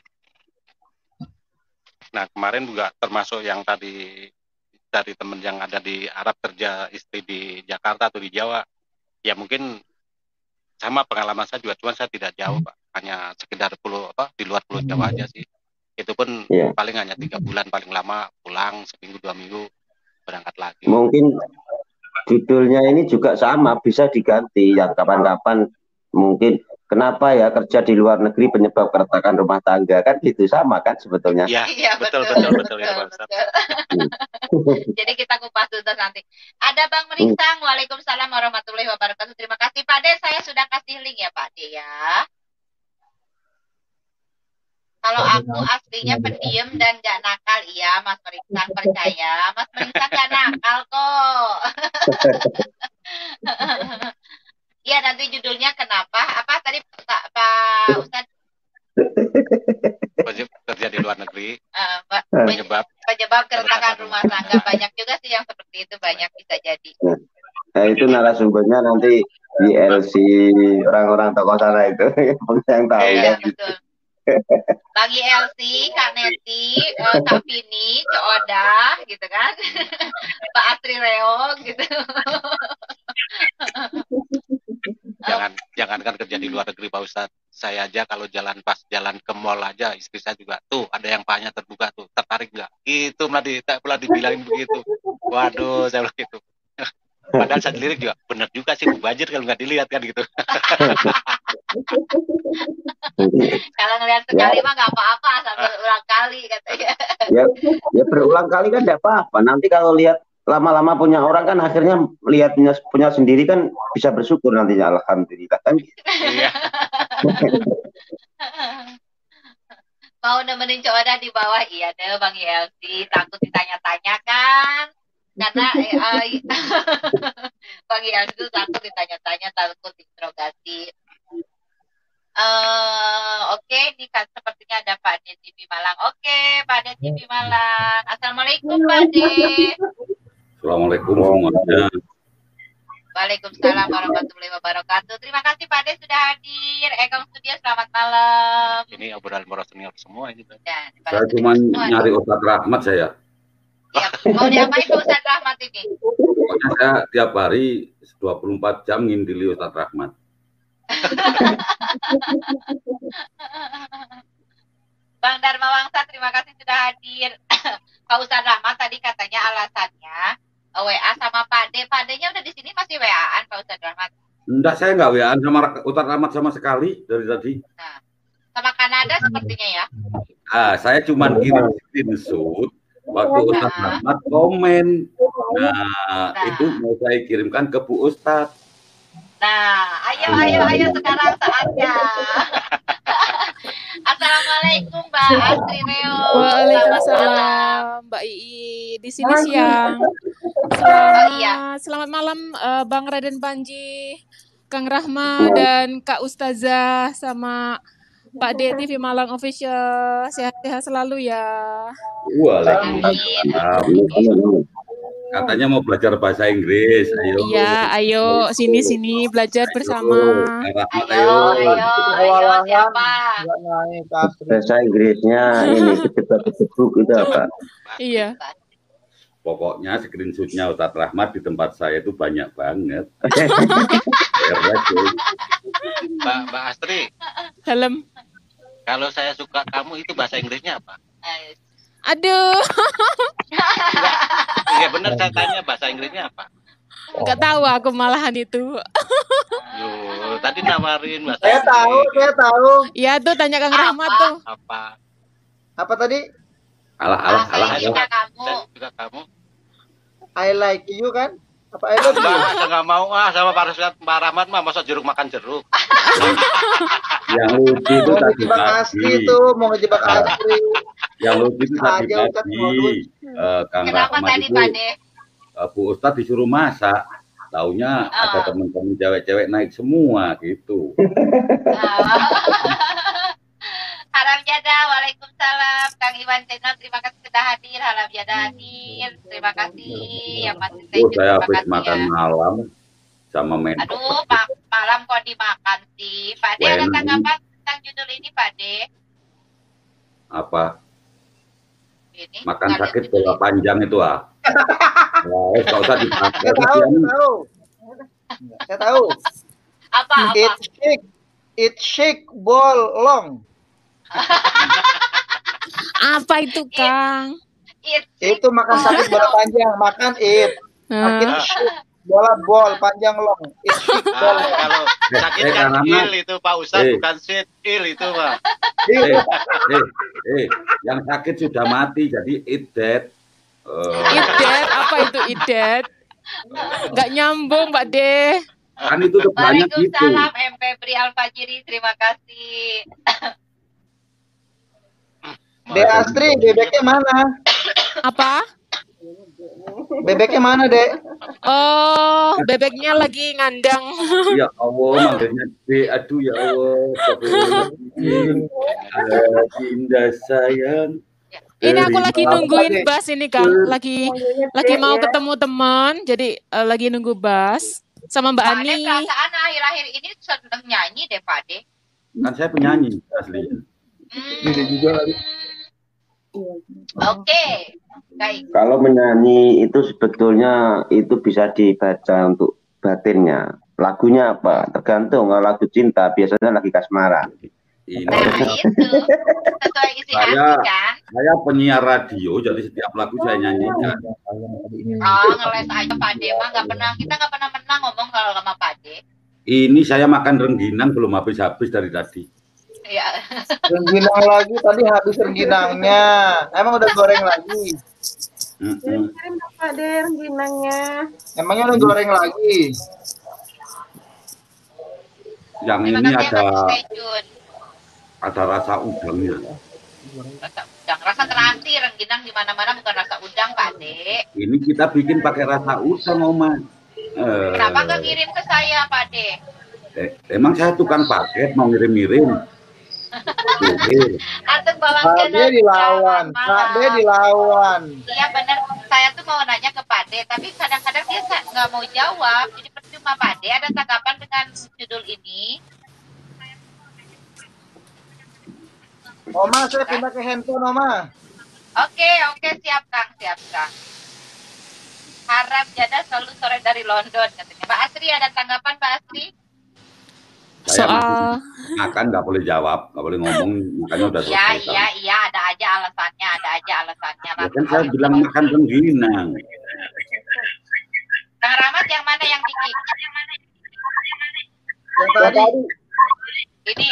Nah kemarin juga termasuk yang tadi dari teman yang ada di Arab kerja istri di Jakarta atau di Jawa, ya mungkin sama pengalaman saya juga, cuma saya tidak jauh Pak, hanya sekedar pulau apa di luar Pulau Jawa aja sih. Itu pun yeah. paling hanya tiga bulan paling lama, pulang seminggu dua minggu berangkat lagi. Mungkin judulnya ini juga sama, bisa diganti yang kapan-kapan. Mungkin kenapa ya kerja di luar negeri penyebab keretakan rumah tangga, kan gitu, sama kan sebetulnya. Iya, ya, betul betul betul, betul, betul, betul, betul. Jadi kita kupas tuntas nanti. Ada Bang Meringsang, Waalaikumsalam warahmatullahi wabarakatuh. Terima kasih Pak De, saya sudah kasih link ya Pak De ya. Kalau aku aslinya pendiam dan gak nakal, iya Mas Meringsang, percaya. Mas Meringsang gak nakal kok. Iya, nanti judulnya kenapa? Apa tadi Pak, Pak Ustadz? Kerja di luar negeri. Uh, penyebab penyebab keretakan rumah tangga. Banyak juga sih yang seperti itu, banyak bisa jadi. Nah, itu narasumbernya nanti di L C orang-orang tokoh sana itu yang tahu. Iya, betul. Bagi L C, Kak Neti, uh, Kak Vini, Cok Oda, gitu kan. Pak Astri Reog, gitu. Jangan jangan kan kerja di luar negeri Pak Ustadz. Saya aja kalau jalan pas jalan ke mall aja, istri saya juga tuh ada yang pahanya terbuka tuh, tertarik nggak? Itu malah di pula dibilangin begitu. Waduh, saya bilang gitu. Padahal saya dilirik juga benar juga sih, mubazir kalau nggak dilihat kan gitu. Kalau ngelihat sekali ya mah nggak apa-apa, asal berulang kali katanya. Ya, ya berulang kali kan nggak apa-apa. Nanti kalau lihat lama-lama punya orang kan akhirnya lihat punya, punya sendiri kan bisa bersyukur nantinya, alhamdulillah kan. Iya. Mau nemenin Cok Oda di bawah, iya deh Bang Yelsi, takut ditanya-tanya kan. Karena eh, Bang Yelsi itu takut ditanya-tanya, takut interogasi. Uh, Oke, okay. Ini kan sepertinya ada Pak De T V Malang. Oke, okay, Pak De T V Malang. Assalamualaikum Pak De. Assalamualaikum semuanya. Waalaikumsalam warahmatullahi wabarakatuh. Terima kasih Pak De sudah hadir. Ekong Studio, selamat malam. Ini obrolan moral senior semua ini. Ya, saya cuma nyari Ustadz Rahmat saya. Ya, mau diapain Pak Ustadz Rahmat ini? Pokoknya saya tiap hari dua puluh empat jam ngindili Ustadz Rahmat. Bang Dharma Wangsa, terima kasih sudah hadir. Pak Ustadz Rahmat tadi katanya alasannya W A sama Pak De. Pak De-nya udah di sini masih W A-an Pak Ustadz Rahmat? Enggak, saya nggak W A-an sama Ustadz Rahmat sama sekali dari tadi. Nah, sama Kanada sepertinya ya? Ah, saya cuma kirim screenshot waktu Ustadz Rahmat komen. Nah, nah, itu mau saya kirimkan ke Bu Ustadz. Nah, ayo, ayo, ayo sekarang saatnya. Assalamualaikum Mbak Astri Reo. Waalaikumsalam Mbak Ii. Di sini siang. Selamat, oh, iya. Selamat malam uh, Bang Raden Panji, Kang Rahma dan Kak Ustazah sama Pak D T V Malang Official. Sehat-sehat selalu ya. Waalaikumsalam. Katanya mau belajar bahasa Inggris. Ayo. Iya, ayo sini-sini belajar bersama. Rahmat, ayo, ayo, ayo, ayo siapa? Bahasa Inggrisnya ini kejebak-kejebuk itu apa? Iya. Pokoknya screenshotnya Ustadz Rahmat di tempat saya itu banyak banget. Mbak, Mbak Astri. Helm. Kalau saya suka kamu itu bahasa Inggrisnya apa? Aduh. Iya benar saya tanya bahasa Inggrisnya apa? Enggak tahu aku malahan itu. Yo, tadi nawarin bahasa Saya Inggris. tahu, saya tahu. Iya tuh tanya Kang Rahmat tuh. Apa? Apa tadi? Alah, alah, alah. Saya juga kamu. Saya juga kamu. I like you kan? Apa I love you? Enggak, saya nggak mau ah sama Pak Ruslat, Pak Rahmat mah masa jeruk makan jeruk. Yang lucu itu Mau tadi ngejebak Astri pagi. itu, mau ngejebak Astri. Yang lucu itu tadi Aja, Ustadz, pagi. modus. Eh, Kang Kenapa Rahmat tadi itu Pak De? eh, Bu Ustadz disuruh masak. Taunya ada Ah. teman-teman cewek-cewek naik semua gitu. Haram Jada, Waalaikumsalam. Kang Iwan Channel, terima kasih sudah hadir. Haram Jada hadir, terima kasih. Yang masih stay Oh, tune, saya terima habis kasih makan ya. malam sama mentor. Aduh, ma malam kok dimakan sih. Pak De, ada When- tanggapan tentang judul ini, Pak De? Apa? Ini, Makan nggak sakit lihat judul bola ini. panjang itu ah. Wah, eh, nggak usah dibahas. Saya tahu, saya tahu. Saya tahu. Apa, apa? It shake, it shake ball long. Apa itu, Kang? It, Itu makan sakit bola panjang, makan it. Makin Ah. shake bola ball panjang long. It shake ball Ah, long. kalau sakit eh, kan Kang Rahmat. il itu Pak Ustadz, Eh. bukan sit il itu Pak. Eh, eh, eh, yang sakit sudah mati jadi it dead. Eh, Idet, apa itu idet? Nggak nyambung, Mbak De. kan itu tuh banyak gitu. Waalaikumsalam, M Febri Al-Fajiri, terima kasih. De Astri, bebeknya mana? Apa? Bebeknya mana, Dek? Oh, bebeknya lagi ngandang. Ya Allah, manggilnya D. Aduh ya Allah. Astagfirullahaladzim. Dinda sayang. Ini aku lagi Terima nungguin kasih. bus ini, Kang. Lagi lagi mau ketemu teman, jadi eh, lagi nunggu bus sama Mbak Pak De, Ani. perasaan akhir-akhir ini sedang nyanyi deh, Pak De. Kan saya penyanyi asli. Hmm. Ini juga lagi. Oke, baik. Kalau menyanyi itu sebetulnya itu bisa dibaca untuk batinnya. Lagunya apa? Tergantung. Kalau lagu cinta biasanya lagi kasmaran. Ini Nah, itu sesuai isi Saya- hati kan? saya penyiar radio, jadi setiap lagu saya nyanyikan. Oh, ngeles aja Pak De mah nggak pernah, kita nggak pernah menang ngomong kalau sama Pak De. Ini saya makan rengginang belum habis-habis dari tadi. Ya, Rengginang lagi, tadi habis rengginangnya. Emang udah goreng lagi? Mm-mm. Kirim Pak De rengginangnya. Emangnya udah goreng lagi? Yang terima ini kasih yang ada masih stay tune. ada rasa udangnya. Rasa udang, rasa terasi, rengginang di mana-mana bukan rasa udang Pak De. Ini kita bikin pakai rasa udang, Oma. Eh, Kenapa nggak kirim ke saya Pak De? eh, emang saya tukang paket mau ngirim-ngirim. Atau bawang Pak channel De dilawan, selamat Pak De malam. dilawan. Iya benar, saya tuh mau nanya ke Pak De, tapi kadang-kadang dia sa- nggak mau jawab. Jadi percuma Pak De, ada tanggapan dengan judul ini? Oma, saya pindah ke handphone, Oma. Oke, oke, siap Kang, siap Kang. Harap Jada selalu sore dari London katanya. Pak Asri ada tanggapan Pak Asri? Saya Soal masih makan nggak boleh jawab, nggak boleh ngomong, makanya udah Iya, selesai. iya, iya, ada aja alasannya, ada aja alasannya. Ya kan saya bilang makan rengginang. Kang Rahmat yang mana yang dikit? Yang tadi. Ini.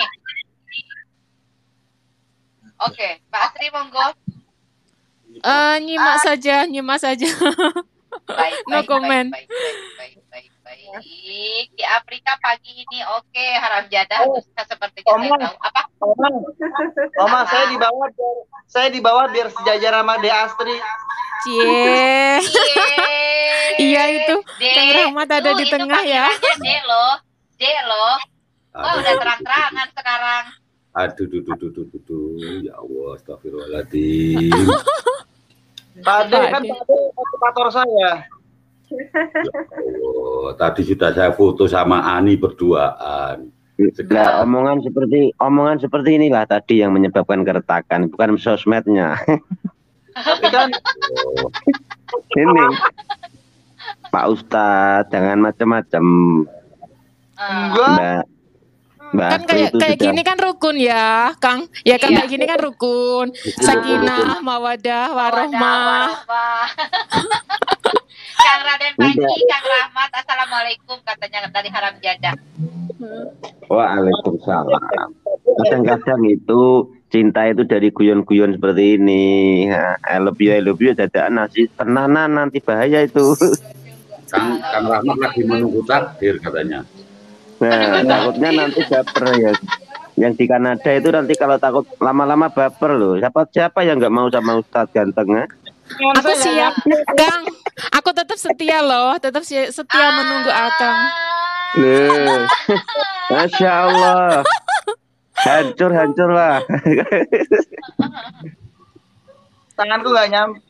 Oke, Pak Asri monggo. eh, nyimak saja, nyimak saja. Baik, No baik, comment. baik, baik, baik, baik, baik. Di Afrika pagi ini oke, Haram Jadah Oh, sepertinya saya Oma. tahu. Apa? Oma, Oma, saya dibawa biar saya dibawa biar sejajar sama De Astri. Cie. Yeay. Iya itu, De, Kang Rahmat ada tuh, di itu tengah ya. panggilannya De loh. De loh. Wah, Aduh, udah terang-terangan sekarang. Aduh, duh, duh, duh, duh, duh, duh. Ya Allah, astagfirullahaladzim. Pak Ade kan Pak Ade motivator saya. Ya Allah, tadi sudah saya foto sama Ani berduaan. Nah, omongan seperti omongan seperti inilah tadi yang menyebabkan keretakan, bukan sosmednya. Tapi kan ini Pak Ustadz jangan macam-macam. Mbak, Mbak kan kayak kayak sudah... gini kan rukun ya, Kang. Ya kan iya. Kayak gini kan rukun. Sakinah, mawadah, warohmah. Kang Raden Panji, Kang Rahmat, assalamualaikum katanya dari Haram Jadah. Waalaikumsalam. Kadang-kadang itu cinta itu dari guyon-guyon seperti ini. I love you, I love you, dadaan nasi tenanan nanti bahaya itu. Kang, Kang Rahmat lagi menunggu takdir katanya. Nah, takutnya nanti baper ya. Yang di Kanada itu nanti kalau takut lama-lama baper loh. Siapa siapa yang nggak mau sama Ustadz ganteng? Eh? Aku siap, Kang. Aku tetap setia loh, tetap setia menunggu Akang. Nih, Masya Allah, hancur hancur lah. Tanganku nggak nyampe.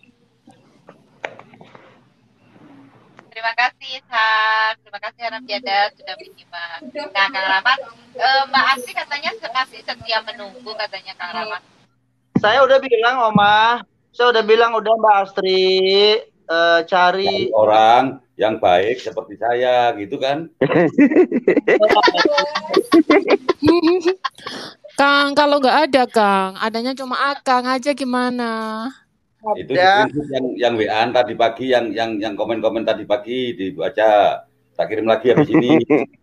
Terima kasih Ishak, terima kasih Haram Jadah sudah menyimak. Nah, Kang Rahmat, eh, Mbak Asri katanya masih setia menunggu katanya Kang Rahmat. Saya udah bilang Oma, saya udah bilang udah Mbak Astri uh, cari orang yang baik seperti saya gitu kan. Kang, kalau nggak ada Kang, adanya cuma Akang aja gimana? Itu yang yang W A tadi pagi, yang yang yang komen-komen tadi pagi dibaca, tak kirim lagi habis ini.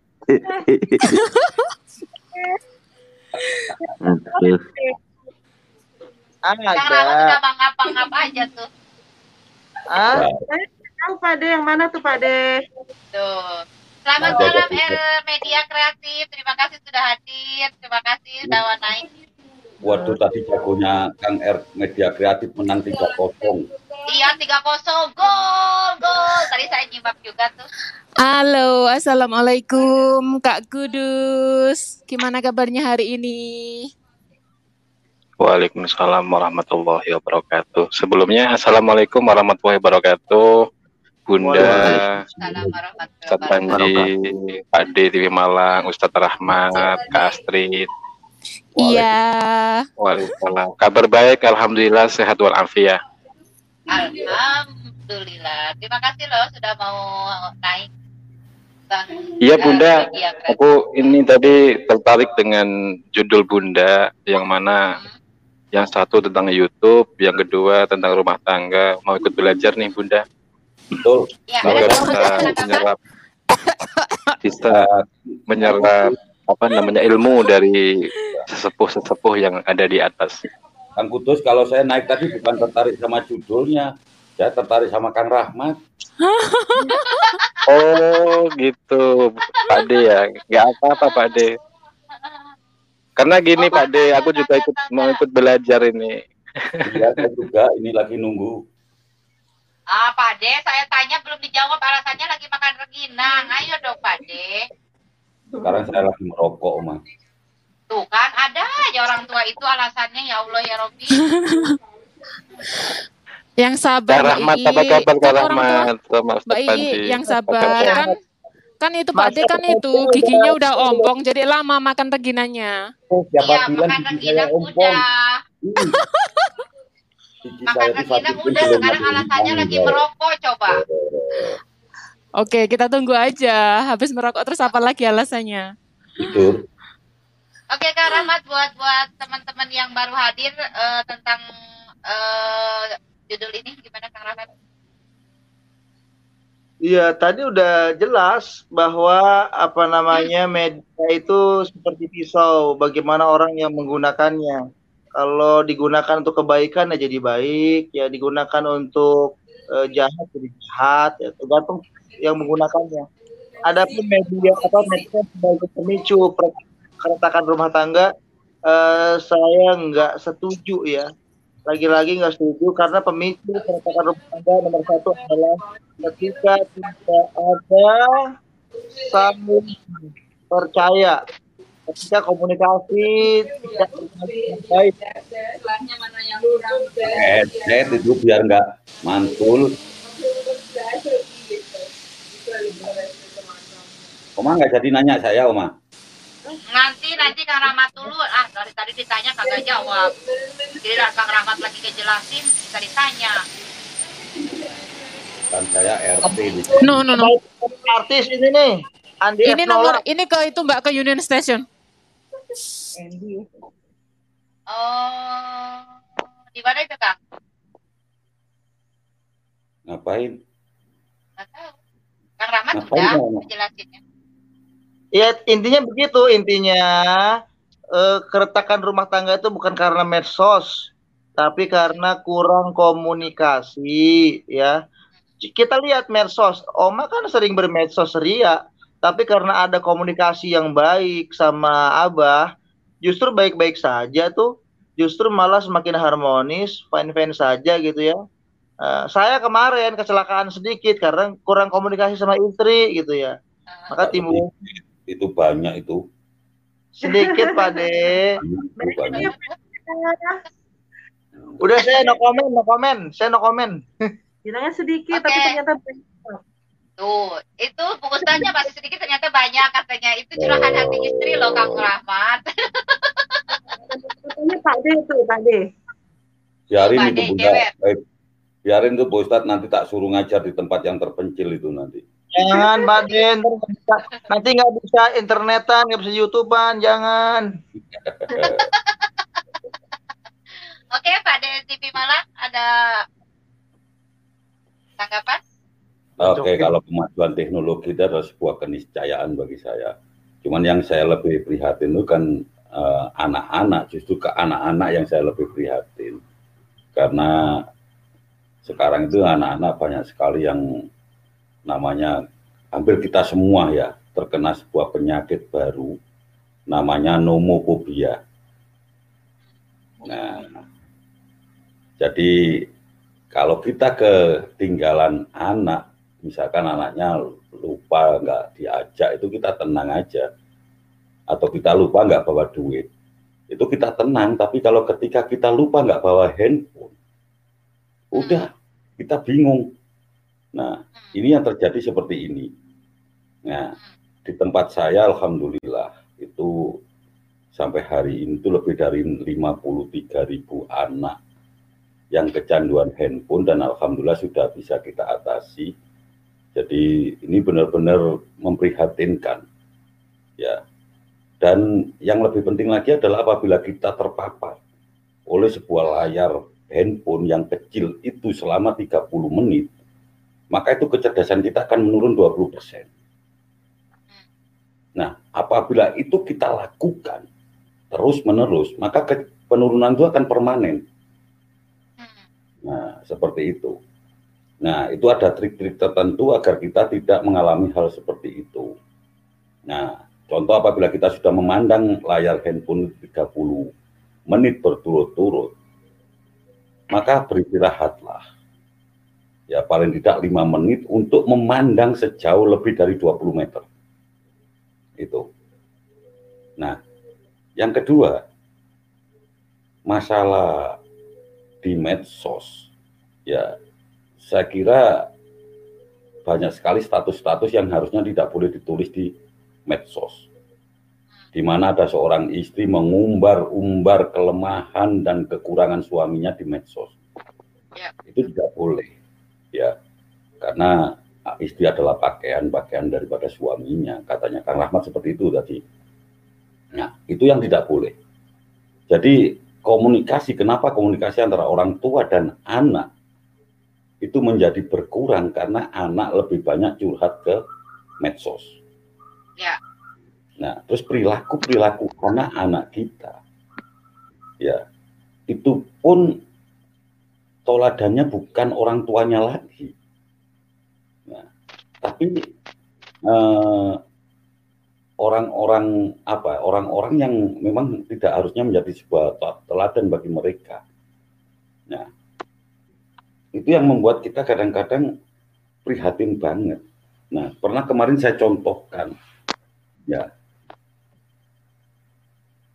Kang Rahmat udah ngapa-ngapa aja tuh. Ah, tahu Pak De, yang mana tuh Pak De? Tuh. Selamat malam R Media Kreatif. Terima kasih sudah hadir. Terima kasih sudah naik. Waduh, tadi jagonya Kang R Media Kreatif menang tiga kosong. Iya, tiga kosong. Gol, gol. Tadi saya nyimak juga tuh. Halo, assalamualaikum Kak Kudus. Gimana kabarnya hari ini? Waalaikumsalam warahmatullahi wabarakatuh. Sebelumnya assalamualaikum warahmatullahi wabarakatuh. Bunda, Ustadz Panji, Pak D T V Malang, Ustadz Rahmat, Kak Astrid. Iya. Waalaikumsalam. Kabar baik, alhamdulillah sehat walafiat. Alhamdulillah. Terima kasih loh sudah mau naik. Iya Bunda, aku ini tadi tertarik dengan judul Bunda yang mana hmm. yang satu tentang YouTube, yang kedua tentang rumah tangga. Mau ikut belajar nih Bunda. Betul. Ya, agar bisa menyerap bisa menyerap apa namanya ilmu dari sesepuh-sesepuh yang ada di atas. Kang Kudus, kalau saya naik tadi bukan tertarik sama judulnya, saya tertarik sama Kang Rahmat. Oh gitu, Pak D ya, nggak apa-apa Pak D. Karena gini oh, Pak D, aku juga ikut mau ikut belajar ini. Iya, saya juga ini lagi nunggu. Ah Pak D, saya tanya belum dijawab, alasannya lagi makan rengginang. Ayo dong Pak D. Sekarang saya lagi merokok, Oma. Tuh kan, ada aja orang tua itu alasannya, ya Allah ya Robbi. Yang sabar, Mbak Rahmat, apa kabar Mbak Rahmat? Mbak Ii, yang sabar kan, kan itu Pak D kan itu giginya udah ompong, jadi lama makan reginanya. Iya, makan rengginang udah. Makan rengginang udah, sekarang alasannya lagi merokok, coba. Oke, kita tunggu aja. Habis merokok terus apa lagi alasannya? Itu. Oke, Kak Rahmat, buat buat teman-teman yang baru hadir uh, tentang uh, judul ini gimana Kang Rahmat? Iya, tadi udah jelas bahwa apa namanya media itu seperti pisau, bagaimana orang yang menggunakannya. Kalau digunakan untuk kebaikan ya jadi baik, ya digunakan untuk uh, jahat jadi jahat, ya tergantung yang menggunakannya. Adapun media apa media sebagai pemicu keretakan rumah tangga, uh, saya nggak setuju ya. Lagi-lagi nggak setuju karena pemicu keretakan rumah tangga nomor satu adalah ketika tidak ada saling percaya. ketika komunikasi tidak baik. Headset itu biar nggak mantul. Oma nggak jadi nanya saya, Oma. Nanti nanti Kang Rahmat dulu. Ah, dari tadi ditanya kagak jawab. Jadi Kang Rahmat lagi kejelasin bisa ditanya. Kan saya R T di No, no, no. Artis ini nih. Andi Ini nomor, ini ke itu Mbak, ke Union Station. Oh, di mana itu Kang? Ngapain? Nggak tahu. Kang Rahmat Ngapain udah ya, menjelasinnya. Ya intinya begitu, intinya eh, keretakan rumah tangga itu bukan karena medsos, tapi karena kurang komunikasi, ya. Kita lihat medsos, Oma kan sering bermedsos ria, tapi karena ada komunikasi yang baik sama Abah, justru baik-baik saja tuh, justru malah semakin harmonis, fine-fine saja gitu ya. Uh, saya kemarin kecelakaan sedikit karena kurang komunikasi sama istri gitu ya, maka timbul itu banyak itu sedikit Pak De. Udah saya no comment, no comment, saya no comment. Bilangnya sedikit, okay. Tapi ternyata banyak. Tuh, itu Bu Ustaznya masih sedikit ternyata banyak katanya. Itu curahan oh. hati istri loh Kang Rahmat. Katanya Pak De itu, Pak De. Biarin itu Bunda. Baik. Biarin tuh Bu Ustadz, nanti tak suruh ngajar di tempat yang terpencil itu nanti. Jangan Pak De, nanti nggak bisa internetan, nggak bisa YouTubean, jangan. Oke, Pak De T V Malang ada tanggapan? Oke, okay, kalau kemajuan teknologi itu adalah sebuah keniscayaan bagi saya. Cuman yang saya lebih prihatin itu kan anak-anak, uh, justru ke anak-anak yang saya lebih prihatin. Karena sekarang itu anak-anak banyak sekali yang namanya, hampir kita semua ya, terkena sebuah penyakit baru, namanya nomofobia. Nah, jadi kalau kita ketinggalan anak, misalkan anaknya lupa nggak diajak, itu kita tenang aja. Atau kita lupa nggak bawa duit, itu kita tenang. Tapi kalau ketika kita lupa nggak bawa handphone, udah kita bingung. Nah, ini yang terjadi seperti ini. Nah, di tempat saya alhamdulillah itu sampai hari ini itu lebih dari lima puluh tiga ribu anak yang kecanduan handphone, dan alhamdulillah sudah bisa kita atasi. Jadi ini benar-benar memprihatinkan, ya. Dan yang lebih penting lagi adalah apabila kita terpapar oleh sebuah layar handphone yang kecil itu selama tiga puluh menit, maka itu kecerdasan kita akan menurun dua puluh persen. Nah, apabila itu kita lakukan terus-menerus, maka penurunan itu akan permanen. Nah, seperti itu. Nah, itu ada trik-trik tertentu agar kita tidak mengalami hal seperti itu. Nah, contoh apabila kita sudah memandang layar handphone tiga puluh menit berturut-turut, maka beristirahatlah. Ya, paling tidak lima menit untuk memandang sejauh lebih dari dua puluh meter. Itu. Nah, yang kedua, masalah di medsos, ya saya kira banyak sekali status-status yang harusnya tidak boleh ditulis di medsos, di mana ada seorang istri mengumbar-umbar kelemahan dan kekurangan suaminya di medsos. Ya. Itu tidak boleh, ya, karena istri adalah pakaian-pakaian daripada suaminya, katanya Kang Rahmat seperti itu tadi. Nah, itu yang tidak boleh. Jadi komunikasi, kenapa komunikasi antara orang tua dan anak itu menjadi berkurang karena anak lebih banyak curhat ke medsos. Ya. Nah, terus perilaku-perilaku anak-anak kita, ya, itu pun toladannya bukan orang tuanya lagi. Nah, tapi eh, orang-orang apa orang-orang yang memang tidak harusnya menjadi sebuah teladan bagi mereka. Nah, itu yang membuat kita kadang-kadang prihatin banget. Nah, pernah kemarin saya contohkan, ya,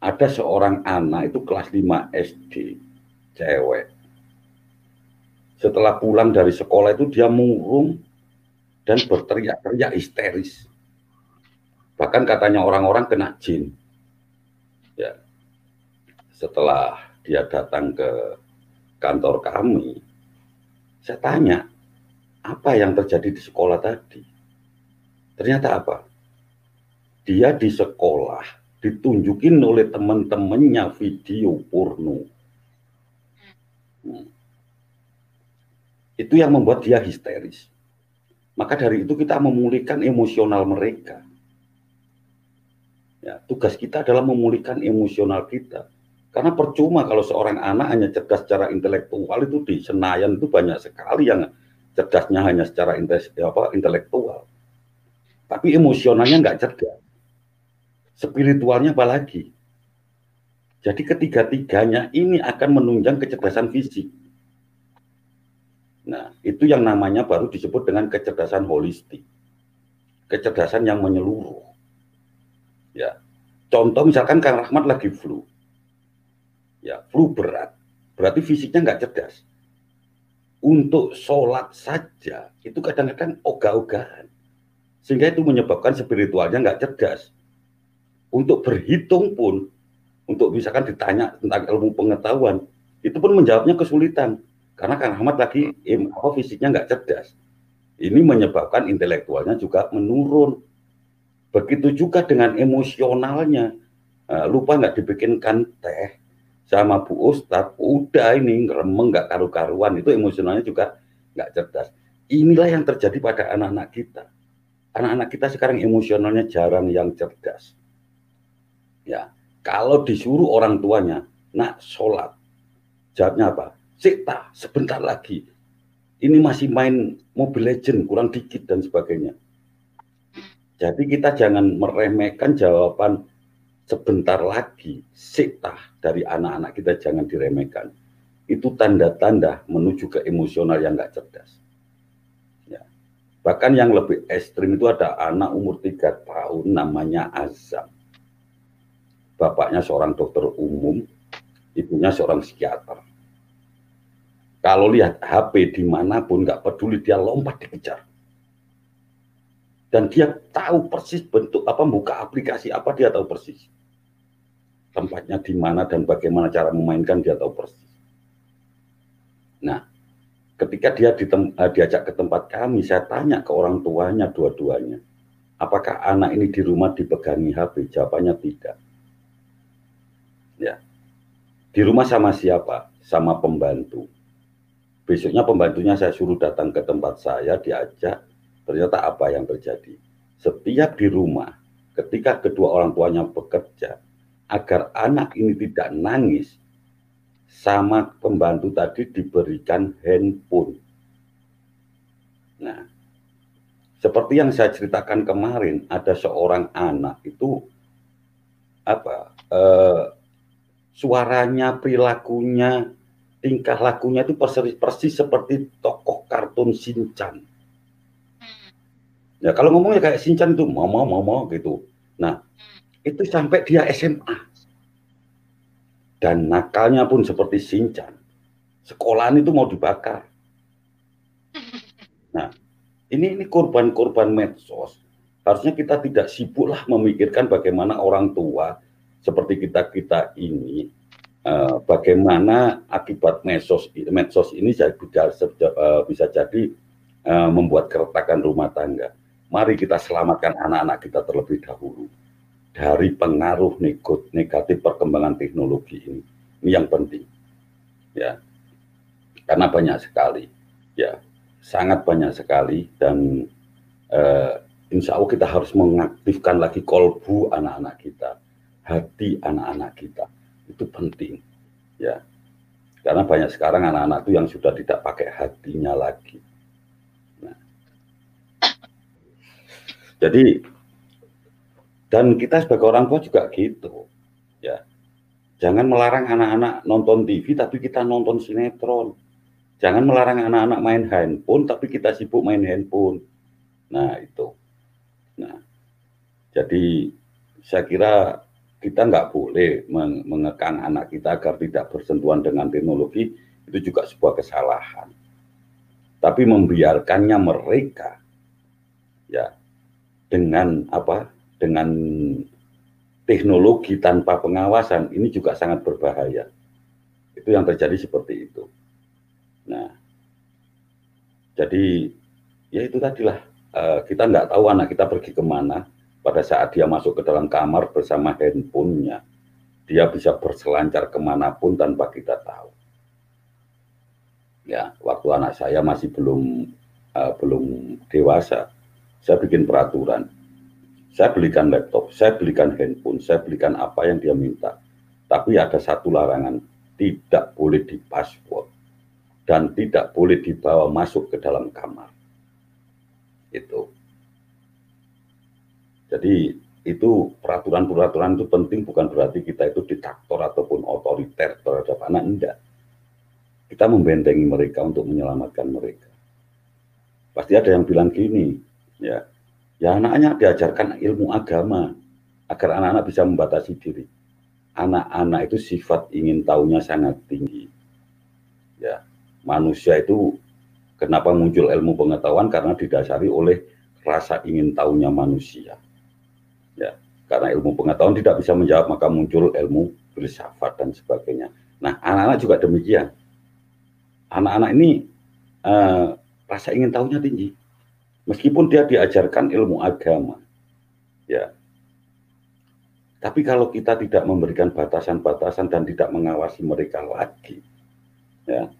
ada seorang anak itu kelas lima S D, cewek. Setelah pulang dari sekolah itu dia murung dan berteriak-teriak histeris. Bahkan katanya orang-orang kena jin. Ya. Setelah dia datang ke kantor kami, saya tanya, apa yang terjadi di sekolah tadi? Ternyata apa? Dia di sekolah ditunjukin oleh teman-temannya video porno. Hmm. Itu yang membuat dia histeris. Maka dari itu kita memulihkan emosional mereka. Ya, tugas kita adalah memulihkan emosional kita. Karena percuma kalau seorang anak hanya cerdas secara intelektual, itu di Senayan itu banyak sekali yang cerdasnya hanya secara intelektual. Tapi emosionalnya nggak cerdas. Spiritualnya apalagi. Jadi ketiga-tiganya ini akan menunjang kecerdasan fisik. Nah, itu yang namanya baru disebut dengan kecerdasan holistik. Kecerdasan yang menyeluruh. Ya. Contoh misalkan Kang Rahmat lagi flu. Ya, flu berat. Berarti fisiknya nggak cerdas. Untuk sholat saja, itu kadang-kadang ogah-ogahan. Sehingga itu menyebabkan spiritualnya nggak cerdas. Untuk berhitung pun, untuk misalkan ditanya tentang ilmu pengetahuan, itu pun menjawabnya kesulitan. Karena Kang Ahmad lagi apa, fisiknya nggak cerdas. Ini menyebabkan intelektualnya juga menurun. Begitu juga dengan emosionalnya. Nah, lupa nggak dibikinkan teh sama Bu Ustadz, udah ini ngeremeng nggak karu-karuan, itu emosionalnya juga nggak cerdas. Inilah yang terjadi pada anak-anak kita. Anak-anak kita sekarang emosionalnya jarang yang cerdas. Ya, kalau disuruh orang tuanya, nak sholat, jawabnya apa? Sita, sebentar lagi. Ini masih main Mobile Legends, kurang dikit dan sebagainya. Jadi kita jangan meremehkan jawaban sebentar lagi, sita dari anak-anak kita, jangan diremehkan. Itu tanda-tanda menuju ke emosional yang nggak cerdas. Ya. Bahkan yang lebih ekstrim itu ada anak umur tiga tahun namanya Azam. Bapaknya seorang dokter umum, ibunya seorang psikiater. Kalau lihat H P dimanapun, nggak peduli, dia lompat dikejar. Dan dia tahu persis bentuk apa, buka aplikasi apa, dia tahu persis. Tempatnya di mana dan bagaimana cara memainkan, dia tahu persis. Nah, ketika dia diajak ke tempat kami, saya tanya ke orang tuanya dua-duanya, apakah anak ini di rumah dipegangi H P? Jawabannya tidak. Ya, di rumah sama siapa? Sama pembantu. Besoknya pembantunya saya suruh datang ke tempat saya, diajak. Ternyata apa yang terjadi? Setiap di rumah, ketika kedua orang tuanya bekerja, agar anak ini tidak nangis, sama pembantu tadi diberikan handphone. Nah, seperti yang saya ceritakan kemarin, ada seorang anak itu apa? Eh, suaranya, perilakunya, tingkah lakunya itu persis, persis seperti tokoh kartun Shinchan. Ya kalau ngomongnya kayak Shinchan itu mama mama gitu. Nah, itu sampai dia S M A. Dan nakalnya pun seperti Shinchan. Sekolahan itu mau dibakar. Nah, ini ini korban-korban medsos. Harusnya kita tidak sibuklah memikirkan bagaimana orang tua seperti kita-kita ini, uh, bagaimana akibat medsos medsos ini bisa, bisa jadi uh, membuat keretakan rumah tangga. Mari kita selamatkan anak-anak kita terlebih dahulu dari pengaruh negatif perkembangan teknologi ini. Ini yang penting, ya, karena banyak sekali, ya, sangat banyak sekali, dan uh, insya Allah kita harus mengaktifkan lagi kolbu anak-anak kita, hati anak-anak kita, itu penting, ya, karena banyak sekarang anak-anak itu yang sudah tidak pakai hatinya lagi. Nah, jadi dan kita sebagai orang tua juga gitu, ya, jangan melarang anak-anak nonton T V tapi kita nonton sinetron, jangan melarang anak-anak main handphone tapi kita sibuk main handphone. Nah itu, nah jadi saya kira kita nggak boleh mengekang anak kita agar tidak bersentuhan dengan teknologi, itu juga sebuah kesalahan. Tapi membiarkannya mereka ya dengan apa? Dengan teknologi tanpa pengawasan ini juga sangat berbahaya. Itu yang terjadi seperti itu. Nah, jadi ya itu tadilah uh, kita nggak tahu anak kita pergi kemana. Pada saat dia masuk ke dalam kamar bersama handphonenya, dia bisa berselancar kemanapun tanpa kita tahu. Ya, waktu anak saya masih belum uh, belum dewasa, saya bikin peraturan. Saya belikan laptop, saya belikan handphone, saya belikan apa yang dia minta. Tapi ada satu larangan, tidak boleh di password dan tidak boleh dibawa masuk ke dalam kamar. Itu. Jadi itu peraturan-peraturan itu penting, bukan berarti kita itu diktator ataupun otoriter terhadap anak, enggak. Kita membentengi mereka untuk menyelamatkan mereka. Pasti ada yang bilang gini, ya, ya anaknya diajarkan ilmu agama agar anak-anak bisa membatasi diri. Anak-anak itu sifat ingin tahunya sangat tinggi. Ya, manusia itu kenapa muncul ilmu pengetahuan, karena didasari oleh rasa ingin tahunya manusia. Ya, karena ilmu pengetahuan tidak bisa menjawab, maka muncul ilmu filsafat dan sebagainya. Nah, anak-anak juga demikian. Anak-anak ini uh, rasa ingin tahunya tinggi, meskipun dia diajarkan ilmu agama. Ya, tapi kalau kita tidak memberikan batasan-batasan dan tidak mengawasi mereka lagi, ya,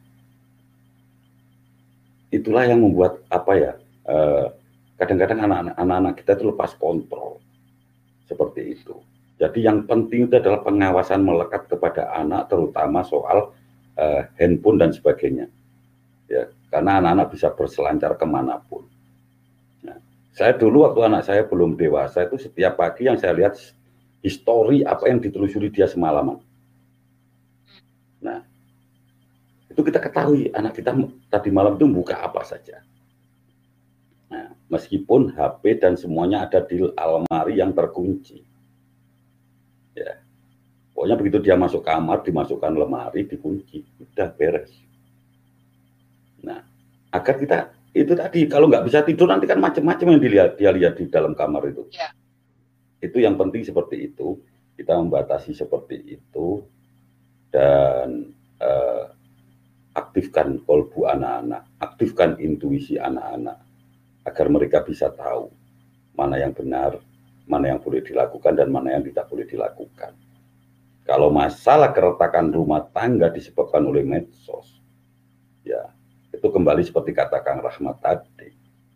itulah yang membuat apa ya? Kadang-kadang uh, anak-anak kita itu lepas kontrol. Seperti itu. Jadi yang penting itu adalah pengawasan melekat kepada anak, terutama soal uh, handphone dan sebagainya. Ya, karena anak-anak bisa berselancar kemanapun. Nah, saya dulu waktu anak saya belum dewasa itu setiap pagi yang saya lihat histori apa yang ditelusuri dia semalaman. Nah, itu kita ketahui anak kita tadi malam itu buka apa saja. Nah, meskipun H P dan semuanya ada di almari yang terkunci. Ya. Pokoknya begitu dia masuk kamar, dimasukkan lemari, dikunci, udah beres. Nah, agar kita, itu tadi, kalau nggak bisa tidur nanti kan macam-macam yang dilihat, dia lihat di dalam kamar itu. Ya. Itu yang penting seperti itu, kita membatasi seperti itu, dan eh, aktifkan kolbu anak-anak, aktifkan intuisi anak-anak, agar mereka bisa tahu mana yang benar, mana yang boleh dilakukan, dan mana yang tidak boleh dilakukan. Kalau masalah keretakan rumah tangga disebabkan oleh medsos, ya itu kembali seperti kata Kang Rahmat tadi,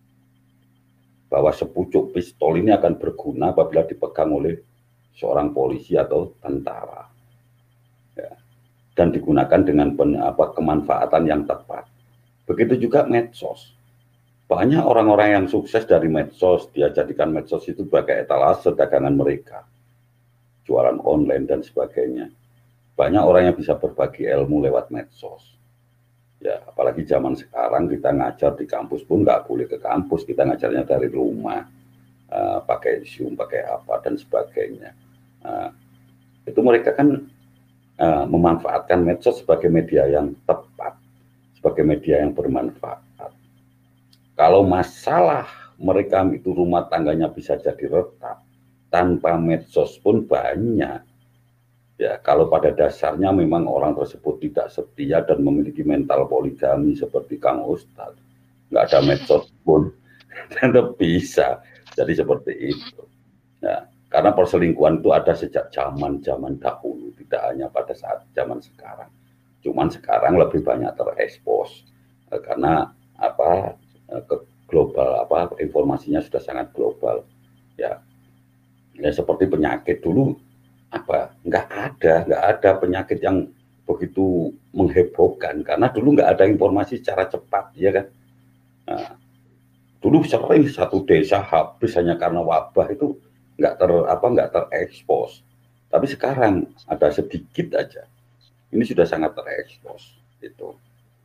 bahwa sepucuk pistol ini akan berguna apabila dipegang oleh seorang polisi atau tentara, ya, dan digunakan dengan pen, apa, kemanfaatan yang tepat. Begitu juga medsos. Banyak orang-orang yang sukses dari medsos, dia jadikan medsos itu sebagai etalase dagangan mereka. Jualan online dan sebagainya. Banyak orang yang bisa berbagi ilmu lewat medsos. Ya, apalagi zaman sekarang kita ngajar di kampus pun nggak boleh ke kampus, kita ngajarnya dari rumah, uh, pakai Zoom, pakai apa, dan sebagainya. Uh, itu mereka kan uh, memanfaatkan medsos sebagai media yang tepat, sebagai media yang bermanfaat. Kalau masalah mereka itu rumah tangganya bisa jadi retak, tanpa medsos pun banyak. Ya, kalau pada dasarnya memang orang tersebut tidak setia dan memiliki mental poligami seperti Kang Ustadz, nggak ada medsos pun, tetap bisa. Jadi seperti itu. Ya, karena perselingkuhan itu ada sejak zaman-zaman dahulu, tidak hanya pada saat zaman sekarang. Cuman sekarang lebih banyak terekspos karena apa? Ke global, apa, informasinya sudah sangat global, ya. Ya seperti penyakit dulu, apa, nggak ada nggak ada penyakit yang begitu menghebohkan karena dulu nggak ada informasi secara cepat, ya kan. Nah, dulu sering satu desa habis hanya karena wabah, itu nggak ter apa nggak terekspos. Tapi sekarang ada sedikit aja, ini sudah sangat terekspos itu.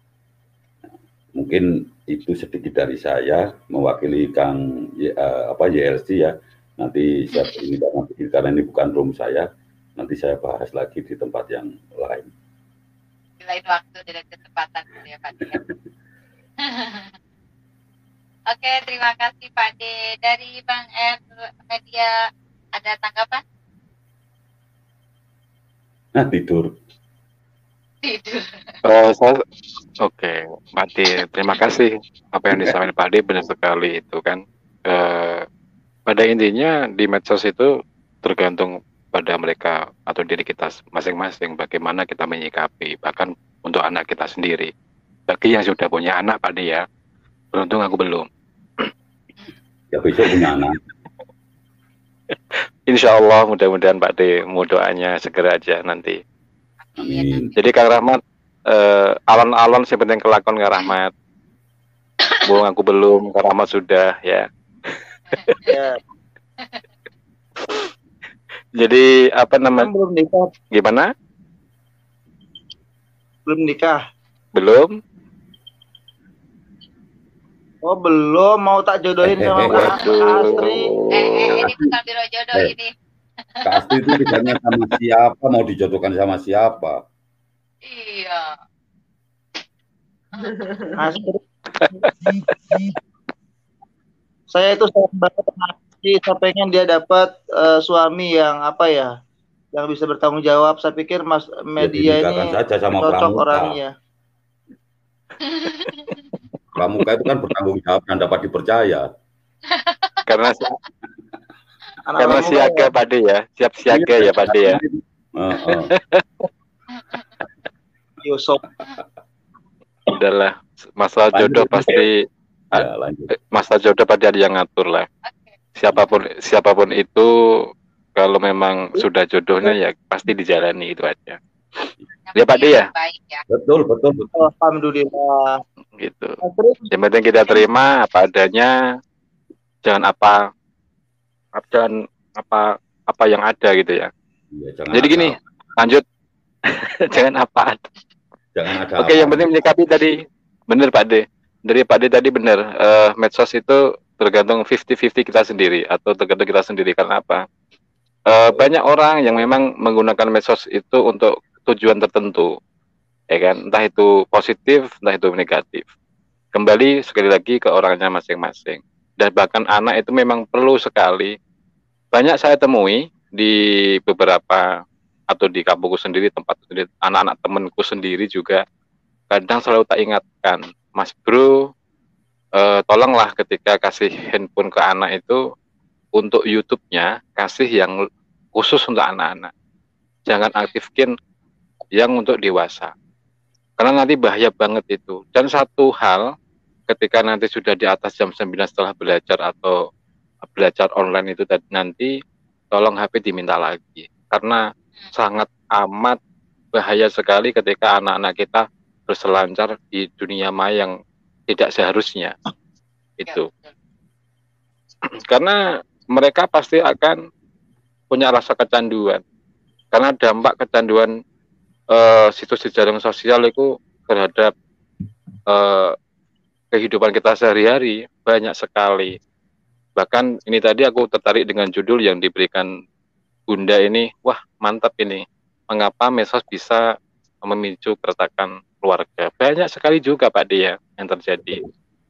Mungkin itu sedikit dari saya mewakili Kang uh, apa Y L C, ya. Nanti saya ini karena ini bukan room saya, nanti saya bahas lagi di tempat yang lain. Di lain waktu, di lain kesempatan gitu ya Pak De. Oke, terima kasih Pak De. Dari Bang R Media ada tanggapan? Nah, tidur. Tidur. Uh, saya, Oke, okay. Pak De, terima kasih. Apa yang disampaikan Pak De benar sekali itu kan. Uh, pada intinya di medsos itu tergantung pada mereka atau diri kita masing-masing bagaimana kita menyikapi, bahkan untuk anak kita sendiri. Bagi yang sudah punya anak Pak De ya, beruntung aku belum. Ya besok punya anak. Insya Allah mudah-mudahan Pak De, mau doanya segera aja nanti. Amin. Jadi Kang Rahmat, eh, alon-alon sih penting kelakon Kang Rahmat. Bung aku belum, Kang Rahmat sudah ya. Ya. Jadi apa namanya? Belum nikah. Gimana? Belum nikah. Belum. Oh belum, mau tak jodohin sama Kak Astri. Eh, eh, ini bukan biro jodoh Eh. ini. Kak Astri itu tidaknya sama siapa, mau dijodohkan sama siapa? Iya. Astri. Saya itu sayang banget sama Astri. Saya pengen dia dapat uh, suami yang apa ya, yang bisa bertanggung jawab. Saya pikir Mas Media Ya, ini saja sama cocok Pramuka. orangnya. Pramuka itu kan bertanggung jawab dan dapat dipercaya. Karena Anak karena Pramuka siaga ya. Pak De ya, siap siaga ya Pak De ya. Uh, uh. Yusuf. Udahlah, masalah Lanjut. jodoh pasti Ya, lanjut. masalah jodoh pasti ada yang ngatur lah. Siapapun siapapun itu kalau memang sudah jodohnya ya pasti dijalani itu aja. Ya Pak De ya. Baik ya. Betul, betul, betul. Alhamdulillah. Gitu. Astri, Yang penting kita terima apa adanya, jangan apa, ap- jangan apa apa yang ada gitu ya. Ya, jangan Jadi ada- gini, lanjut. Jangan apa. Jangan ada. Oke, yang penting menyikapi tadi benar Pak De. Dari Pak De tadi benar. eh, medsos itu tergantung lima puluh lima puluh kita sendiri atau tergantung kita sendiri karena apa? Eh, banyak orang yang memang menggunakan medsos itu untuk tujuan tertentu. Ya kan, entah itu positif, entah itu negatif. Kembali sekali lagi ke orangnya masing-masing. Dan bahkan anak itu memang perlu sekali. Banyak saya temui di beberapa atau di kampungku sendiri, tempat sendiri, anak-anak temanku sendiri juga kadang selalu tak ingatkan, Mas Bro, eh, tolonglah ketika kasih handphone ke anak itu untuk YouTube-nya kasih yang khusus untuk anak-anak. Jangan aktifkan yang untuk dewasa. Karena nanti bahaya banget itu. Dan satu hal, ketika nanti sudah di atas jam sembilan setelah belajar atau belajar online itu tadi nanti, tolong H P diminta lagi. Karena sangat amat bahaya sekali ketika anak-anak kita berselancar di dunia maya yang tidak seharusnya. Itu. Karena mereka pasti akan punya rasa kecanduan. Karena dampak kecanduan Uh, situs jejaring sosial itu terhadap uh, kehidupan kita sehari-hari banyak sekali. Bahkan ini tadi aku tertarik dengan judul yang diberikan Bunda ini, wah mantap ini. Mengapa medsos bisa memicu keretakan keluarga? Banyak sekali juga Pak Dia yang terjadi.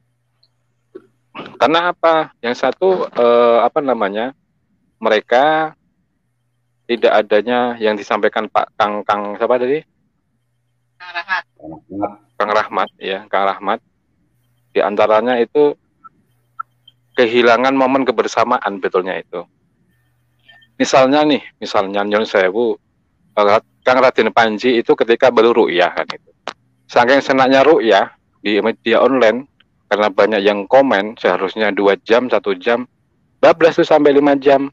Karena apa? Yang satu uh, apa namanya? Mereka tidak adanya yang disampaikan Pak Kang Kang siapa tadi? Kang Rahmat. Kang Rahmat ya, Kang Rahmat. Di antaranya itu kehilangan momen kebersamaan betulnya itu. Misalnya nih, misalnya Nyon Sewu, Kang Raden Panji itu ketika baru ru'yah kan itu. Saking senaknya ru'yah di media online karena banyak yang komen seharusnya dua jam, satu jam, bablas tuh sampai lima jam.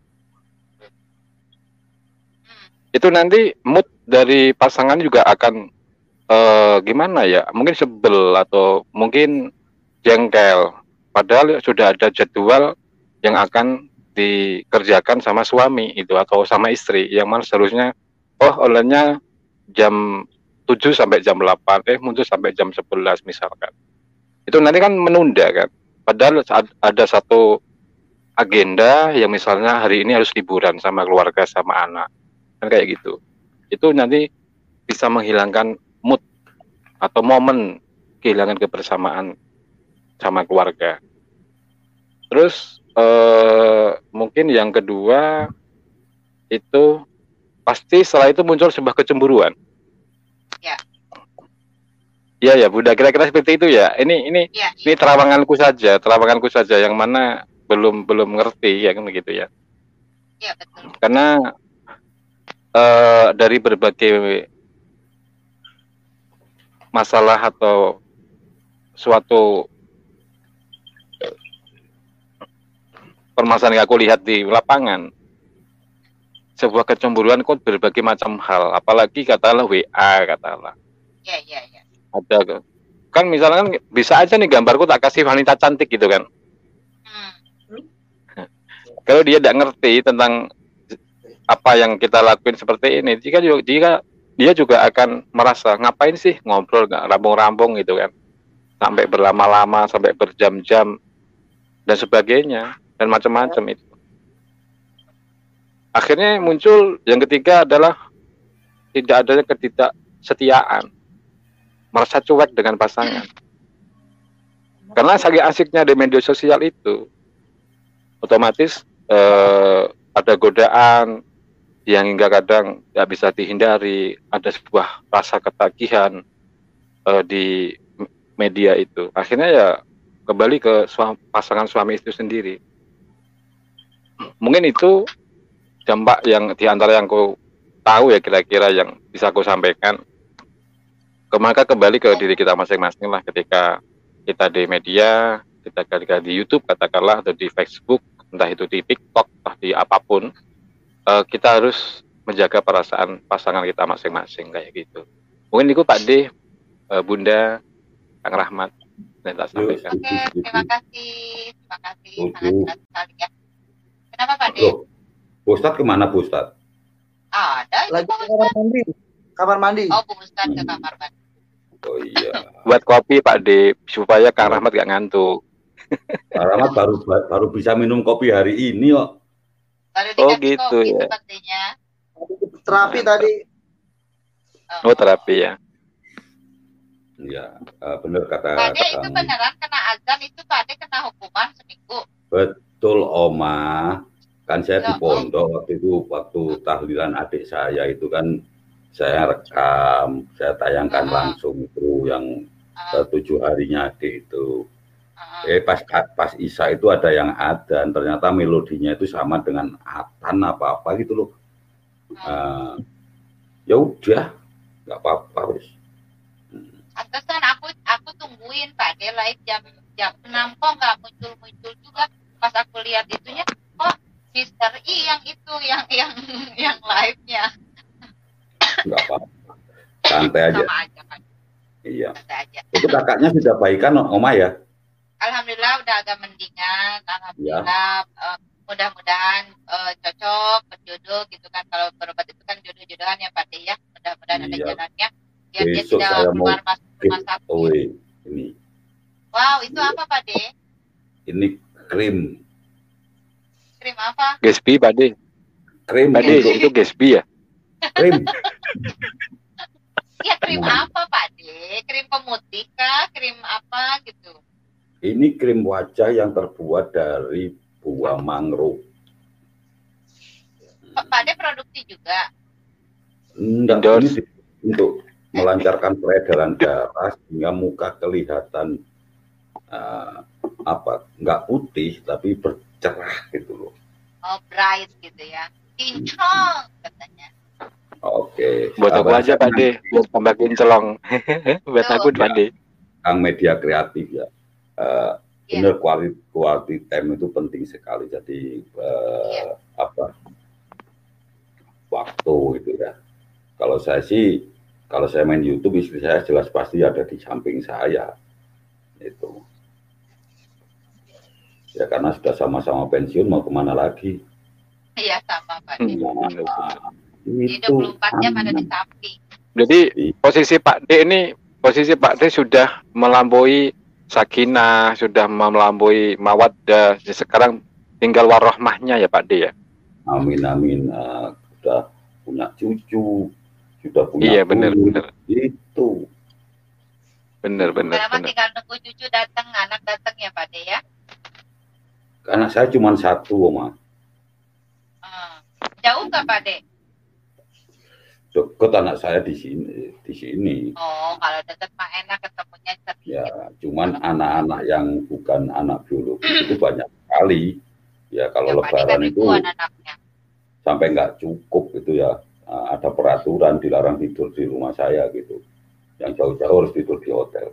Itu nanti mood dari pasangan juga akan uh, gimana ya, mungkin sebel atau mungkin jengkel, padahal sudah ada jadwal yang akan dikerjakan sama suami itu atau sama istri, yang mana seharusnya oh online-nya jam tujuh sampai jam delapan, eh muncul sampai jam sebelas misalkan. Itu nanti kan menunda kan, padahal ada satu agenda yang misalnya hari ini harus liburan sama keluarga sama anak. kan kayak gitu. Itu nanti bisa menghilangkan mood atau momen kehilangan kebersamaan sama keluarga. Terus eh, mungkin yang kedua itu pasti setelah itu muncul sebuah kecemburuan. Ya. Iya ya, Bunda, kira-kira seperti itu ya. Ini ini ya, ini ya. terawanganku saja, terawanganku saja yang mana belum belum ngerti ya kan begitu ya. Iya, betul. Karena uh, dari berbagai masalah atau suatu permasalahan yang aku lihat di lapangan, sebuah kecemburuan kok berbagai macam hal, apalagi katakanlah W A, katakanlah. Iya, iya, iya. Ada kan misalnya bisa aja nih gambarku tak kasih wanita cantik gitu kan. Hmm. Kalau dia tidak ngerti tentang apa yang kita lakuin seperti ini, jika jika dia juga akan merasa ngapain sih ngobrol nggak rambung-rambung gitu kan, sampai berlama-lama, sampai berjam-jam dan sebagainya dan macam-macam itu. Akhirnya muncul yang ketiga adalah tidak adanya ketidaksetiaan, merasa cuek dengan pasangan. Karena saking asiknya di media sosial itu, otomatis eh, ada godaan yang hingga kadang tidak bisa dihindari, ada sebuah rasa ketagihan eh, di media itu. Akhirnya ya kembali ke suami, pasangan suami istri sendiri. Mungkin itu dampak yang diantara yang aku tahu ya kira-kira yang bisa aku sampaikan. Maka kembali ke diri kita masing-masing lah, ketika kita di media, kita ketika di YouTube katakanlah, atau di Facebook, entah itu di TikTok, entah di apapun, uh, kita harus menjaga perasaan pasangan kita masing-masing kayak gitu. Mungkin itu Pak D, uh, Bunda, Kang Rahmat, yang tak sampaikan. Oke, terima kasih, terima kasih, sangat jelas sekali ya. Kenapa Pak D? Bu Ustadz kemana Bu Ustadz? Ada, lagi ke kamar mandi. Kamar mandi. Oh, Bu Ustadz ke kamar mandi. Oh iya. Buat kopi Pak D, supaya Kang Rahmat gak ngantuk. Kang Rahmat baru baru bisa minum kopi hari ini kok. Oh gitu kopi, ya. Sepertinya. Terapi tadi. Oh, oh terapi ya. Iya, uh, benar kata. Pak D itu beneran kena azan itu Pak D kena hukuman seminggu. Betul Oma. Kan saya di pondok waktu itu, waktu tahlilan adik saya itu kan saya rekam, saya tayangkan uh, langsung itu yang uh, tujuh harinya adik itu. Uh, eh pas pas Isya itu ada yang adzan, ternyata melodinya itu sama dengan atan apa-apa gitu loh. Uh, ya udah, nggak apa-apa wis. Atasan aku aku tungguin Pak D live jam jam enam kok nggak muncul-muncul juga. Pas aku lihat itunya, kok Mister I yang itu yang yang yang live-nya. Enggak apa-apa, santai aja. Sama aja kan. Iya. Santai aja. Itu kakaknya sudah baikan Oma ya? Alhamdulillah udah agak mendingan. Alhamdulillah ya. uh, mudah-mudahan uh, cocok berjodoh gitu kan. Kalau berobat itu kan jodoh-jodohan ya Pak D ya. Mudah-mudahan iya. ada jalannya. Biar dia tidak keluar masuk rumah sakit. Oh, ini. Wow, itu apa Pak D? Ini krim. Krim apa? Gespi Pak D. Krim Pak D itu Gespi ya? Krim. Ya krim nah. apa Pak D? Krim pemutih kah? Krim apa gitu? Ini krim wajah yang terbuat dari buah mangrove. Pak D produksi juga? Enggak, ini untuk melancarkan peredaran darah sehingga muka kelihatan uh, apa? Enggak putih tapi bercerah gitu loh. Oh, bright gitu ya. Kinclong katanya. Oke. Buat aku aja Pak D, buat tambah kinclong. Buat aku Pak D. Kang media kreatif ya. Uh, yeah. Benar quality quality time itu penting sekali. Jadi uh, yeah. apa? Waktu gitu ya. Kalau saya sih, kalau saya main YouTube, istri saya jelas pasti ada di samping saya. Itu. Ya karena sudah sama-sama pensiun, mau kemana lagi? Iya sama Pak D. Nah, itu dua puluh empat jam ada di samping. Jadi posisi Pak D ini, posisi Pak D sudah melampaui sakinah, sudah melampaui mawaddah. Sekarang tinggal warohmahnya ya Pak D ya. Amin amin. Uh, sudah punya cucu, sudah punya iya benar benar itu. Benar benar. Karena tinggal nunggu cucu datang, anak datang ya Pak De ya. Anak saya cuma satu, Oma. Hmm. Jauh nggak Pak De? Dekat anak saya di sini, di sini. Oh, kalau dekat mah enak ketemunya sedikit. Ya, cuman anak-anak yang bukan anak biologis itu banyak sekali. Ya kalau ya, lebaran itu sampai nggak cukup itu ya. Ada peraturan dilarang tidur di rumah saya gitu. Yang jauh-jauh harus tidur di hotel.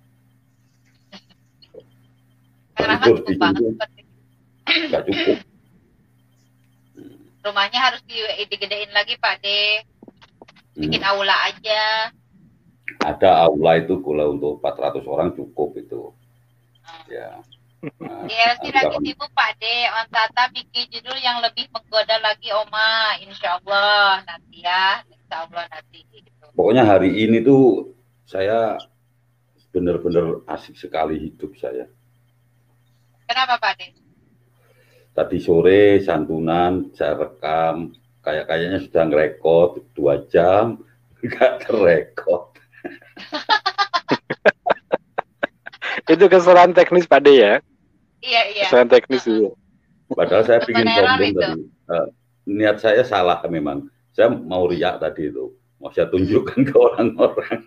Tidur di sini nggak cukup. Rumahnya harus di, digedein lagi Pak De. Bikin hmm. aula aja. Ada aula itu kalau untuk empat ratus orang cukup itu. Hmm. Ya. Nah, di L C lagi sibuk Pak De. On Tata bikin judul yang lebih menggoda lagi Oma. Insya Allah nanti ya. Insya Allah nanti. Gitu. Pokoknya hari ini tuh saya benar-benar asik sekali hidup saya. Kenapa Pak De? Tadi sore santunan saya rekam. Kayak kayaknya sudah ngerekod dua jam. Nggak terekod. Itu kesalahan teknis Pak De ya? Iya, iya. Kesalahan teknis itu. Padahal saya bikin sombong tadi. Uh, niat saya salah memang. Saya mau riak tadi itu. Mau saya tunjukkan ke orang-orang.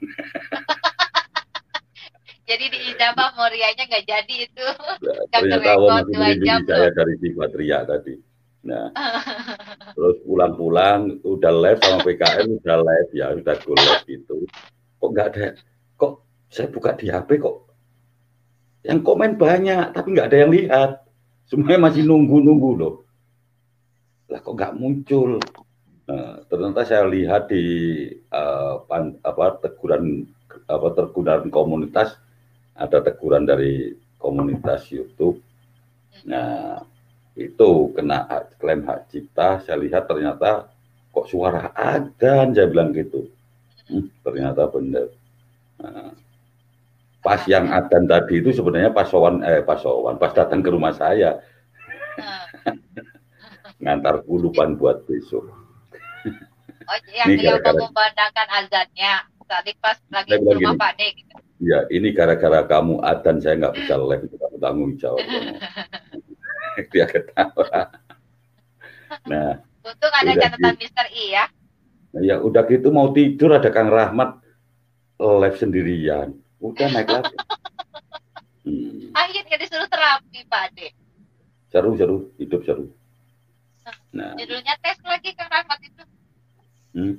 Jadi di ijabah mau riaknya nggak jadi itu. Ya, ternyata Allah masih melindungi saya dari sifat riak tadi. Nah, terus pulang-pulang udah live sama P K M, udah live ya, udah go live gitu. Kok nggak ada? Kok saya buka di H P kok yang komen banyak, tapi nggak ada yang lihat. Semuanya masih nunggu-nunggu loh. Lah kok nggak muncul? Nah, ternyata saya lihat di uh, pan, apa teguran apa teguran komunitas, ada teguran dari komunitas YouTube. Nah, itu kena hak, klaim hak cipta. Saya lihat ternyata kok suara adzan, saya bilang gitu. Hmm, ternyata benar. Nah, pas yang adzan tadi itu sebenarnya pas sowan eh pas sowan pas datang ke rumah saya ngantar kulupan buat besok. Oh, yang ini yang mau memandangkan azannya tadi pas lagi di rumah Pak De gitu. Ya, ini gara-gara kamu adzan saya nggak bisa live, itu kamu tanggung jawab. Dia ketawa. Nah, untung ada catatan gitu. Mister I ya. Nah, ya udah gitu mau tidur ada Kang Rahmat live sendirian. Udah naik lagi. Hmm. Akhirnya disuruh terapi Pak De. Seru seru, hidup seru. Nah, judulnya tes lagi Kang Rahmat itu. Hmm.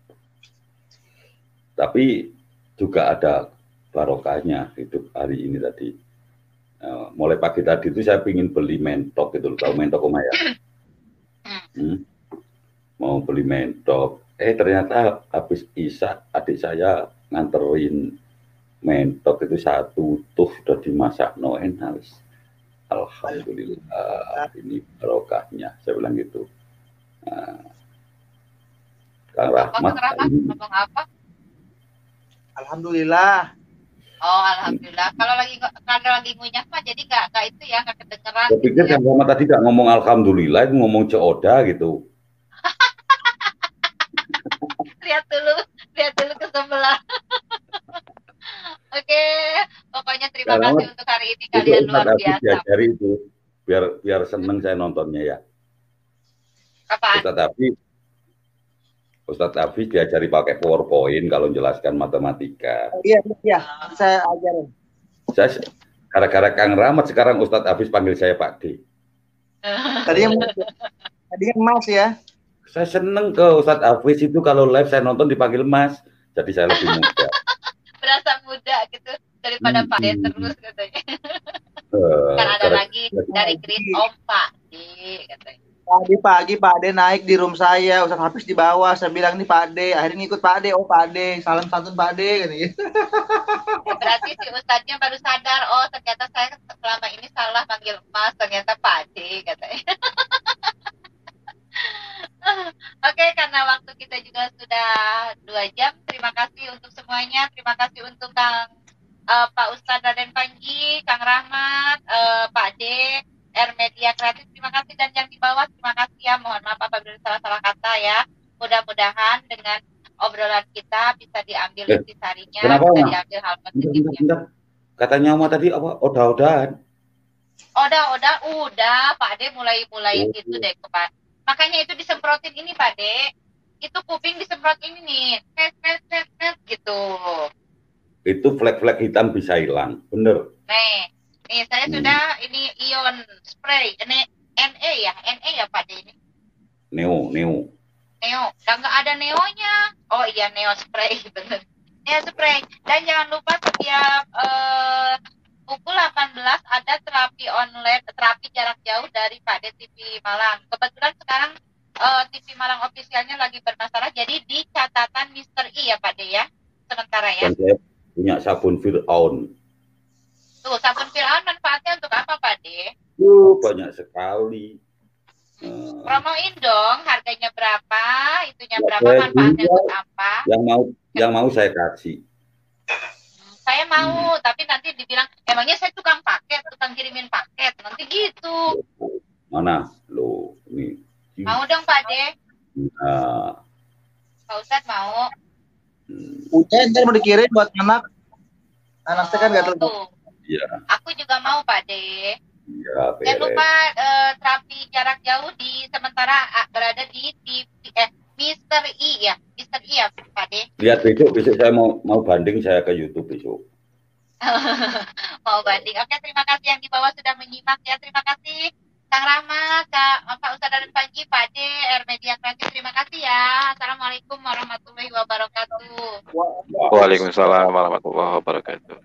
Tapi juga ada barokahnya hidup hari ini tadi. Uh, mulai pagi tadi itu saya pingin beli mentok itu, tahu mentok Oma ya? Hmm. Mau beli mentok, eh ternyata habis Isya adik saya nganterin mentok itu satu tuh sudah dimasak no enak. Alhamdulillah ini barokahnya, saya bilang gitu. Nah, Kang Rahmat, ngomong apa? Alhamdulillah. Oh, alhamdulillah. Kalau lagi kalau lagi ngunyah mah jadi nggak nggak itu ya nggak kedengeran. Saya pikir Kang Rahmat tadi nggak ngomong alhamdulillah, itu ngomong ceoda gitu. Lihat dulu, lihat dulu ke sebelah. Oke, pokoknya terima Kang kasih untuk hari ini kalian luar biasa. Diajari itu, biar biar seneng saya nontonnya ya. Apaan? Ustadz Hafiz, Ustadz Hafiz diajari pakai PowerPoint kalau menjelaskan matematika. Iya, iya, saya ajarin. Saya gara-gara Kang Rahmat sekarang Ustadz Hafiz panggil saya Pak D. Tadinya tadinya Mas ya. Saya seneng ke Ustadz Hafiz itu kalau live saya nonton dipanggil Mas, jadi saya lebih muda. Berasa muda gitu daripada hmm. Pak D terus katanya. Uh, kan ada lagi dari Chris Om Pak D katanya. Tadi pagi Pak D naik di room saya, Ustadz Hafiz di bawah, saya bilang nih Pak D, akhirnya ngikut Pak D, oh Pak D, salam santun Pak D, katanya. Berarti si Ustadznya baru sadar, oh ternyata saya selama ini salah panggil Mas, ternyata Pak D, katanya. Oke, karena waktu kita juga sudah dua jam, terima kasih untuk semuanya, terima kasih untuk Kang uh, Pak Ustadz Raden Panji, Kang Rahmat, uh, Pak D, R Media Kreatif, terima kasih, dan yang di bawah terima kasih ya, mohon maaf apabila salah-salah kata ya. mudah-mudahan dengan obrolan kita bisa diambil Eh, intisarinya, kenapa, bisa Oma? diambil hal Bentar, bentar, positifnya. bentar. Katanya Oma tadi apa? Odah-odahan. Odah, odah, udah, Pak De mulai-mulai Oh. gitu deh, Pak. Makanya itu disemprotin ini, Pak De. Itu kuping disemprot ini nih, tes, tes, tes, tes, gitu. Itu flek-flek hitam bisa hilang, bener. Nih, nih saya Hmm. sudah ini ion spray, ini N E ya, N E ya Pak De ini. Neo, Neo. Neo, udah nggak ada neonya. Oh iya, neo spray, bener. Neo spray. Dan jangan lupa setiap uh, pukul delapan belas ada terapi online, terapi jarak jauh dari Pak De T V Malang. Kebetulan sekarang uh, T V Malang ofisialnya lagi bermasalah, jadi di catatan Mister I ya Pak De ya, sementara ya. Dan saya punya sabun Fir'aun. Tuh, sabun Fir'aun manfaatnya untuk apa Pak De? Uh, banyak sekali. Uh, Promoin dong, harganya berapa, itunya ya, berapa, manfaatnya untuk apa? Yang mau, yang mau saya kasih. Saya mau, hmm. tapi nanti dibilang, emangnya saya tukang paket, tukang kirimin paket, nanti gitu. Mana? Lo, ini. Mau dong Pak De? Nah. Pak Ustadz mau? Udah, ntar mau dikirim buat anak. Anak saya kan nggak tahu. Iya. Aku juga mau Pak De. Iya, jangan lupa uh, terapi jarak jauh di sementara uh, berada di T V eh Mister I ya, Mister I ya Pak De. Lihat besok, besok saya mau mau banding saya ke YouTube besok. Mau banding. Oke, terima kasih yang di bawah sudah menyimak ya. Terima kasih Kang Rahmat, Kak Pak Ustadz dan Panji, Pak De, R Media Kreatif. Terima kasih ya. Assalamualaikum warahmatullahi wabarakatuh. Waalaikumsalam warahmatullahi wabarakatuh.